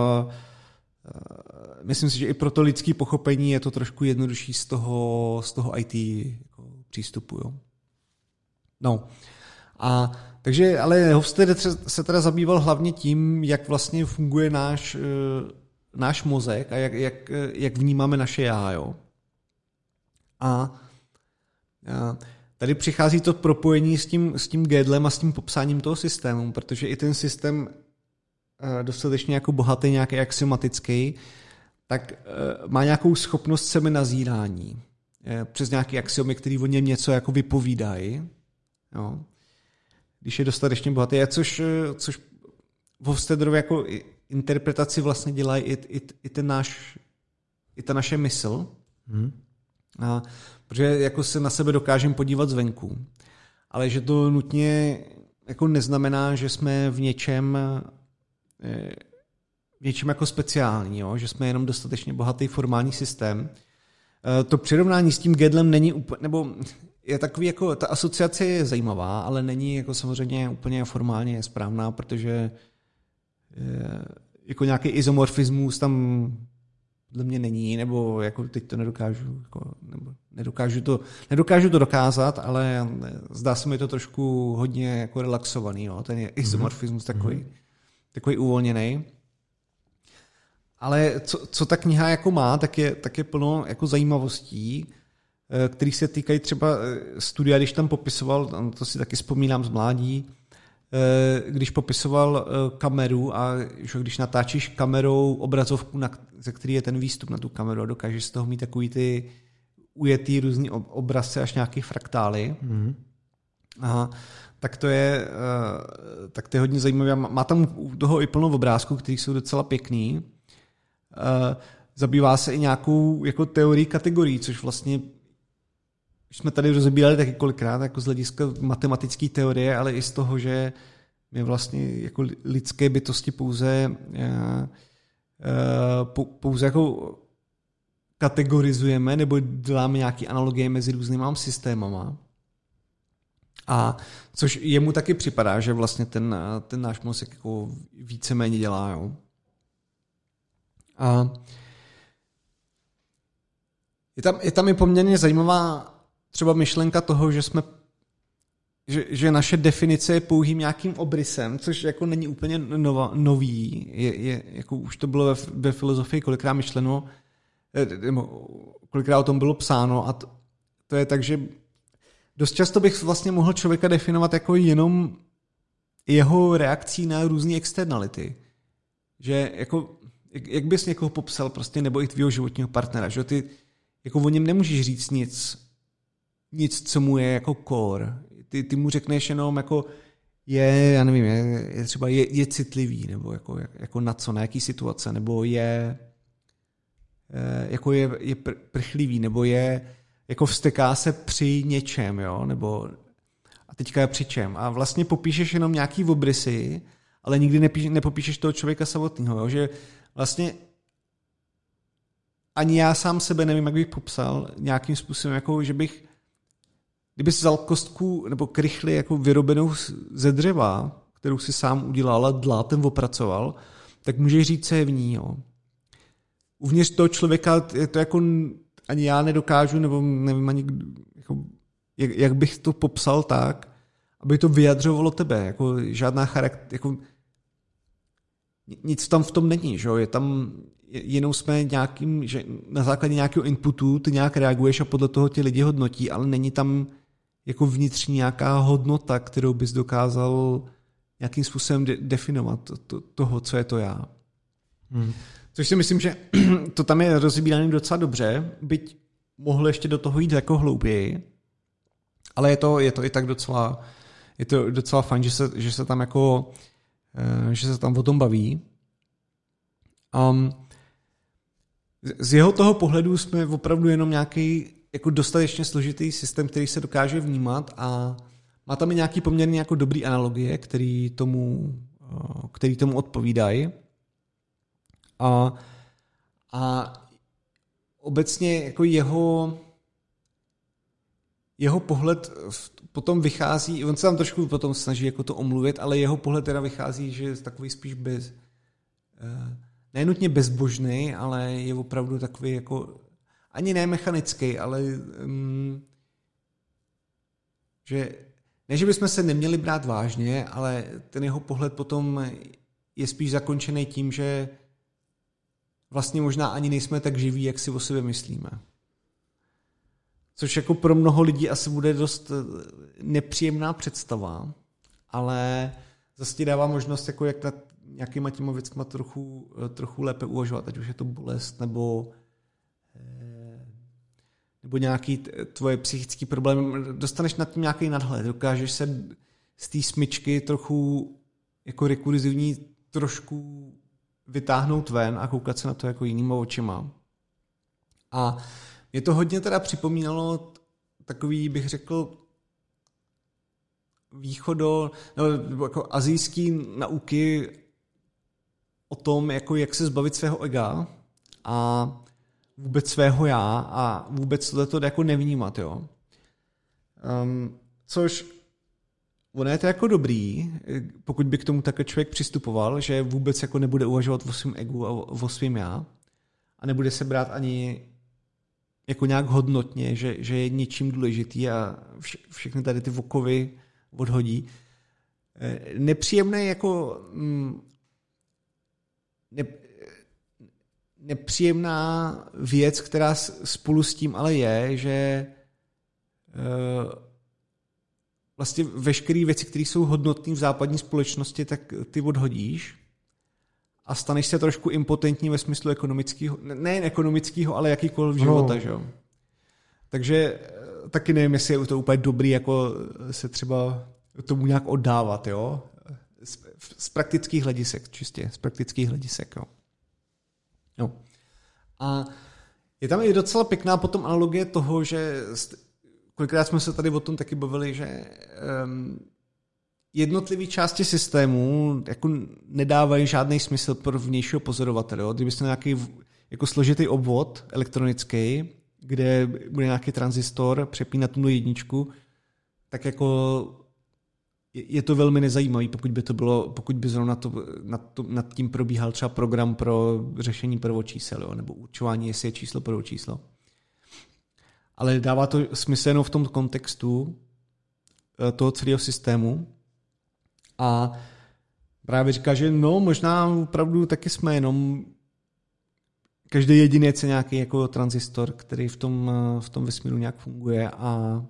S1: myslím si, že i pro to lidské pochopení je to trošku jednodušší z toho IT jako přístupu. Jo? No. Takže, ale Hofstede se teda zabýval hlavně tím, jak vlastně funguje náš mozek a jak vnímáme naše já. Jo? A tady přichází to propojení s tím Gödelem a s tím popsáním toho systému, protože i ten systém dostatečně jako bohatý, nějaký axiomatický, tak má nějakou schopnost sebenazírání přes nějaké axiomy, které o něm něco jako vypovídají. Jo? Když je dostatečně bohatý, což v Hofstederově jako interpretaci vlastně dělají i ta naše mysl. Protože jako se na sebe dokážeme podívat zvenku. Ale že to nutně jako neznamená, že jsme v něčem jako speciální, jo? Že jsme jenom dostatečně bohatý formální systém. To přirovnání s tím Gödelem není úplně, nebo je takový jako, ta asociace je zajímavá, ale není jako samozřejmě úplně formálně správná, protože jako nějaký izomorfismus tam podle mě není, nebo jako teď to nedokážu, jako, nebo nedokážu to dokázat, ale zdá se mi to trošku hodně jako relaxovaný, jo? Ten je izomorfismus takový uvolněný. Ale co ta kniha jako má, tak je plno jako zajímavostí, které se týkají třeba studia, když tam popisoval, to si taky vzpomínám z mládí, když popisoval kameru a že když natáčíš kamerou obrazovku, ze který je ten výstup na tu kameru a dokážeš z toho mít takový ty ujetý různý obrazce až nějaký fraktály. Aha, tak to je hodně zajímavé. Má tam u toho i plno obrázků, které jsou docela pěkný. Zabývá se i nějakou jako teorií kategorií, což vlastně jsme tady rozebírali taky kolikrát jako z hlediska matematické teorie, ale i z toho, že my vlastně jako lidské bytosti pouze jako kategorizujeme nebo děláme nějaké analogie mezi různýma systémama. A což jemu taky připadá, že vlastně ten náš mozek jako víceméně dělá. Jo. A je tam i poměrně zajímavá třeba myšlenka toho, že naše definice je pouhým nějakým obrysem, což jako není úplně nový. Jako už to bylo ve filozofii kolikrát myšleno, kolikrát o tom bylo psáno a to je tak, že dost často bych vlastně mohl člověka definovat jako jenom jeho reakcí na různé externality. Že jako, jak bys někoho popsal prostě, nebo i tvýho životního partnera, že ty jako o něm nemůžeš říct nic, co mu je jako core. Ty mu řekneš jenom jako já nevím, je třeba je citlivý, nebo jako na co, na jaký situace, nebo je prchlivý, nebo je jako vzteká se při něčem, jo, nebo a teďka je při čem. A vlastně popíšeš jenom nějaký obrysy, ale nikdy nepopíšeš toho člověka samotného, jo, že vlastně ani já sám sebe nevím, jak bych popsal nějakým způsobem, jako že kdyby si vzal kostku nebo krychli jako vyrobenou ze dřeva, kterou si sám udělal a dlátem opracoval, tak můžeš říct, co je v ní. Jo. Uvnitř toho člověka je to jako ani já nedokážu, nebo nevím ani, jako, jak bych to popsal tak, aby to vyjadřovalo tebe. Jako žádná jako nic tam v tom není. Že? Je tam jenom jsme nějakým, že na základě nějakého inputu ty nějak reaguješ a podle toho ti lidi hodnotí, ale není tam jako vnitřní nějaká hodnota, kterou bys dokázal nějakým způsobem definovat toho, co je to já. Což si myslím, že to tam je rozbírané docela dobře, byť mohl ještě do toho jít jako hlouběji, ale je to i tak docela, je to docela fajn, že se tam jako, že se tam o tom baví. Z jeho toho pohledu jsme opravdu jenom nějaký jako dostatečně složitý systém, který se dokáže vnímat a má tam i nějaký poměrně jako dobrý analogie, který tomu odpovídají. A obecně jako jeho pohled potom vychází, on se tam trošku potom snaží jako to omluvit, ale jeho pohled teda vychází, že je takový spíš nenutně bezbožný, ale je opravdu takový jako ani ne mechanický, ale že ne, že bychom se neměli brát vážně, ale ten jeho pohled potom je spíš zakončený tím, že vlastně možná ani nejsme tak živí, jak si o sobě myslíme. Což jako pro mnoho lidí asi bude dost nepříjemná představa, ale zase ti dává možnost, jako jak nad nějakýma těma věcma trochu lépe uvažovat, ať už je to bolest, nebo nějaký tvoje psychický problém. Dostaneš nad tím nějaký nadhled, dokážeš se z té smyčky trochu jako rekurzivní trošku vytáhnout ven a koukat se na to jako jinýma očima. A mě to hodně teda připomínalo takový, bych řekl, nebo jako asijský nauky o tom, jako jak se zbavit svého ega a vůbec svého já a vůbec tohleto jako nevnímat, jo. Což ono je to jako dobrý, pokud by k tomu takhle člověk přistupoval, že vůbec jako nebude uvažovat o svém egu a o svém já a nebude se brát ani jako nějak hodnotně, že je něčím důležitý a všechny tady ty vokovy odhodí. Nepříjemné jako nepříjemná věc, která spolu s tím ale je, že vlastně veškeré věci, které jsou hodnotné v západní společnosti, tak ty odhodíš a staneš se trošku impotentní ve smyslu ekonomického, nejen ekonomického, ale jakýkoliv života. Že? Takže taky nevím, jestli je to úplně dobrý, jako se třeba tomu nějak oddávat, jo? Z praktických hledisek, čistě, z praktických hledisek, jo. Jo. A je tam i docela pěkná potom analogie toho, že kolikrát jsme se tady o tom taky bavili, že jednotlivé části systému jako nedávají žádný smysl pro vnějšího pozorovatele. Jo? Kdybyste nějaký jako složitý obvod elektronický, kde bude nějaký tranzistor, přepínat tu jedničku, tak jako je to velmi nezajímavý, pokud by zrovna nad tím probíhal třeba program pro řešení prvočísel, jo? Nebo určování, jestli je číslo prvočíslo. Ale dává to smysl jenom v tom kontextu toho celého systému. A právě říká, že no, možná opravdu taky jsme jenom každý jedinec je nějaký jako tranzistor, který v tom vesmíru nějak funguje a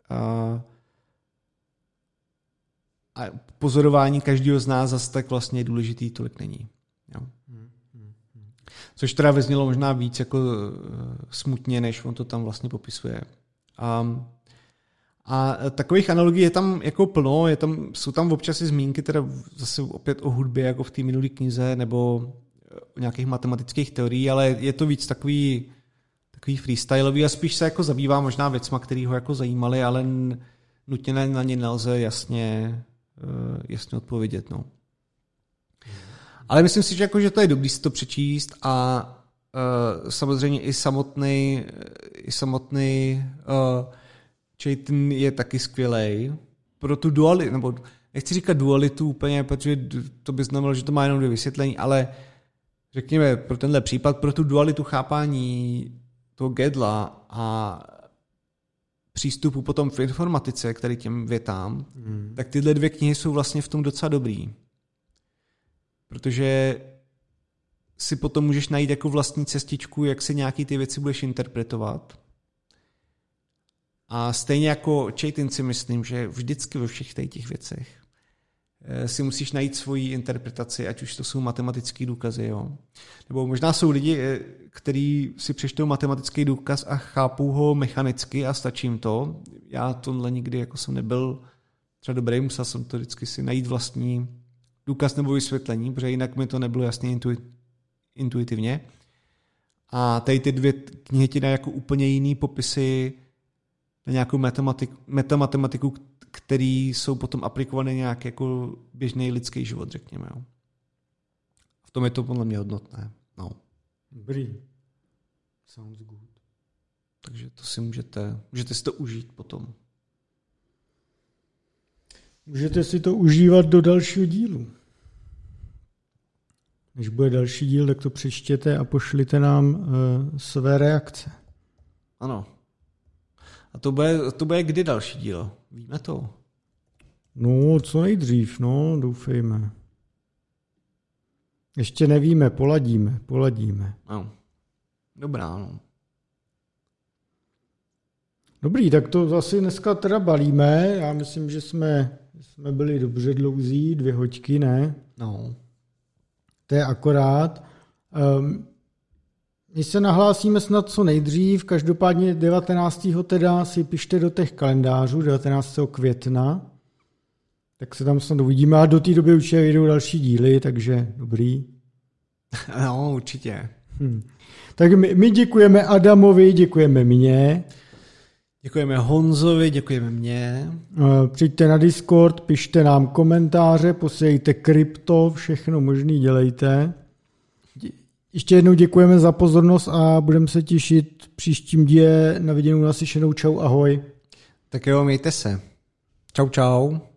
S1: pozorování každého z nás zase tak vlastně důležitý tolik není. Jo. Což teda vyznělo možná víc jako smutně, než on to tam vlastně popisuje. A takových analogií je tam jako plno, jsou tam občas i zmínky teda zase opět o hudbě, jako v té minulé knize, nebo o nějakých matematických teorií, ale je to víc takový freestylový a spíš se jako zabývá možná věcma, který ho jako zajímaly, ale nutně na ně nelze jasně odpovědět. No. Ale myslím si, že to je dobrý si to přečíst a samozřejmě i samotný Chaitin je taky skvělej pro tu dualitu, nebo nechci říkat dualitu úplně, protože to by znamenalo, že to má jenom dvě vysvětlení, ale řekněme pro tenhle případ, pro tu dualitu chápání toho Gödela a přístupu potom v informatice, který těm větám, tak tyhle dvě knihy jsou vlastně v tom docela dobrý. Protože si potom můžeš najít jako vlastní cestičku, jak si nějaký ty věci budeš interpretovat. A stejně jako Chaitin si myslím, že vždycky ve všech těch věcech si musíš najít svoji interpretaci, ať už to jsou matematické důkazy. Jo. Nebo možná jsou lidi, kteří si přečtou matematický důkaz a chápou ho mechanicky a stačí jim to. Já tohle nikdy jako jsem nebyl třeba dobrý, musel jsem to vždycky si najít vlastní důkaz nebo vysvětlení, protože jinak mi to nebylo jasně intuitivně. A tady ty dvě knihy ti dají jako úplně jiný popisy na nějakou metamatematiku, který jsou potom aplikované nějak jako běžný lidský život, řekněme. Jo. V tom je to podle mě hodnotné. No.
S2: Dobrý. Sounds good.
S1: Takže to si můžete si to užít potom.
S2: Můžete si to užívat do dalšího dílu. Když bude další díl, tak to přečtěte a pošlite nám své reakce.
S1: Ano. A to bude kdy další díl? Víme to?
S2: No, co nejdřív, no, doufejme. Ještě nevíme, poladíme.
S1: No. Dobrá, no.
S2: Dobrý, tak to zase dneska teda balíme. Já myslím, že jsme byli dobře dlouzí, 2 hoďky, ne?
S1: No.
S2: To je akorát. My se nahlásíme snad co nejdřív, každopádně 19. teda si pište do těch kalendářů, 19. května. Tak se tam snad uvidíme a do té doby určitě vyjdou další díly, takže dobrý.
S1: No, určitě.
S2: Tak my děkujeme Adamovi, děkujeme mně.
S1: Děkujeme Honzovi, děkujeme mně.
S2: Přijďte na Discord, pište nám komentáře, posílejte krypto, všechno možný dělejte. Ještě jednou děkujeme za pozornost a budeme se těšit příštím díle. Na viděnou, naslyšenou, čau, ahoj.
S1: Tak jo, mějte se. Čau, čau.